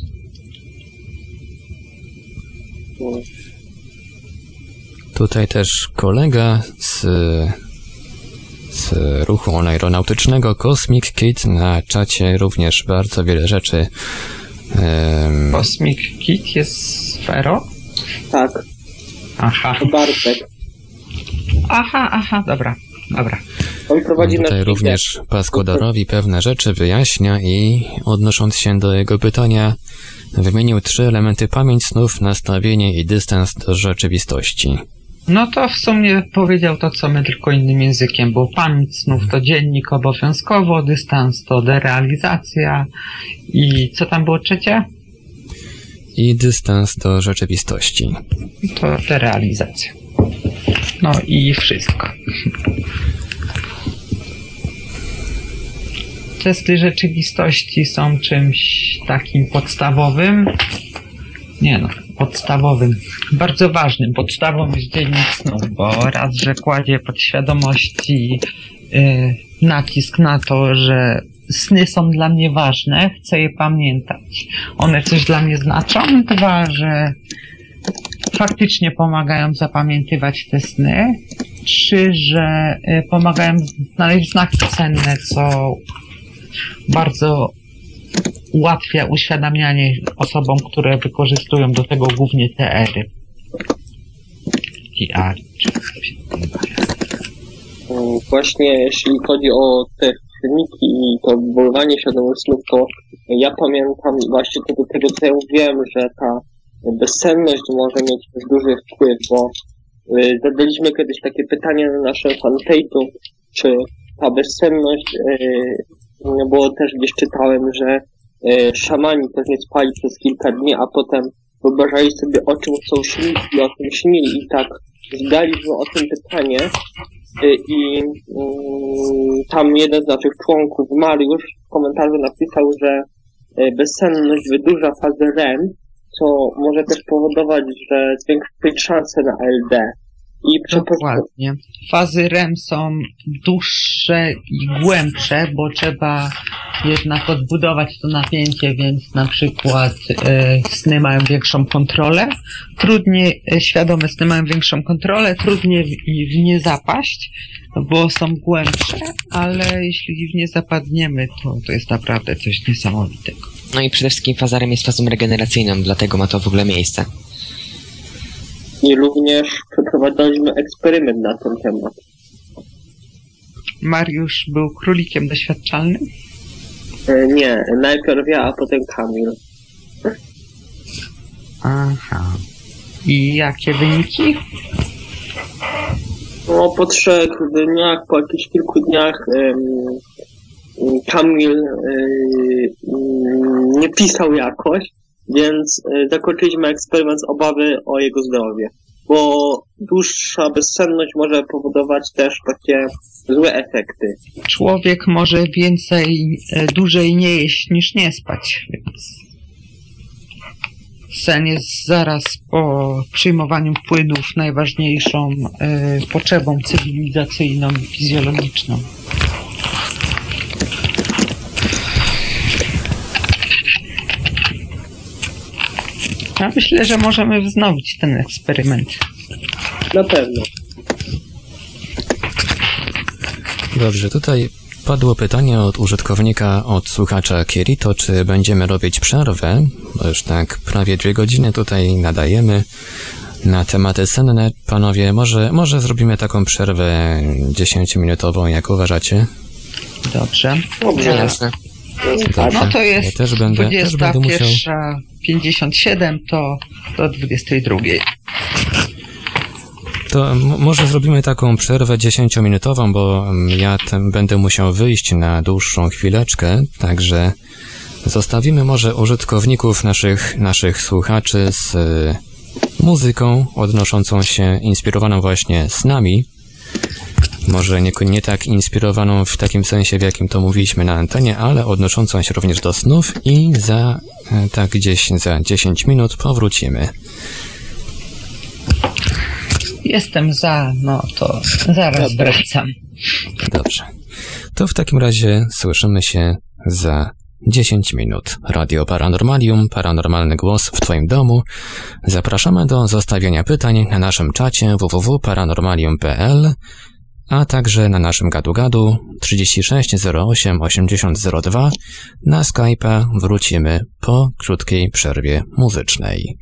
Tutaj też kolega z, z ruchu oneironautycznego Cosmic Kid na czacie również bardzo wiele rzeczy. Um... Cosmic Kid jest sfero? Tak. Aha. To Bartek. Aha, aha, dobra, dobra. On prowadzi Tutaj na również Paskodarowi pewne rzeczy wyjaśnia i odnosząc się do jego pytania, wymienił trzy elementy: pamięć snów, nastawienie i dystans do rzeczywistości. No to w sumie powiedział to, co my, tylko innym językiem, bo pamięć snów to dziennik obowiązkowo, dystans to derealizacja i co tam było trzecie? I dystans do rzeczywistości. To derealizacja. No i wszystko. Testy rzeczywistości są czymś takim podstawowym. Nie no, podstawowym. Bardzo ważnym. Podstawą jest dziennik snów, bo raz, że kładzie podświadomości yy, nacisk na to, że sny są dla mnie ważne, chcę je pamiętać. One coś dla mnie znaczą. Dwa, że faktycznie pomagają zapamiętywać te sny. Trzy, że pomagają znaleźć znaki cenne, co bardzo ułatwia uświadamianie osobom, które wykorzystują do tego głównie te ery. T R. Właśnie jeśli chodzi o te wyniki i to wywoływanie świadomych snów, to ja pamiętam właśnie to do tego, co ja mówiłem, że ta bezsenność może mieć też duży wpływ, bo y, zadaliśmy kiedyś takie pytanie na naszym fanpage'u, czy ta bezsenność, y, no bo też gdzieś czytałem, że y, szamani też nie spali przez kilka dni, a potem wyobrażali sobie, o czym chcą śnić i o tym śnili i tak zadaliśmy o tym pytanie y, i y, tam jeden z naszych członków, Mariusz, w komentarzu napisał, że y, bezsenność wydłuża fazę R E M, co może też powodować, że zwiększyć szanse na L D. I Dokładnie. Fazy R E M są dłuższe i głębsze, bo trzeba jednak odbudować to napięcie, więc na przykład e, sny mają większą kontrolę, trudniej, e, świadome sny mają większą kontrolę, trudniej w, w nie zapaść, bo są głębsze, ale jeśli w nie zapadniemy, to, to jest naprawdę coś niesamowitego. No i przede wszystkim faza R E M jest fazą regeneracyjną, dlatego ma to w ogóle miejsce. I również przeprowadzaliśmy eksperyment na ten temat. Mariusz był królikiem doświadczalnym? E, nie, najpierw ja, a potem Kamil. Aha. I jakie wyniki? No, po trzech dniach, po jakichś kilku dniach em, Kamil em, nie pisał jakoś, więc e, zakończyliśmy eksperyment z obawy o jego zdrowie. Bo dłuższa bezsenność może powodować też takie złe efekty. Człowiek może więcej, e, dłużej nie jeść niż nie spać, więc sen jest zaraz po przyjmowaniu płynów najważniejszą e, potrzebą cywilizacyjną i fizjologiczną. Ja myślę, że możemy wznowić ten eksperyment. Na pewno. Dobrze, tutaj padło pytanie od użytkownika, od słuchacza Kirito, czy będziemy robić przerwę, bo już tak prawie dwie godziny tutaj nadajemy na tematy senne. Panowie, może, może zrobimy taką przerwę dziesięciominutową, jak uważacie? Dobrze. Dobrze. Jasne. Dobrze. No to jest Ja też będę, też będę musiał... dwudziesta pierwsza pięćdziesiąt siedem, to do dwudziestej drugiej. To m- może zrobimy taką przerwę dziesięciominutową, bo mm, jatem będę musiał wyjść na dłuższą chwileczkę, także zostawimy może użytkowników naszych, naszych słuchaczy z y, muzyką odnoszącą się, inspirowaną właśnie snami. Może nie, nie tak inspirowaną w takim sensie, w jakim to mówiliśmy na antenie, ale odnoszącą się również do snów i za y, tak gdzieś za dziesięć minut powrócimy. Jestem za, no to zaraz wracam. Dobrze. To w takim razie słyszymy się za dziesięć minut. Radio Paranormalium, paranormalny głos w Twoim domu. Zapraszamy do zostawienia pytań na naszym czacie w w w kropka paranormalium kropka p l, a także na naszym gadu-gadu trzydzieści sześć zero osiem osiemdziesiąt zero dwa. Na Skype'a wrócimy po krótkiej przerwie muzycznej.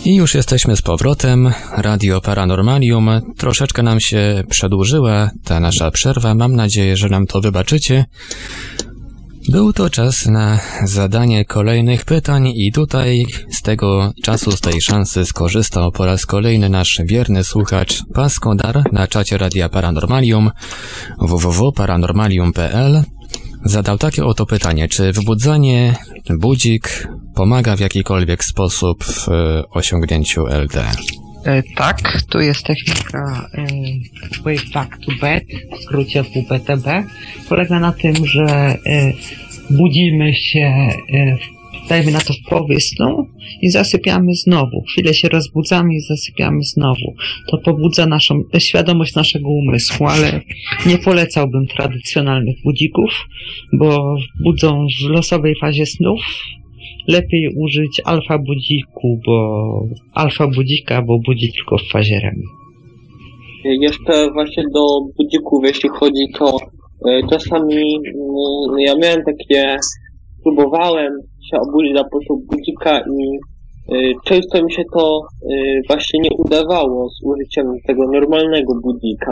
I już jesteśmy z powrotem. Radio Paranormalium. Troszeczkę nam się przedłużyła ta nasza przerwa. Mam nadzieję, że nam to wybaczycie. Był to czas na zadanie kolejnych pytań i tutaj z tego czasu, z tej szansy skorzystał po raz kolejny nasz wierny słuchacz Paskodar na czacie Radia Paranormalium w w w kropka paranormalium kropka p l. Zadał takie oto pytanie, czy wbudzanie budzik pomaga w jakikolwiek sposób w osiągnięciu L D? E, tak, tu jest technika e, Wake Back to Bed, w skrócie W B T B. Polega na tym, że e, budzimy się, e, dajmy na to w połowie snu i zasypiamy znowu. Chwilę się rozbudzamy i zasypiamy znowu. To pobudza naszą świadomość naszego umysłu, ale nie polecałbym tradycjonalnych budzików, bo budzą w losowej fazie snów. Lepiej użyć alfa budziku, bo alfa budzika, bo budzi tylko w fazie R E M. Jeszcze właśnie do budzików, jeśli chodzi, to y, czasami y, ja miałem takie, próbowałem się obudzić za pomocą budzika i y, często mi się to y, właśnie nie udawało z użyciem tego normalnego budzika.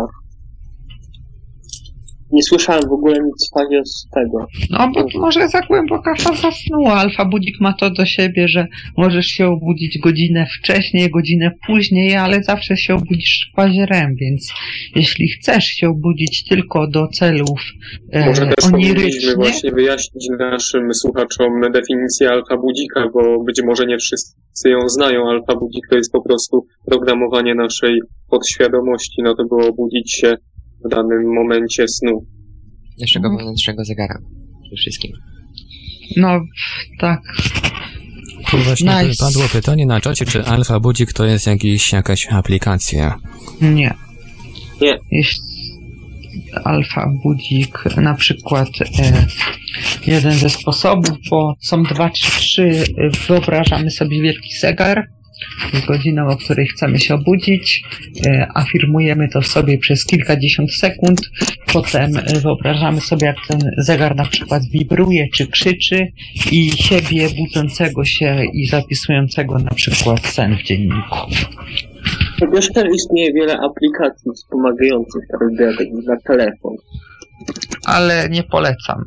Nie słyszałem w ogóle nic w fazie z tego. No bo może za głęboka faza snu. Alfa budzik ma to do siebie, że możesz się obudzić godzinę wcześniej, godzinę później, ale zawsze się obudzisz w fazie R E M, więc jeśli chcesz się obudzić tylko do celów e, Może też powinniśmy onirycznych... właśnie wyjaśnić naszym słuchaczom definicję alfa budzika, bo być może nie wszyscy ją znają. Alfa budzik to jest po prostu programowanie naszej podświadomości, no to było obudzić się w danym momencie snu. Naszego wewnętrznego zegara. Przede wszystkim. No, tak. Tu właśnie Nice. padło pytanie na czacie, czy Alfa Budzik to jest jakiś, jakaś aplikacja? Nie. Nie. Jeśli alfa budzik, na przykład e, jeden ze sposobów, bo są dwa czy trzy, wyobrażamy sobie wielki zegar z godziną, o której chcemy się obudzić, e, afirmujemy to w sobie przez kilkadziesiąt sekund, potem wyobrażamy sobie, jak ten zegar na przykład wibruje czy krzyczy i siebie budzącego się i zapisującego na przykład sen w dzienniku. Chociaż też istnieje wiele aplikacji wspomagających L D, takich na telefon. Ale nie polecam.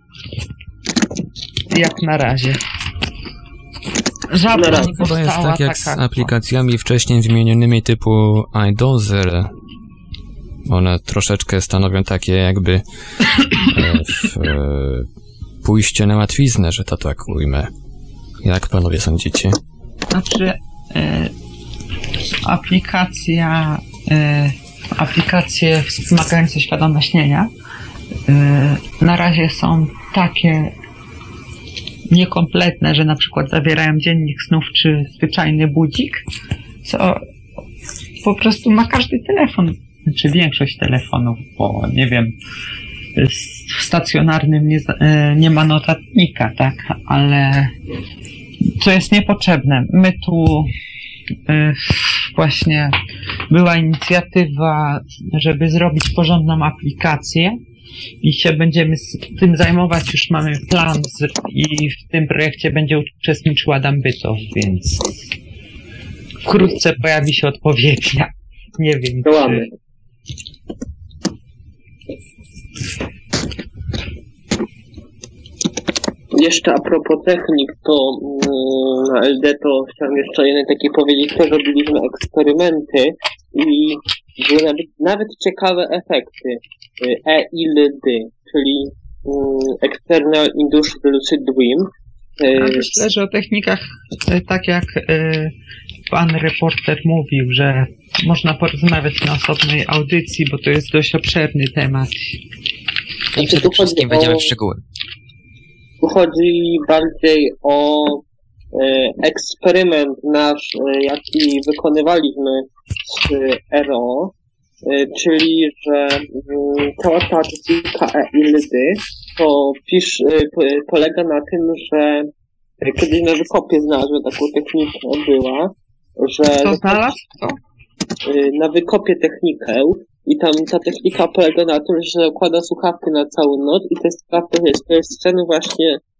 Jak na razie. Żadna Na razie. nie To jest powstała tak jak z taka... aplikacjami wcześniej wymienionymi typu iDozer. One troszeczkę stanowią takie jakby e, w, e, pójście na łatwiznę, że to tak ujmę. Jak panowie sądzicie? Znaczy, e, aplikacja, e, aplikacje wspomagające świadome śnienia e, na razie są takie niekompletne, że na przykład zawierają dziennik snów czy zwyczajny budzik, co po prostu ma każdy telefon, czy większość telefonów, bo nie wiem, w stacjonarnym nie, nie ma notatnika, tak, ale co jest niepotrzebne. My tu właśnie była inicjatywa, żeby zrobić porządną aplikację i się będziemy z tym zajmować, już mamy plan z, i w tym projekcie będzie uczestniczył Adam Bytow, więc wkrótce pojawi się odpowiednia. Nie wiem, Działamy. czy... Jeszcze a propos technik, to mm, na L D to chciałem jeszcze jeden taki powiedzieć, że robiliśmy eksperymenty i były nawet, nawet ciekawe efekty. E I L D, czyli um, External Induced Lucid Dream. Ja myślę, że o technikach, tak jak y, pan reporter mówił, że można porozmawiać na osobnej audycji, bo to jest dość obszerny temat. I przede wszystkim wejdziemy w szczegóły. Tu chodzi bardziej o e, eksperyment nasz, e, jaki wykonywaliśmy z e, R O, e, czyli że e, cała ta technika E I L D to pisz, e, polega na tym, że e, kiedyś na Wykopie znalazłem taką technikę, była, że Kto znalazł? Kto? e, na Wykopie technikę i tam ta technika polega na tym, że zakłada słuchawkę na całą noc i te słuchawki, to jest sceny właśnie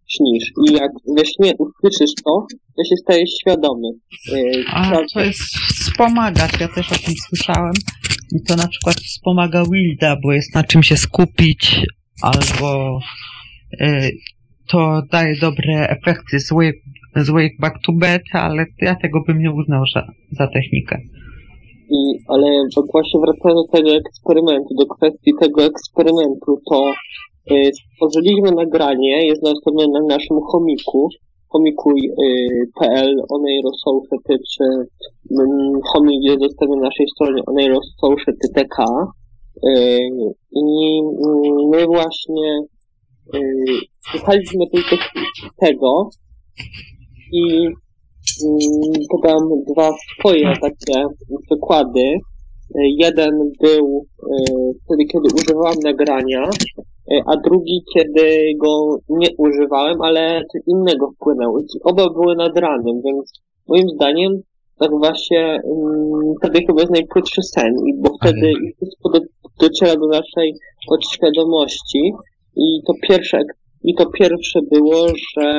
śnisz. I jak we śnie usłyszysz to, to się stajesz świadomy. Yy, A tak, to jest wspomagać, ja też o tym słyszałem. I to na przykład wspomaga Wilda, bo jest na czym się skupić, albo y, to daje dobre efekty z Wake, z wake Back to Bed, ale ja tego bym nie uznał za, za technikę. I, ale właśnie wracając do tego eksperymentu, do kwestii tego eksperymentu, to y, stworzyliśmy nagranie, jest dostępne na naszym chomiku, chomikuj kropka p l, oneirosociety, czy mm, chomik jest dostępny na naszej stronie oneirosociety kropka t k. Y, I y, my właśnie y, słuchaliśmy tylko tego i podam dwa swoje takie przykłady. Jeden był wtedy, kiedy używałem nagrania, a drugi, kiedy go nie używałem, ale coś innego wpłynęło. Oba były nad ranem, więc moim zdaniem tak właśnie wtedy chyba jest najkrótszy sen, bo wtedy wszystko do, dociera do naszej podświadomości i to pierwsze, i to pierwsze było, że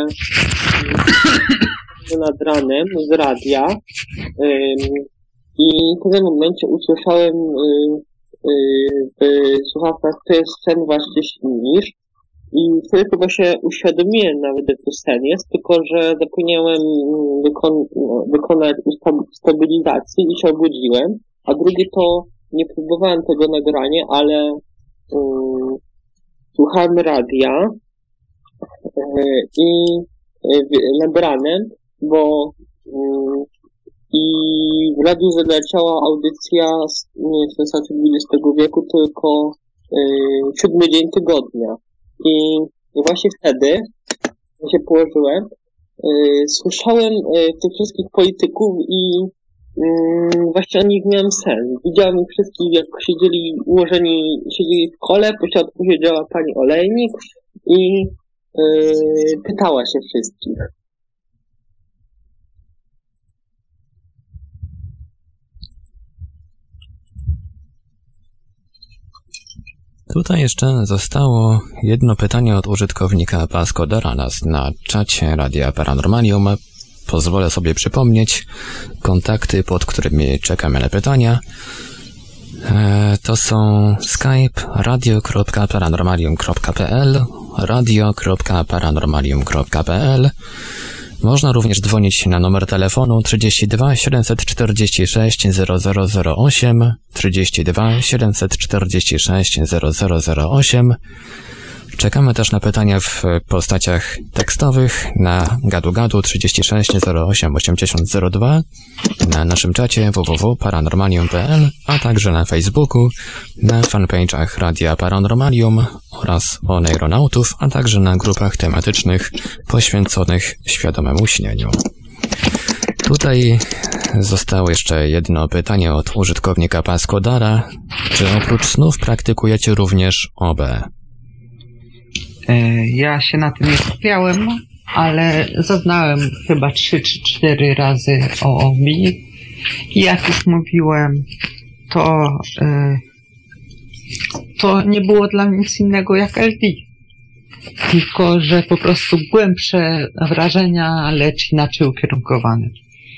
nad ranem z radia ym, i w pewnym momencie usłyszałem yy, yy, w słuchawkach, to jest sen właśnie śnisz i wtedy chyba się uświadomiłem nawet, że to sen jest, tylko że zapomniałem wykon- wykonać stabilizacji i się obudziłem, a drugie to nie próbowałem tego nagrania, ale yy, słuchałem radia yy, i yy, nad ranem, bo yy, i w radiu zaleciała audycja z, nie sensacji dwudziestego wieku, tylko yy, siódmy dzień tygodnia. I, i właśnie wtedy, jak się położyłem, yy, słyszałem yy, tych wszystkich polityków i yy, właśnie o nich miałem sen. Widziałem ich wszystkich, jak siedzieli ułożeni, siedzieli w kole, po środku siedziała pani Olejnik i yy, pytała się wszystkich. Tutaj jeszcze zostało jedno pytanie od użytkownika Pascodera nas na czacie Radia Paranormalium. Pozwolę sobie przypomnieć kontakty, pod którymi czekamy na pytania. E, to są Skype radio kropka paranormalium kropka p l, radio kropka paranormalium kropka p l. Można również dzwonić na numer telefonu trzydzieści dwa siedemset czterdzieści sześć zero zero zero osiem, trzydzieści dwa siedemset czterdzieści sześć zero zero zero osiem. Czekamy też na pytania w postaciach tekstowych na gadu gadu trzydzieści sześć zero osiem osiemdziesiąt zero dwa, na naszym czacie w w w kropka paranormalium kropka p l, a także na Facebooku, na fanpage'ach Radia Paranormalium oraz Oneironautów, a także na grupach tematycznych poświęconych świadomemu śnieniu. Tutaj zostało jeszcze jedno pytanie od użytkownika Pascodara. Czy oprócz snów praktykujecie również O B? Ja się na tym nie skupiałem, ale zaznałem chyba trzy czy cztery razy o O B i jak już mówiłem, to, to nie było dla mnie nic innego jak L D. Tylko, że po prostu głębsze wrażenia, lecz inaczej ukierunkowane.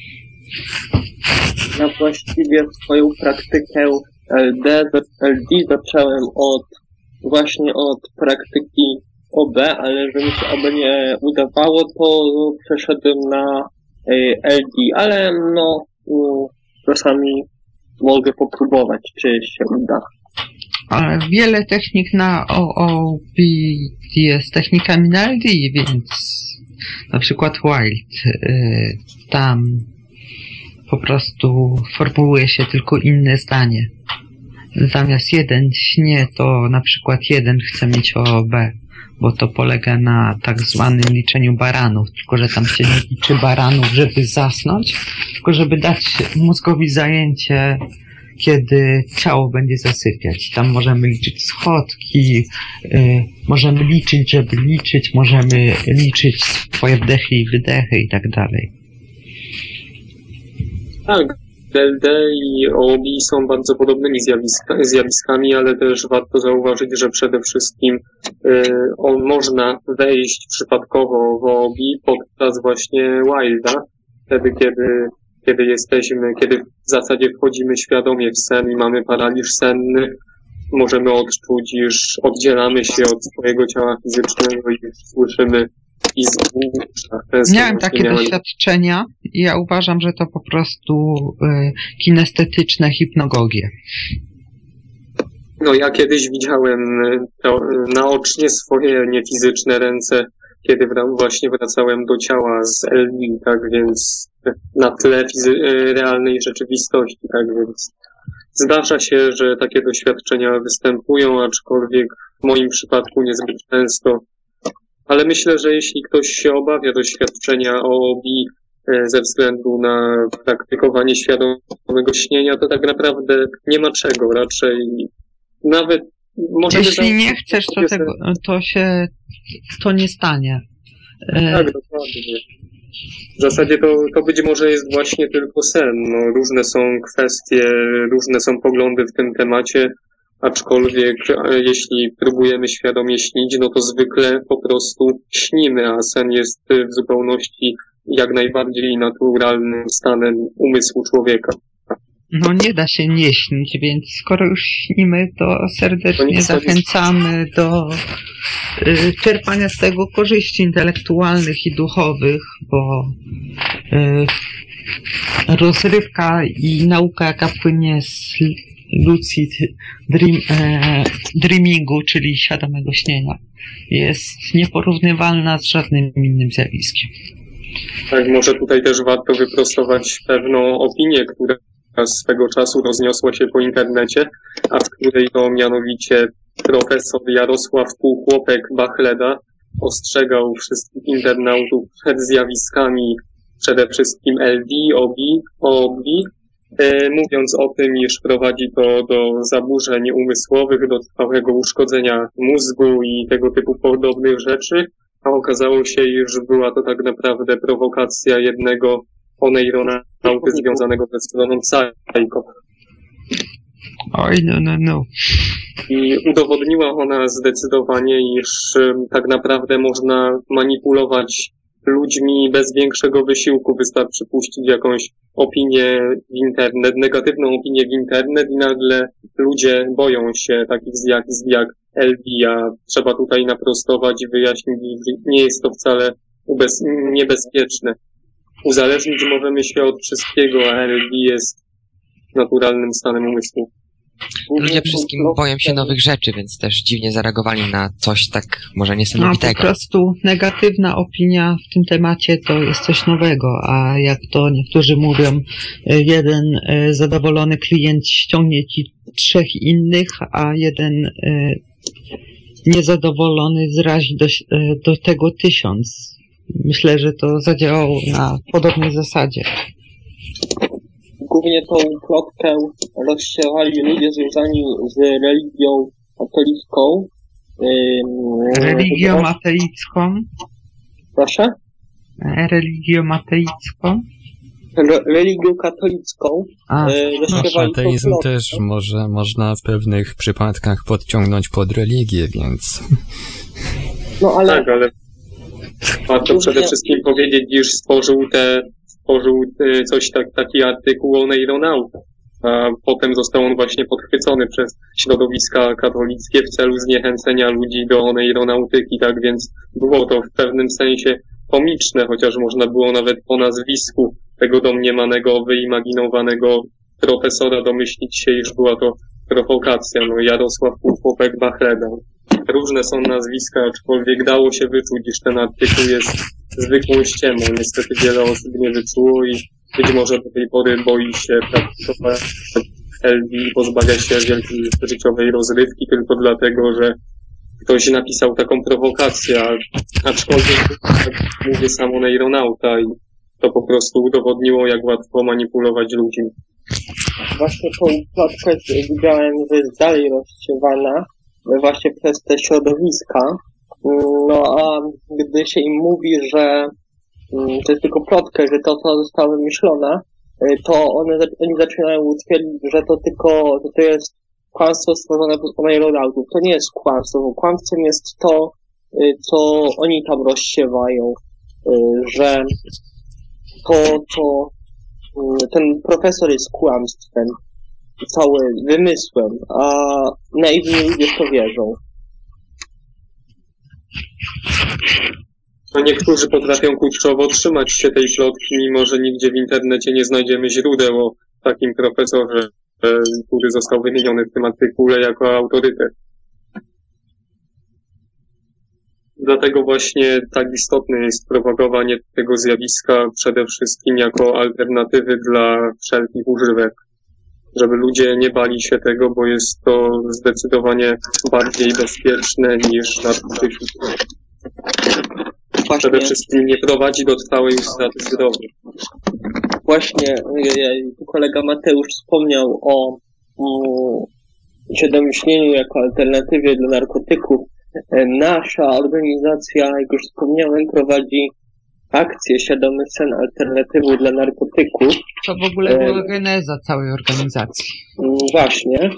Ja właściwie swoją praktykę L D, L D zacząłem od właśnie od praktyki O B, ale że mi się O B nie udawało, to przeszedłem na L D, ale no czasami mogę popróbować, czy się uda. Ale wiele technik na O B jest technikami na L D, więc na przykład Wild, tam po prostu formułuje się tylko inne zdanie. Zamiast jeden śnie, to na przykład jeden chce mieć O B, bo to polega na tak zwanym liczeniu baranów, tylko że tam się nie liczy baranów, żeby zasnąć, tylko żeby dać mózgowi zajęcie, kiedy ciało będzie zasypiać. Tam możemy liczyć schodki, yy, możemy liczyć, żeby liczyć, możemy liczyć swoje wdechy i wydechy i tak dalej. Tak, L D i O B są bardzo podobnymi zjawiska, zjawiskami, ale też warto zauważyć, że przede wszystkim y, on można wejść przypadkowo w O B podczas właśnie Wilda, wtedy kiedy, kiedy jesteśmy, kiedy w zasadzie wchodzimy świadomie w sen i mamy paraliż senny, możemy odczuć, iż oddzielamy się od swojego ciała fizycznego i słyszymy pizgu. Miałem takie miałem... doświadczenia i ja uważam, że to po prostu y, kinestetyczne hipnogogie. No ja kiedyś widziałem to, naocznie swoje niefizyczne ręce, kiedy właśnie wracałem do ciała z L D, tak więc na tle fizy- realnej rzeczywistości, tak więc zdarza się, że takie doświadczenia występują, aczkolwiek w moim przypadku niezbyt często. Ale myślę, że jeśli ktoś się obawia doświadczenia O B ze względu na praktykowanie świadomego śnienia, to tak naprawdę nie ma czego. Raczej nawet możemy... Jeśli nie chcesz, to, tego, to się to nie stanie. Tak, dokładnie. W zasadzie to, to być może jest właśnie tylko sen. No, różne są kwestie, różne są poglądy w tym temacie, aczkolwiek jeśli próbujemy świadomie śnić, no to zwykle po prostu śnimy, a sen jest w zupełności jak najbardziej naturalnym stanem umysłu człowieka. No nie da się nie śnić, więc skoro już śnimy, to serdecznie to zachęcamy do y, czerpania z tego korzyści intelektualnych i duchowych, bo y, rozrywka i nauka, jaka płynie z lucid dream, e, dreamingu, czyli świadomego śnienia, jest nieporównywalna z żadnym innym zjawiskiem. Tak, może tutaj też warto wyprostować pewną opinię, która swego czasu rozniosła się po internecie, a w której to mianowicie profesor Jarosław Półchłopek-Bachleda ostrzegał wszystkich internautów przed zjawiskami przede wszystkim L D, O B, O B, e, mówiąc o tym, iż prowadzi to do zaburzeń umysłowych, do trwałego uszkodzenia mózgu i tego typu podobnych rzeczy, a okazało się, iż była to tak naprawdę prowokacja jednego oneironauty związanego ze stroną Psycho. Oj, no, no, no. I udowodniła ona zdecydowanie, iż tak naprawdę można manipulować ludźmi bez większego wysiłku. Wystarczy puścić jakąś opinię w internet, negatywną opinię w internet i nagle ludzie boją się takich zjawisk jak L D, a trzeba tutaj naprostować i wyjaśnić, że nie jest to wcale ubez- niebezpieczne. Uzależnić możemy się od wszystkiego, a L D jest naturalnym stanem umysłu. Ludzie wszystkim boją się nowych rzeczy, więc też dziwnie zareagowali na coś tak może niesamowitego. No, po prostu negatywna opinia w tym temacie to jest coś nowego, a jak to niektórzy mówią, jeden zadowolony klient ściągnie ci trzech innych, a jeden niezadowolony zrazi do, do tego tysiąc. Myślę, że to zadziałało na podobnej zasadzie. Głównie tą plotkę rozsiewali ludzie związani z religią katolicką. Ym, religią ateicką? Proszę? Religią ateicką? Re- religią katolicką. A, yy, no, ateizm też może, można w pewnych przypadkach podciągnąć pod religię, więc... No ale... Tak, ale warto przede wszystkim powiedzieć, iż stworzył te stworzył coś tak, taki artykuł o oneironauta, a potem został on właśnie podchwycony przez środowiska katolickie w celu zniechęcenia ludzi do oneironautyki, tak więc było to w pewnym sensie komiczne, chociaż można było nawet po nazwisku tego domniemanego, wyimaginowanego profesora domyślić się, iż była to prowokacja, no Jarosław Półchłopek-Bachleda. Różne są nazwiska, aczkolwiek dało się wyczuć, iż ten artykuł jest zwykłą ściemą. Niestety wiele osób nie wyczuło i być może do tej pory boi się praktykować L D i pozbawia się wielkiej życiowej rozrywki tylko dlatego, że ktoś napisał taką prowokację, aczkolwiek tak mówię sam oneironauta i to po prostu udowodniło, jak łatwo manipulować ludźmi. Właśnie tą plotkę widziałem, że jest dalej rozsiewana właśnie przez te środowiska. No a gdy się im mówi, że to jest tylko plotka, że to, co zostało wymyślone, to one, oni zaczynają twierdzić, że to tylko, że to jest kłamstwo stworzone przez oneironautów. To nie jest kłamstwo, bo kłamstwem jest to, co oni tam rozsiewają, że to, to ten profesor jest kłamstwem, cały wymysłem, a naiwni ludzie w to wierzą. A niektórzy potrafią kurczowo trzymać się tej plotki, mimo że nigdzie w internecie nie znajdziemy źródeł o takim profesorze, który został wymieniony w tym artykule jako autorytet. Dlatego właśnie tak istotne jest propagowanie tego zjawiska przede wszystkim jako alternatywy dla wszelkich używek. Żeby ludzie nie bali się tego, bo jest to zdecydowanie bardziej bezpieczne niż narkotyki. Właśnie, Przede wszystkim nie prowadzi do trwałej utraty zdrowia. Właśnie kolega Mateusz wspomniał o um, uświadomieniu jako alternatywie dla narkotyków. Nasza organizacja, jak już wspomniałem, prowadzi akcję Świadomy Sen Alternatywy dla narkotyków. To w ogóle była geneza całej organizacji. Właśnie.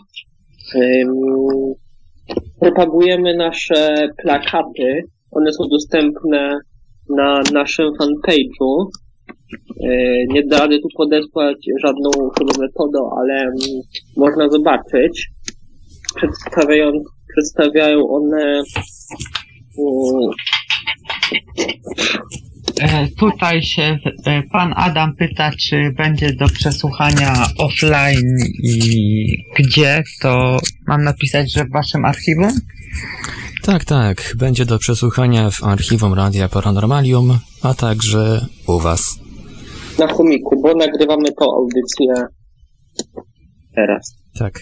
Propagujemy nasze plakaty. One są dostępne na naszym fanpage'u. Nie da rady tu podesłać żadną chyba metodą, ale można zobaczyć. Przedstawiają, przedstawiają one E, tutaj się e, pan Adam pyta, czy będzie do przesłuchania offline i gdzie, to mam napisać, że w waszym archiwum? Tak, tak. Będzie do przesłuchania w archiwum Radia Paranormalium, a także u was. Na chomiku, bo nagrywamy tą audycję teraz. Tak.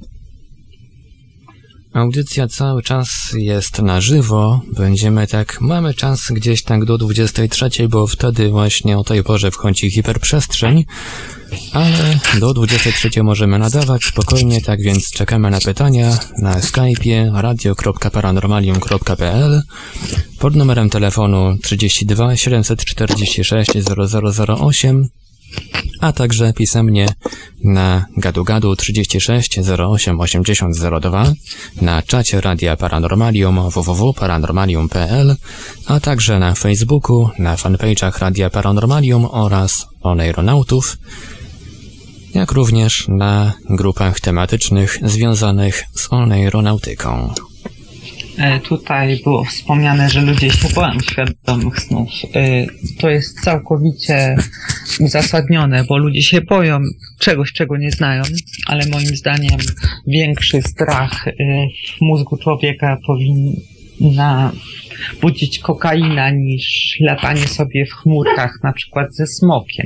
Audycja cały czas jest na żywo. Będziemy tak, mamy czas gdzieś tak do dwudziestej trzeciej, bo wtedy właśnie o tej porze wchodzi hiperprzestrzeń, ale do dwudziestej trzeciej możemy nadawać spokojnie, tak więc czekamy na pytania na Skype'ie radio kropka paranormalium kropka p l pod numerem telefonu trzydzieści dwa siedemset czterdzieści sześć zero zero zero osiem, a także pisemnie na gadugadu trzydzieści sześć zero osiem osiemdziesiąt zero dwa, na czacie Radia Paranormalium w w w kropka paranormalium kropka p l, a także na Facebooku, na fanpage'ach Radia Paranormalium oraz Oneironautów, jak również na grupach tematycznych związanych z oneironautyką. E, tutaj było wspomniane, że ludzie się boją świadomych snów. E, to jest całkowicie uzasadnione, bo ludzie się boją czegoś, czego nie znają, ale moim zdaniem większy strach e, w mózgu człowieka powinna budzić kokaina niż latanie sobie w chmurkach, na przykład ze smokiem.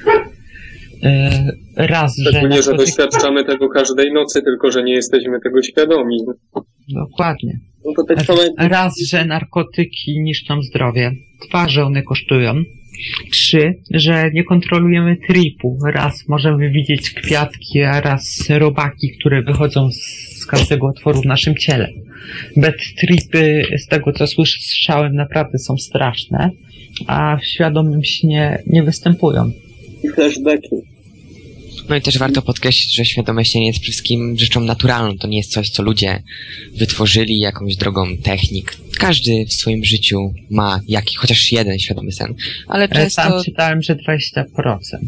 E, raz, Szczególnie, że, że doświadczamy tego każdej nocy, tylko że nie jesteśmy tego świadomi. Dokładnie. No to tak samo... Raz, że narkotyki niszczą zdrowie. Dwa, że one kosztują. Trzy, że nie kontrolujemy tripu. Raz możemy widzieć kwiatki, a raz robaki, które wychodzą z każdego otworu w naszym ciele. Bad tripy, z tego co słyszałem, naprawdę są straszne, a w świadomym śnie nie występują. I flashbacki. No i też warto podkreślić, że świadome śnie nie jest wszystkim rzeczą naturalną. To nie jest coś, co ludzie wytworzyli jakąś drogą technik. Każdy w swoim życiu ma jakiś, chociaż jeden świadomy sen. Ale często... Sam czytałem, że dwadzieścia procent.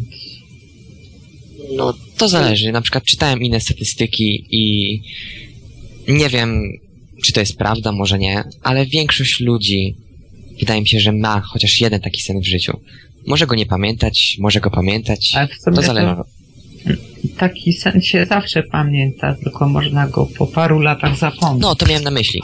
No, to zależy. Na przykład czytałem inne statystyki i nie wiem, czy to jest prawda, może nie, ale większość ludzi, wydaje mi się, że ma chociaż jeden taki sen w życiu. Może go nie pamiętać, może go pamiętać, ale w sumie to zależy. To... Taki sen się zawsze pamięta, tylko można go po paru latach zapomnieć. No, to miałem na myśli.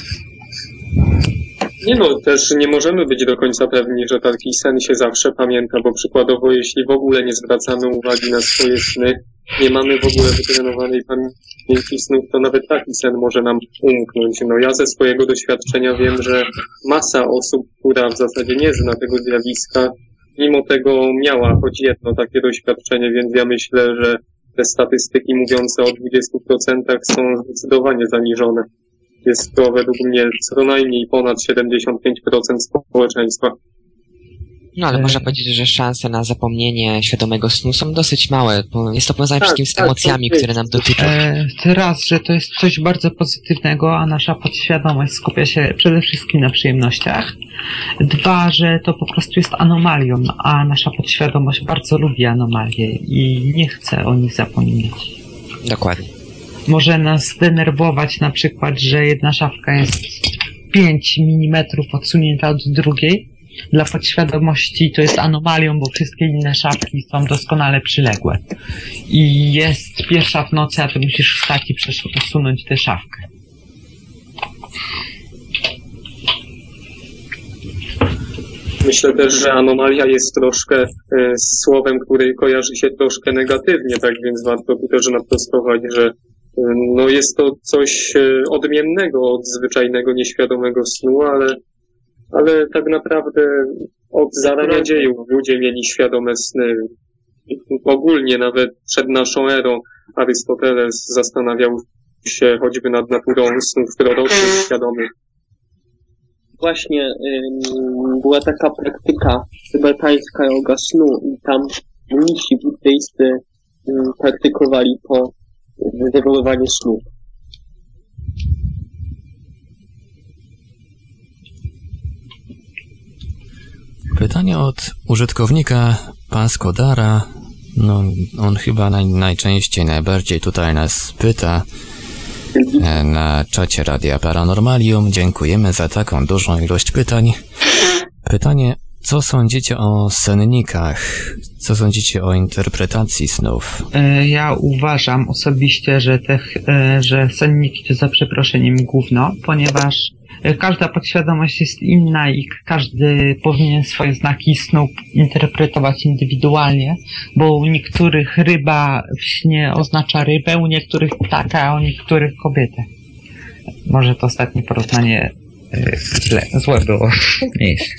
Nie no, też nie możemy być do końca pewni, że taki sen się zawsze pamięta, bo przykładowo, jeśli w ogóle nie zwracamy uwagi na swoje sny, nie mamy w ogóle wytrenowanej pamięci snów, to nawet taki sen może nam umknąć. No ja ze swojego doświadczenia wiem, że masa osób, która w zasadzie nie zna tego zjawiska, mimo tego miała choć jedno takie doświadczenie, więc ja myślę, że te statystyki mówiące o dwudziestu procentach są zdecydowanie zaniżone. Jest to według mnie co najmniej ponad siedemdziesiąt pięć procent społeczeństwa. No ale E, można powiedzieć, że szanse na zapomnienie świadomego snu są dosyć małe, bo jest to powiązane Tak, wszystkim z tak, emocjami, to jest. które nam dotyczą. E, raz, że to jest coś bardzo pozytywnego, a nasza podświadomość skupia się przede wszystkim na przyjemnościach. Dwa, że to po prostu jest anomalią, a nasza podświadomość bardzo lubi anomalie i nie chce o nich zapominać. Dokładnie. Może nas zdenerwować na przykład, że jedna szafka jest pięć milimetrów odsunięta od drugiej. Dla podświadomości to jest anomalią, bo wszystkie inne szafki są doskonale przyległe. I jest pierwsza w nocy, a ty musisz wstać i przesunąć tę szafkę. Myślę też, że anomalia jest troszkę e, słowem, które kojarzy się troszkę negatywnie, tak więc warto tu też naprostować, że e, no jest to coś e, odmiennego od zwyczajnego, nieświadomego snu, ale, ale tak naprawdę od zarania dziejów ludzie mieli świadome sny. Ogólnie nawet przed naszą erą Arystoteles zastanawiał się choćby nad naturą snów proroczych świadomych. Właśnie ym, była taka praktyka tybetańska joga snu i tam mnisi buddyjscy ym, praktykowali to wywoływanie snów. Pytanie od użytkownika Paskodara. No, on chyba naj, najczęściej, najbardziej tutaj nas pyta e, na czacie Radia Paranormalium. Dziękujemy za taką dużą ilość pytań. Pytanie, co sądzicie o sennikach? Co sądzicie o interpretacji snów? E, Ja uważam osobiście, że, te, e, że senniki to za przeproszeniem gówno, ponieważ e, każda podświadomość jest inna i każdy powinien swoje znaki snu interpretować indywidualnie, bo u niektórych ryba w śnie oznacza rybę, u niektórych ptaka, a u niektórych kobietę. Może to ostatnie porównanie e, źle, złe było. Nie jest.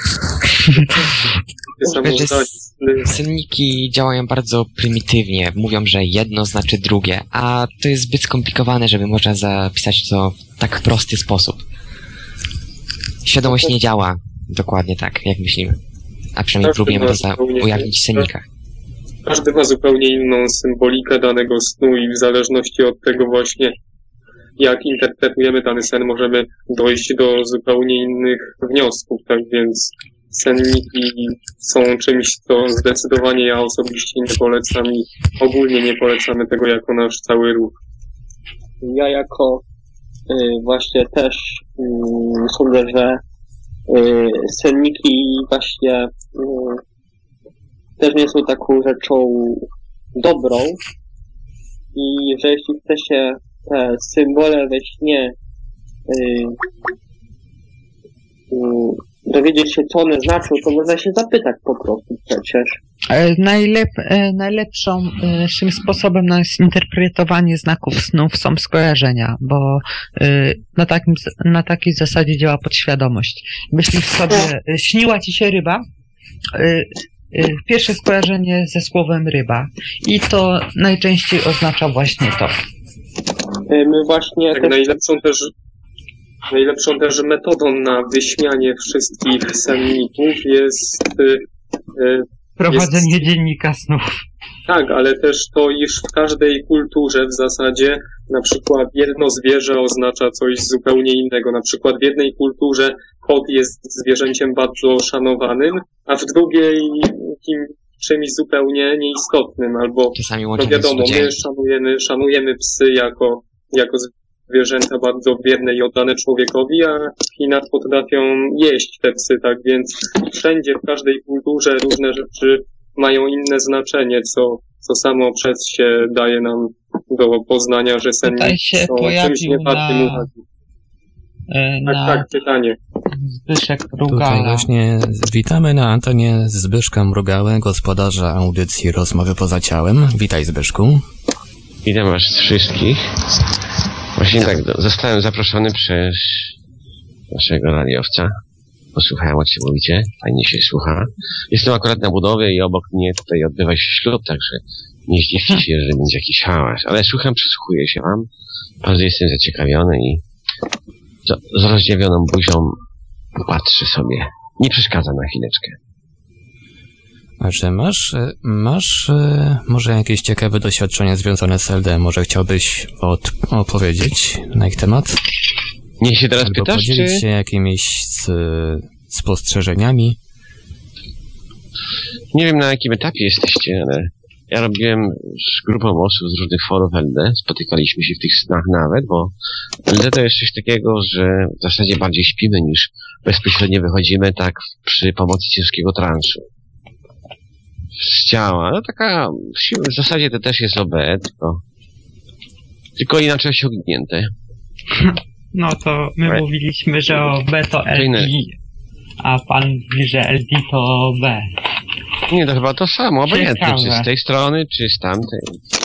Samo zdanie. Senniki działają bardzo prymitywnie. Mówią, że jedno znaczy drugie, a to jest zbyt skomplikowane, żeby można zapisać to w tak prosty sposób. Świadomość nie działa dokładnie tak, jak myślimy. A przynajmniej Każdy próbujemy ma to za- zupełnie- ujawnić w sennikach. Każdy ma zupełnie inną symbolikę danego snu i w zależności od tego właśnie, jak interpretujemy dany sen, możemy dojść do zupełnie innych wniosków, tak więc senniki są czymś, co zdecydowanie ja osobiście nie polecam i ogólnie nie polecamy tego jako nasz cały ruch. Ja jako y, właśnie też y, sądzę, że y, senniki właśnie y, też nie są taką rzeczą dobrą i że jeśli chce się te symbole we śnie y, y, dowiedzieć się, co one znaczą, to można się zapytać po prostu przecież. E, Najlep, e, najlepszym e, sposobem na zinterpretowanie znaków snów są skojarzenia, bo e, na, takim, na takiej zasadzie działa podświadomość. Myślisz sobie, e, śniła ci się ryba, e, e, pierwsze skojarzenie ze słowem ryba i to najczęściej oznacza właśnie to. Y, My właśnie Tak, też najlepszą też, najlepszą też metodą na wyśmianie wszystkich senników jest y, y, Prowadzenie dziennika snów. tak, ale też to, iż w każdej kulturze w zasadzie na przykład jedno zwierzę oznacza coś zupełnie innego. Na przykład w jednej kulturze kot jest zwierzęciem bardzo szanowanym, a w drugiej kim, czymś zupełnie nieistotnym. Albo, Czasami no łączą wiadomo, z my szanujemy, szanujemy psy jako, jako zwierzęta bardzo biedne i oddane człowiekowi, a w Chinach potrafią jeść te psy, tak więc wszędzie, w każdej kulturze różne rzeczy mają inne znaczenie, co, co samo przez się daje nam do poznania, że Tutaj senniki się są czymś pojawił niewartym na, uwagi. e, Tak, na tak, pytanie. Zbyszek Tutaj Rugala. właśnie witamy na antenie Zbyszka Mrugałę, gospodarza audycji Rozmowy poza ciałem. Witaj, Zbyszku. Witam was wszystkich. Właśnie tak, do- zostałem zaproszony przez naszego radiowca. Posłuchałem, o czym mówicie. Fajnie się słucha. Jestem akurat na budowie i obok mnie tutaj odbywa się ślub, także nie zdziwcie się, że będzie jakiś hałas. Ale słucham, przysłuchuję się wam. Bardzo jestem zaciekawiony i z, z rozdziawioną buzią patrzę sobie. Nie przeszkadza na chwileczkę. A czy masz, masz e, może jakieś ciekawe doświadczenia związane z L D? Może chciałbyś od, opowiedzieć na ich temat? Nie się teraz Albo pytasz, podzielić czy... się jakimiś z, spostrzeżeniami? Nie wiem, na jakim etapie jesteście, ale ja robiłem z grupą osób z różnych forów L D. Spotykaliśmy się w tych snach nawet, bo L D to jest coś takiego, że w zasadzie bardziej śpimy niż bezpośrednio wychodzimy tak przy pomocy ciężkiego transu. Z ciała. No taka, w zasadzie to też jest O B, tylko, tylko inaczej osiągnięte. No to my Ale... mówiliśmy, że O B to L D, a pan mówi, że L D to O B. Nie, to chyba to samo, obojętnie, Ciekawe. czy z tej strony, czy z tamtej.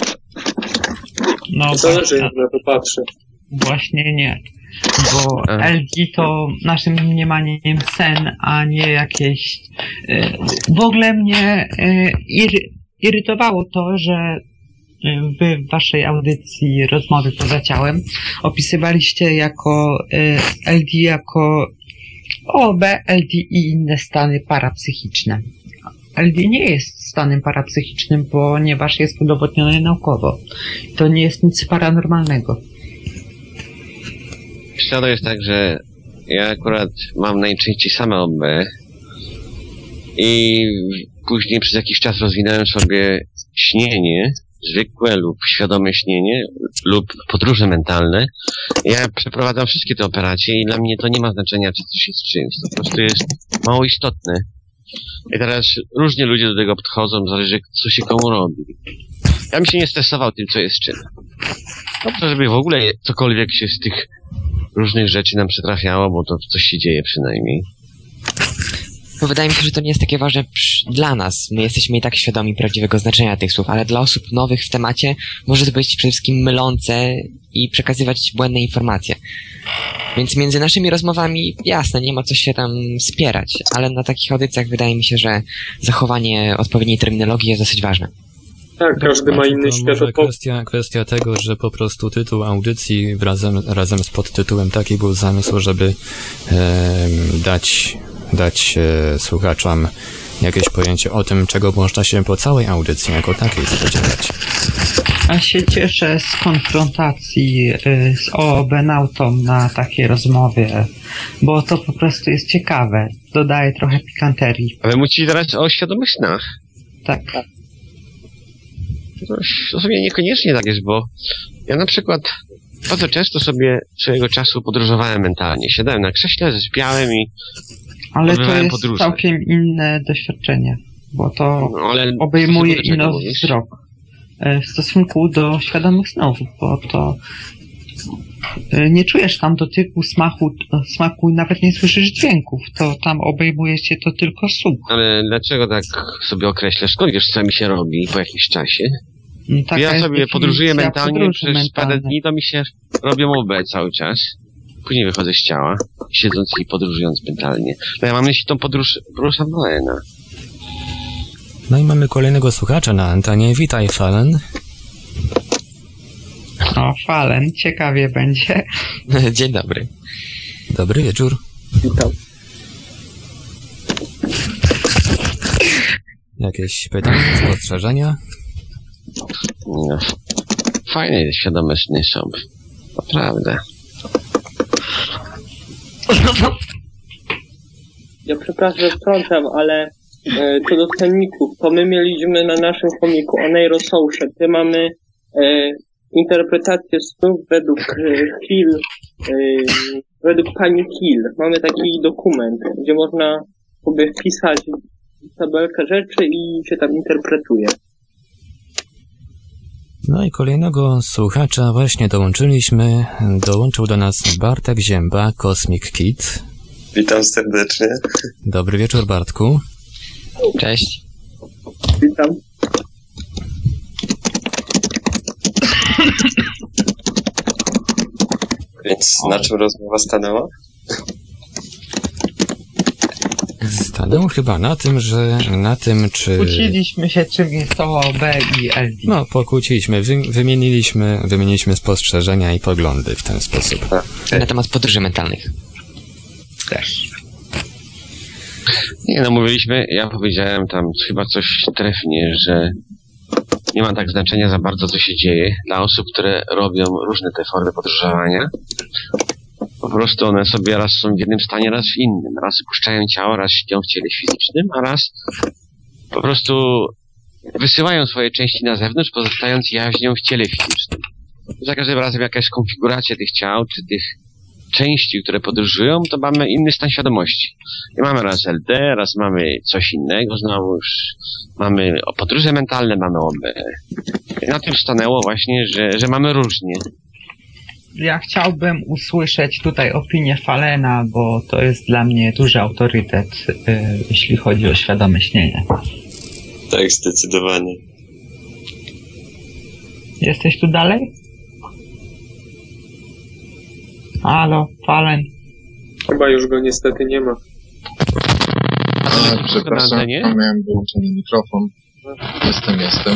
No Zależy, jak właśnie, na to patrzę. właśnie nie. Bo A. L D to naszym mniemaniem sen, a nie jakieś... y, W ogóle mnie y, iry, irytowało to, że y, wy w waszej audycji rozmowy poza ciałem opisywaliście jako y, L D jako O B, L D i inne stany parapsychiczne. L D nie jest stanem parapsychicznym, ponieważ jest udowodnione naukowo. To nie jest nic paranormalnego. To jest tak, że ja akurat mam najczęściej same O B i później przez jakiś czas rozwinąłem sobie śnienie, zwykłe lub świadome śnienie lub podróże mentalne. Ja przeprowadzam wszystkie te operacje i dla mnie to nie ma znaczenia, czy coś jest czymś. To po prostu jest mało istotne. I teraz różnie ludzie do tego podchodzą, zależy co się komu robi. Ja bym się nie stresował tym, co jest czym. Dobrze, żeby w ogóle cokolwiek się z tych różnych rzeczy nam przytrafiało, bo to coś się dzieje przynajmniej. Bo wydaje mi się, że to nie jest takie ważne przy- dla nas. My jesteśmy i tak świadomi prawdziwego znaczenia tych słów, ale dla osób nowych w temacie może to być przede wszystkim mylące i przekazywać błędne informacje. Więc między naszymi rozmowami, jasne, nie ma co się tam spierać, ale na takich audycjach wydaje mi się, że zachowanie odpowiedniej terminologii jest dosyć ważne. Tak, każdy ma inny To świat może od kwestia, kwestia tego, że po prostu tytuł audycji razem, razem z podtytułem taki był zamysł, żeby e, dać, dać e, słuchaczom jakieś pojęcie o tym, czego można się po całej audycji jako takiej spodziewać. Ja się cieszę z konfrontacji y, z O B nautą na takiej rozmowie, bo to po prostu jest ciekawe. Dodaje trochę pikanterii. Ale mówicie teraz o świadomych snach. Tak. To w sumie niekoniecznie tak jest, bo ja na przykład bardzo często sobie swojego czasu podróżowałem mentalnie. Siadałem na krześle, zasypiałem i Ale to odbywałem jest podróże. całkiem inne doświadczenie, bo to No, ale obejmuje w stosunku do czego ino mówisz? wzrok e, w stosunku do świadomych snów, bo to e, nie czujesz tam dotyku, smaku, smaku i nawet nie słyszysz dźwięków. To tam obejmuje cię to tylko słuch. Ale dlaczego tak sobie określasz? Skąd wiesz, co mi się robi po jakimś czasie? No, taka ja jest sobie podróżuję definicja mentalnie podróży przez parę mentalnej. dni, to mi się robią O B cały czas. Później wychodzę z ciała, siedząc i podróżując mentalnie. No ja mam na myśli tą podróż Bruce'a Noena. No i mamy kolejnego słuchacza na antenie. Witaj, Fallen. O, Fallen, ciekawie będzie. Dzień dobry. Dobry wieczór. Witam. Jakieś pytania, spostrzeżenia? No, fajne, świadome sny są. Naprawdę. Ja przepraszam, że wtrącam, ale e, co do cenników, to my mieliśmy na naszym chomiku o Neurosocial, gdzie mamy e, interpretację snów według e, Hill, e, według pani Hill. Mamy taki dokument, gdzie można sobie wpisać tabelkę rzeczy i się tam interpretuje. No i kolejnego słuchacza właśnie dołączyliśmy. Dołączył do nas Bartek Zięba, Cosmic Kid. Witam serdecznie. Dobry wieczór, Bartku. Cześć. Witam. Więc na czym rozmowa stanęła? Stanął chyba na tym, że na tym, czy... Kłóciliśmy się, czym jest O B i L D. No, pokłóciliśmy, wy, wymieniliśmy, wymieniliśmy spostrzeżenia i poglądy w ten sposób. Na temat podróży mentalnych. Też. Nie no, mówiliśmy, ja powiedziałem tam chyba coś trefnie, że nie ma tak znaczenia za bardzo, co się dzieje. Dla osób, które robią różne te formy podróżowania, po prostu one sobie raz są w jednym stanie, raz w innym. Raz opuszczają ciało, raz śpią w ciele fizycznym, a raz po prostu wysyłają swoje części na zewnątrz, pozostając jaźnią w ciele fizycznym. Za każdym razem jakaś konfiguracja tych ciał, czy tych części, które podróżują, to mamy inny stan świadomości. I mamy raz L D, raz mamy coś innego, znowu już mamy podróże mentalne, mamy O B. I na tym stanęło właśnie, że, że mamy różnie. Ja chciałbym usłyszeć tutaj opinię Falena, bo to jest dla mnie duży autorytet, yy, jeśli chodzi o świadome śnienie. Tak, zdecydowanie. Jesteś tu dalej? Halo, Falen. Chyba już go niestety nie ma. A, przepraszam, miałem wyłączony mikrofon. Jestem, jestem.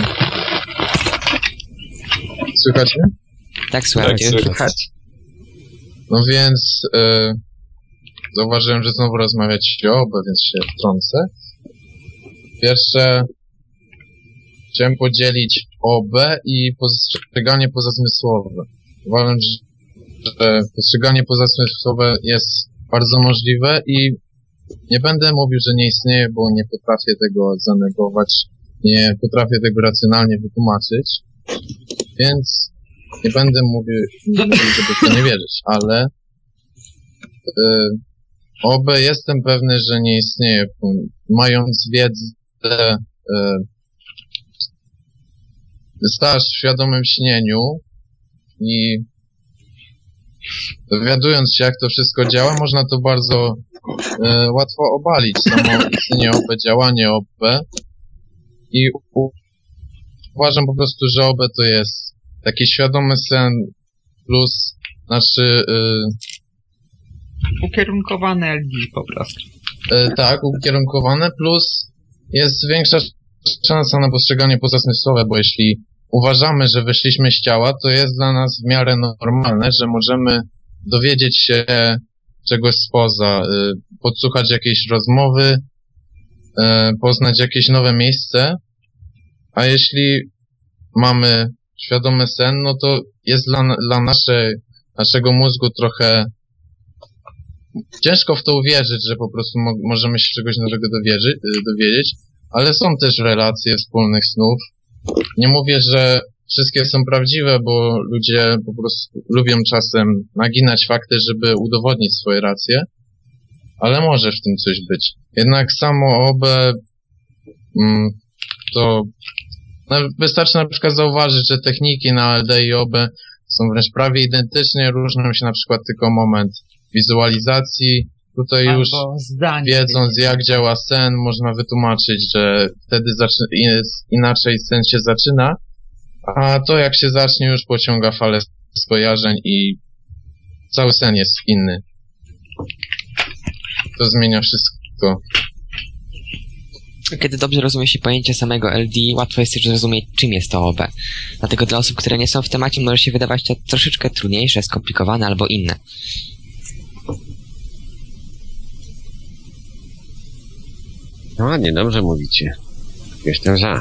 Słychać mnie? Tak, słychać. Tak, słychać. No więc e, zauważyłem, że znowu rozmawiacie o obu, więc się wtrącę. Pierwsze, chciałem podzielić O B i postrzeganie pozazmysłowe. Uważam, że postrzeganie pozazmysłowe jest bardzo możliwe i nie będę mówił, że nie istnieje, bo nie potrafię tego zanegować, nie potrafię tego racjonalnie wytłumaczyć, więc nie będę mówił, mówił żeby w to nie wierzyć, ale y, O B jestem pewny, że nie istnieje. Mając wiedzę, y, staż w świadomym śnieniu i dowiadując się, jak to wszystko działa, można to bardzo y, łatwo obalić. Samo istnienie O B, działanie O B i u, uważam po prostu, że O B to jest taki świadomy sen plus znaczy y, ukierunkowane L D po prostu. Y, tak, ukierunkowane plus jest większa szansa na postrzeganie pozazmysłowe, bo jeśli uważamy, że wyszliśmy z ciała, to jest dla nas w miarę normalne, że możemy dowiedzieć się czegoś spoza, y, podsłuchać jakiejś rozmowy, y, poznać jakieś nowe miejsce, a jeśli mamy świadomy sen, no to jest dla, dla nasze, naszego mózgu trochę ciężko w to uwierzyć, że po prostu mo możemy się czegoś nowego dowierzy, dowiedzieć, ale są też relacje wspólnych snów. Nie mówię, że wszystkie są prawdziwe, bo ludzie po prostu lubią czasem naginać fakty, żeby udowodnić swoje racje, ale może w tym coś być. Jednak samo O B mm, to no, wystarczy na przykład zauważyć, że techniki na L D i O B są wręcz prawie identyczne, różnią się na przykład tylko moment wizualizacji. Tutaj już wiedząc, jak działa sen, można wytłumaczyć, że wtedy inaczej sen się zaczyna, a to jak się zacznie, już pociąga falę skojarzeń i cały sen jest inny. To zmienia wszystko. Kiedy dobrze rozumie się pojęcie samego L D, łatwo jest też zrozumieć, czym jest to O B. Dlatego dla osób, które nie są w temacie, może się wydawać to troszeczkę trudniejsze, skomplikowane albo inne. No ładnie, dobrze mówicie. Jestem za.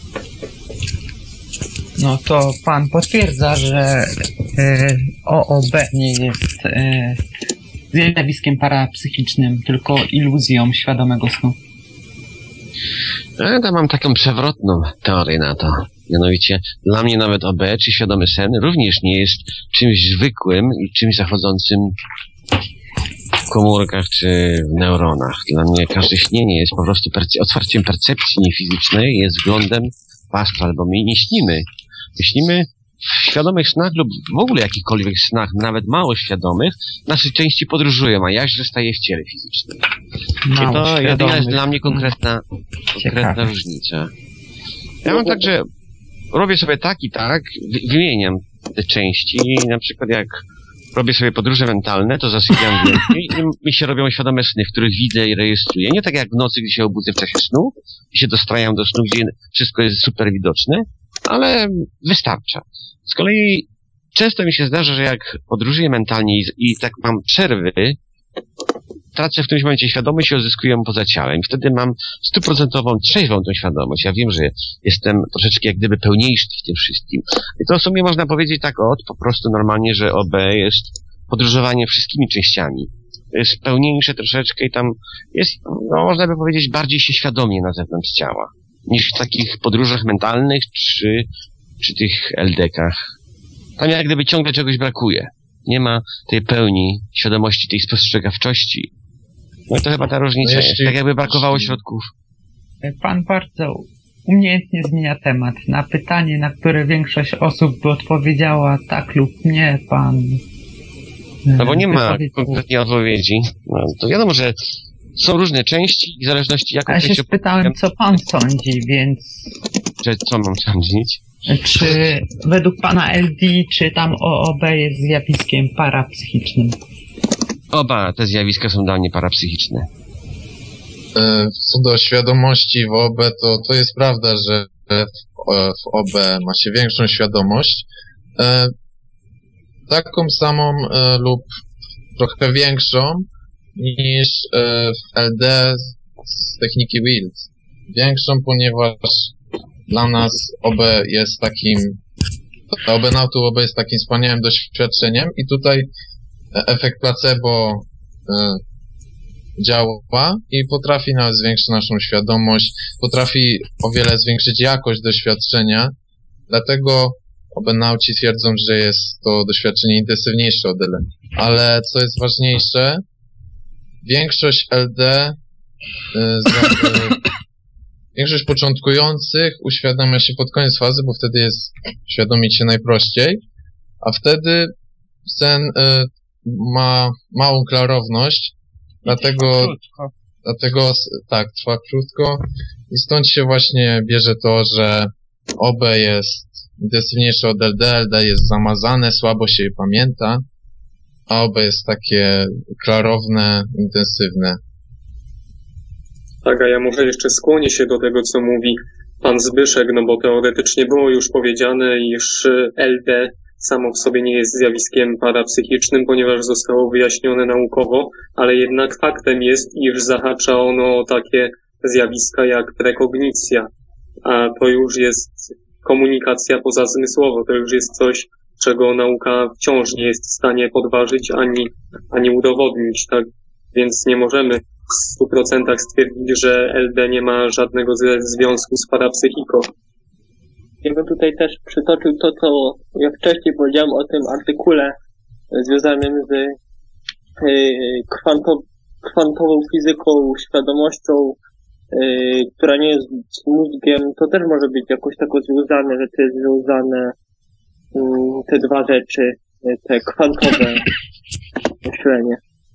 No to pan potwierdza, że y, O O B nie jest y, zjawiskiem parapsychicznym, tylko iluzją świadomego snu. Ja tam mam taką przewrotną teorię na to. Mianowicie, dla mnie nawet O B, czy świadomy sen, również nie jest czymś zwykłym i czymś zachodzącym w komórkach czy w neuronach. Dla mnie każde śnienie jest po prostu perce- otwarciem percepcji niefizycznej, jest wglądem w astral, bo my nie śnimy. My śnimy w świadomych snach lub w ogóle jakichkolwiek snach, nawet mało świadomych, nasze części podróżują, a jaźń zostaje w ciele fizycznym. I to jedyna jest dla mnie konkretna, konkretna różnica. Ja mam tak, że robię sobie tak i tak, wymieniam te części i na przykład jak robię sobie podróże mentalne, to zasypiam więcej i mi się robią świadome sny, w których widzę i rejestruję. Nie tak jak w nocy, gdzie się obudzę w czasie snu i się dostrajam do snu, gdzie wszystko jest super widoczne, ale wystarcza. Z kolei często mi się zdarza, że jak podróżuję mentalnie i, i tak mam przerwy tracę w którymś momencie świadomość i odzyskuję ją poza ciałem. Wtedy mam stuprocentową, trzeźwą tą świadomość. Ja wiem, że jestem troszeczkę jak gdyby pełniejszy w tym wszystkim. I to w sumie można powiedzieć tak od, po prostu normalnie, że O B jest podróżowanie wszystkimi częściami. Jest pełniejsze troszeczkę i tam jest, no można by powiedzieć, bardziej się świadomie na zewnątrz ciała. Niż w takich podróżach mentalnych czy, czy tych L D kach. Tam jak gdyby ciągle czegoś brakuje. Nie ma tej pełni świadomości, tej spostrzegawczości. No i to chyba ta różnica no jest. Tak jakby brakowało środków. Pan bardzo umiejętnie zmienia temat. Na pytanie, na które większość osób by odpowiedziała tak lub nie, pan... No bo nie ma konkretnej odpowiedzi. No to wiadomo, że są różne części i w zależności jaką ja się częścią... spytałem, co pan sądzi, więc... Że co mam sądzić? Czy według pana L D, czy tam O O B jest zjawiskiem parapsychicznym? Oba te zjawiska są dla mnie parapsychiczne. Co do świadomości w O B, to, to jest prawda, że w, w O B ma się większą świadomość. Taką samą lub trochę większą niż w L D z techniki Wills. Większą, ponieważ dla nas O B jest takim, O B Nautu O B jest takim wspaniałym doświadczeniem i tutaj efekt placebo y, działa i potrafi nawet zwiększyć naszą świadomość, potrafi o wiele zwiększyć jakość doświadczenia, dlatego O B Nauci twierdzą, że jest to doświadczenie intensywniejsze od L D. Ale co jest ważniejsze, większość L D y, z, y, Większość początkujących uświadamia się pod koniec fazy, bo wtedy jest uświadomić się najprościej, a wtedy sen y, ma małą klarowność, dlatego, dlatego tak, trwa krótko i stąd się właśnie bierze to, że O B jest intensywniejsze od L D, L D jest zamazane, słabo się je pamięta, a O B jest takie klarowne, intensywne. Tak, a ja może jeszcze skłonię się do tego, co mówi pan Zbyszek, no bo teoretycznie było już powiedziane, iż L D samo w sobie nie jest zjawiskiem parapsychicznym, ponieważ zostało wyjaśnione naukowo, ale jednak faktem jest, iż zahacza ono o takie zjawiska jak prekognicja, a to już jest komunikacja pozazmysłowa, to już jest coś, czego nauka wciąż nie jest w stanie podważyć ani, ani udowodnić, tak? Więc nie możemy w stu procentach stwierdzić, że L D nie ma żadnego związku z parapsychiką. Ja bym tutaj też przytoczył to, co ja wcześniej powiedziałem o tym artykule związanym z yy, kwantow, kwantową fizyką, świadomością, yy, która nie jest z mózgiem. To też może być jakoś tak związane, że to jest związane yy, te dwa rzeczy, yy, te kwantowe myślenie.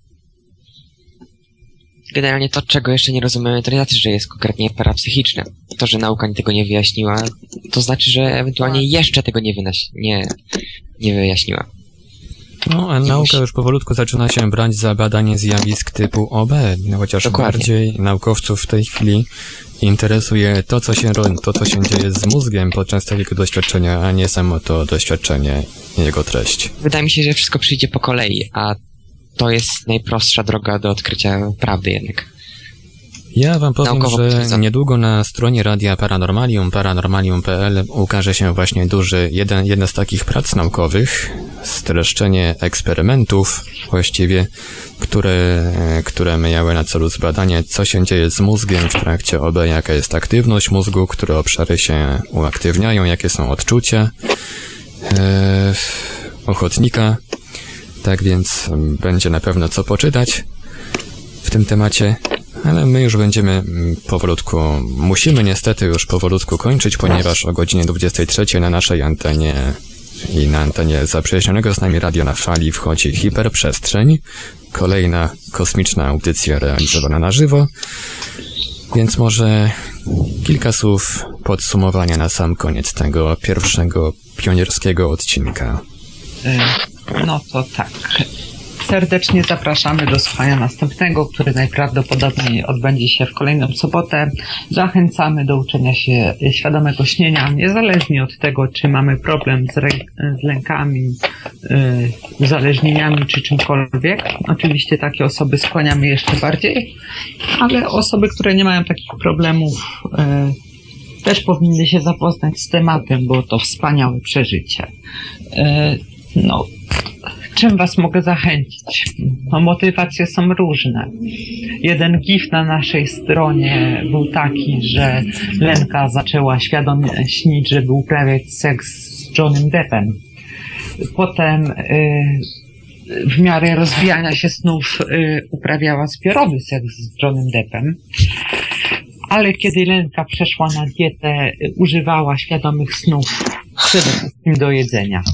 Generalnie to, czego jeszcze nie rozumiemy, to nie znaczy, że jest konkretnie parapsychiczne. To, że nauka tego nie wyjaśniła, to znaczy, że ewentualnie jeszcze tego nie, wynaś- nie, nie wyjaśniła. No, a nauka musi... już powolutku zaczyna się brać za badanie zjawisk typu O B, chociaż Dokładnie. bardziej naukowców w tej chwili interesuje to, co się to, co się dzieje z mózgiem podczas takiego doświadczenia, a nie samo to doświadczenie i jego treść. Wydaje mi się, że wszystko przyjdzie po kolei, a to jest najprostsza droga do odkrycia prawdy jednak. Ja wam powiem, Naukowo że przyzna. niedługo na stronie Radia Paranormalium, paranormalium kropka p l ukaże się właśnie duży, jeden, jedna z takich prac naukowych, streszczenie eksperymentów właściwie, które, które miały na celu zbadanie, co się dzieje z mózgiem w trakcie O B, jaka jest aktywność mózgu, które obszary się uaktywniają, jakie są odczucia e, ochotnika. Tak więc będzie na pewno co poczytać w tym temacie, ale my już będziemy powolutku, musimy niestety już powolutku kończyć, ponieważ o godzinie dwudziestej trzeciej na naszej antenie i na antenie zaprzyjaźnionego z nami Radio na Fali wchodzi Hiperprzestrzeń, kolejna kosmiczna audycja realizowana na żywo, więc może kilka słów podsumowania na sam koniec tego pierwszego pionierskiego odcinka. No to tak. serdecznie zapraszamy do słuchania następnego, który najprawdopodobniej odbędzie się w kolejną sobotę. Zachęcamy do uczenia się świadomego śnienia, niezależnie od tego, czy mamy problem z, rę- z lękami, yy, uzależnieniami czy czymkolwiek. Oczywiście takie osoby skłaniamy jeszcze bardziej, ale osoby, które nie mają takich problemów, yy, też powinny się zapoznać z tematem, bo to wspaniałe przeżycie. Yy, no, czym was mogę zachęcić? No, motywacje są różne. Jeden gif na naszej stronie był taki, że Lenka zaczęła świadomie śnić, żeby uprawiać seks z Johnnym Deppem. Potem yy, w miarę rozwijania się snów yy, uprawiała zbiorowy seks z Johnnym Deppem. Ale kiedy Lenka przeszła na dietę, yy, używała świadomych snów przede wszystkim do jedzenia.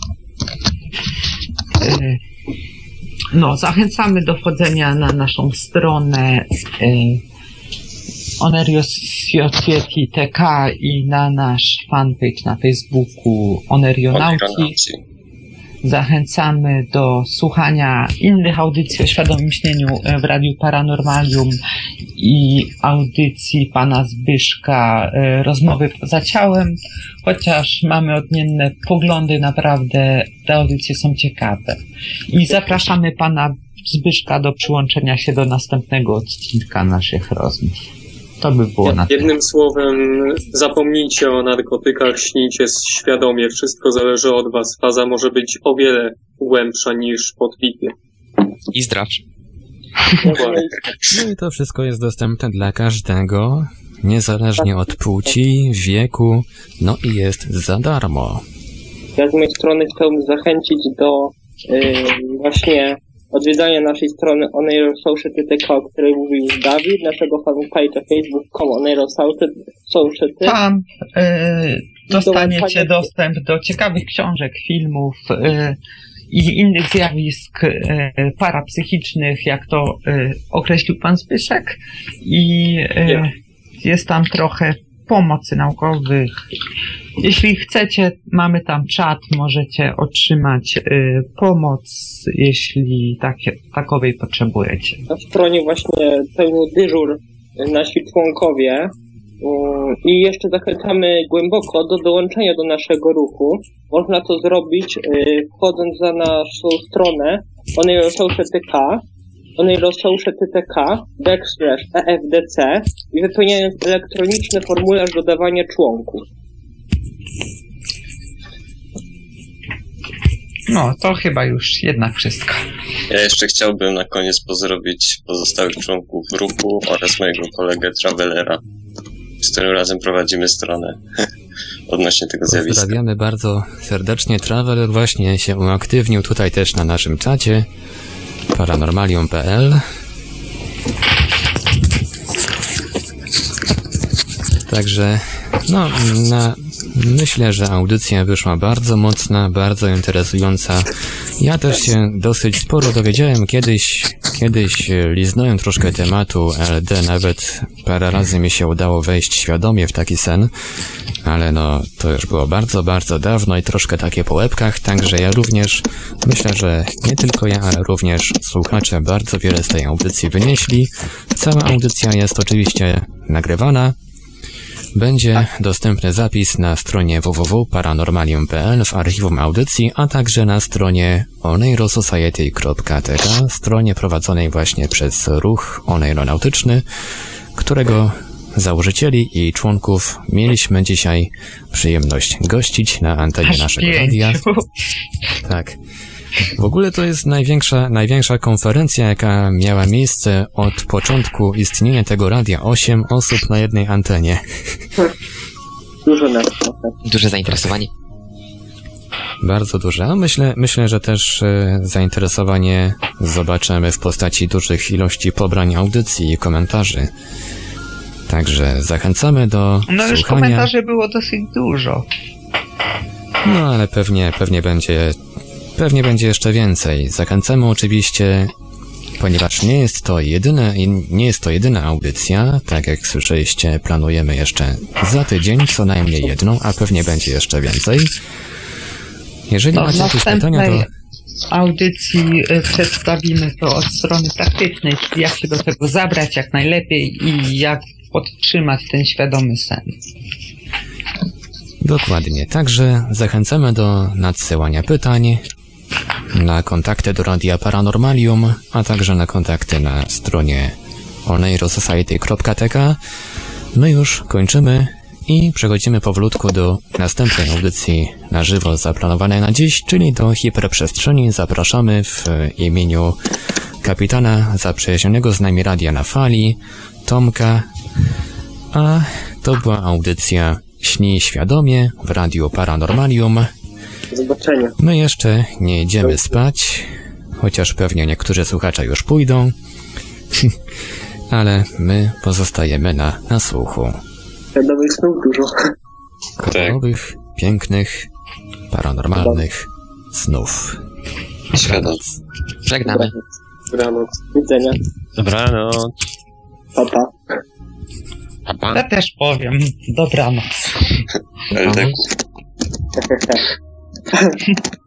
No, zachęcamy do wchodzenia na naszą stronę y, Onerios Society T K i na nasz fanpage na Facebooku Onerionauci. Zachęcamy do słuchania innych audycji o świadomym śnieniu w Radiu Paranormalium i audycji pana Zbyszka y, Rozmowy poza ciałem. Chociaż mamy odmienne poglądy, naprawdę te audycje są ciekawe. I zapraszamy pana Zbyszka do przyłączenia się do następnego odcinka naszych rozmów. To by było na tyle. Jednym słowem, zapomnijcie o narkotykach, śnijcie świadomie, wszystko zależy od was. Faza może być o wiele głębsza niż podpicie. I zdrowsza. No i to wszystko jest dostępne dla każdego, niezależnie od płci, wieku, no i jest za darmo. Ja z mojej strony chciałbym zachęcić do yy, właśnie odwiedzania naszej strony Oneiro Society T K, o której mówił już Dawid, naszego fanpage'a facebook kropka com Oneiro Society. Tam yy, dostaniecie dostęp do ciekawych książek, filmów yy, i innych zjawisk yy, parapsychicznych, jak to yy, określił pan Zbyszek. I yy, jest tam trochę pomocy naukowych. Jeśli chcecie, mamy tam czat, możecie otrzymać y, pomoc, jeśli takie, takowej potrzebujecie. Na stronie właśnie pełnią dyżur nasi członkowie y, i jeszcze zachęcamy głęboko do dołączenia do naszego ruchu. Można to zrobić y, wchodząc na naszą stronę Oneiro Society T K, Oneiro Society T K, backslash E F D C i wypełniając elektroniczny formularz dodawania członków. No, to chyba już jednak wszystko. Ja jeszcze chciałbym na koniec pozdrowić pozostałych członków ruchu oraz mojego kolegę Travelera, z którym razem prowadzimy stronę odnośnie tego zjawiska. Pozdrawiamy bardzo serdecznie. Traveler właśnie się uaktywnił tutaj też na naszym czacie paranormalium kropka p l. Także no, na, myślę, że audycja wyszła bardzo mocna, bardzo interesująca. Ja też się dosyć sporo dowiedziałem kiedyś, kiedyś liznąłem troszkę tematu L S D, nawet parę razy mi się udało wejść świadomie w taki sen, ale no, to już było bardzo, bardzo dawno i troszkę takie po łebkach, także ja również myślę, że nie tylko ja, ale również słuchacze bardzo wiele z tej audycji wynieśli. Cała audycja jest oczywiście nagrywana. Będzie dostępny zapis na stronie w w w kropka paranormalium kropka p l w archiwum audycji, a także na stronie oneiro society kropka t k, stronie prowadzonej właśnie przez ruch oneironautyczny, którego założycieli i członków mieliśmy dzisiaj przyjemność gościć na antenie Aż naszego pięciu. radia. Tak. W ogóle to jest największa, największa konferencja, jaka miała miejsce od początku istnienia tego radia. Osiem osób na jednej antenie. Dużo nas. Duże zainteresowanie. Bardzo duże. A myślę, myślę, że też e, zainteresowanie zobaczymy w postaci dużych ilości pobrań audycji i komentarzy. Także zachęcamy do No już słuchania. komentarzy było dosyć dużo. No ale pewnie, pewnie będzie, pewnie będzie jeszcze więcej. Zachęcamy oczywiście, ponieważ nie jest to jedyne, nie jest to jedyna audycja. Tak jak słyszeliście, planujemy jeszcze za tydzień co najmniej jedną, a pewnie będzie jeszcze więcej. Jeżeli No, macie jakieś pytania, to audycji y, przedstawimy to od strony praktycznej, czyli jak się do tego zabrać jak najlepiej i jak podtrzymać ten świadomy sen. Dokładnie. Także zachęcamy do nadsyłania pytań na kontakty do Radia Paranormalium, a także na kontakty na stronie oneirosociety kropka t k. My już kończymy i przechodzimy powolutku do następnej audycji na żywo zaplanowanej na dziś, czyli do hiperprzestrzeni. Zapraszamy w imieniu kapitana zaprzyjaźnionego z nami Radia na Fali, Tomka, a to była audycja Śnij świadomie w Radiu Paranormalium. Do zobaczenia. My jeszcze nie idziemy spać, chociaż pewnie niektórzy słuchacze już pójdą, ale my pozostajemy na, na słuchu. Świadomych snów dużo. Kolorowych, pięknych, paranormalnych snów. Dobranoc. Żegnamy. Dobranoc. Do widzenia. Dobranoc. Pa, pa. Pa, pa. Ja też powiem. Dobranoc. Eldeku. Tak, tak, tak.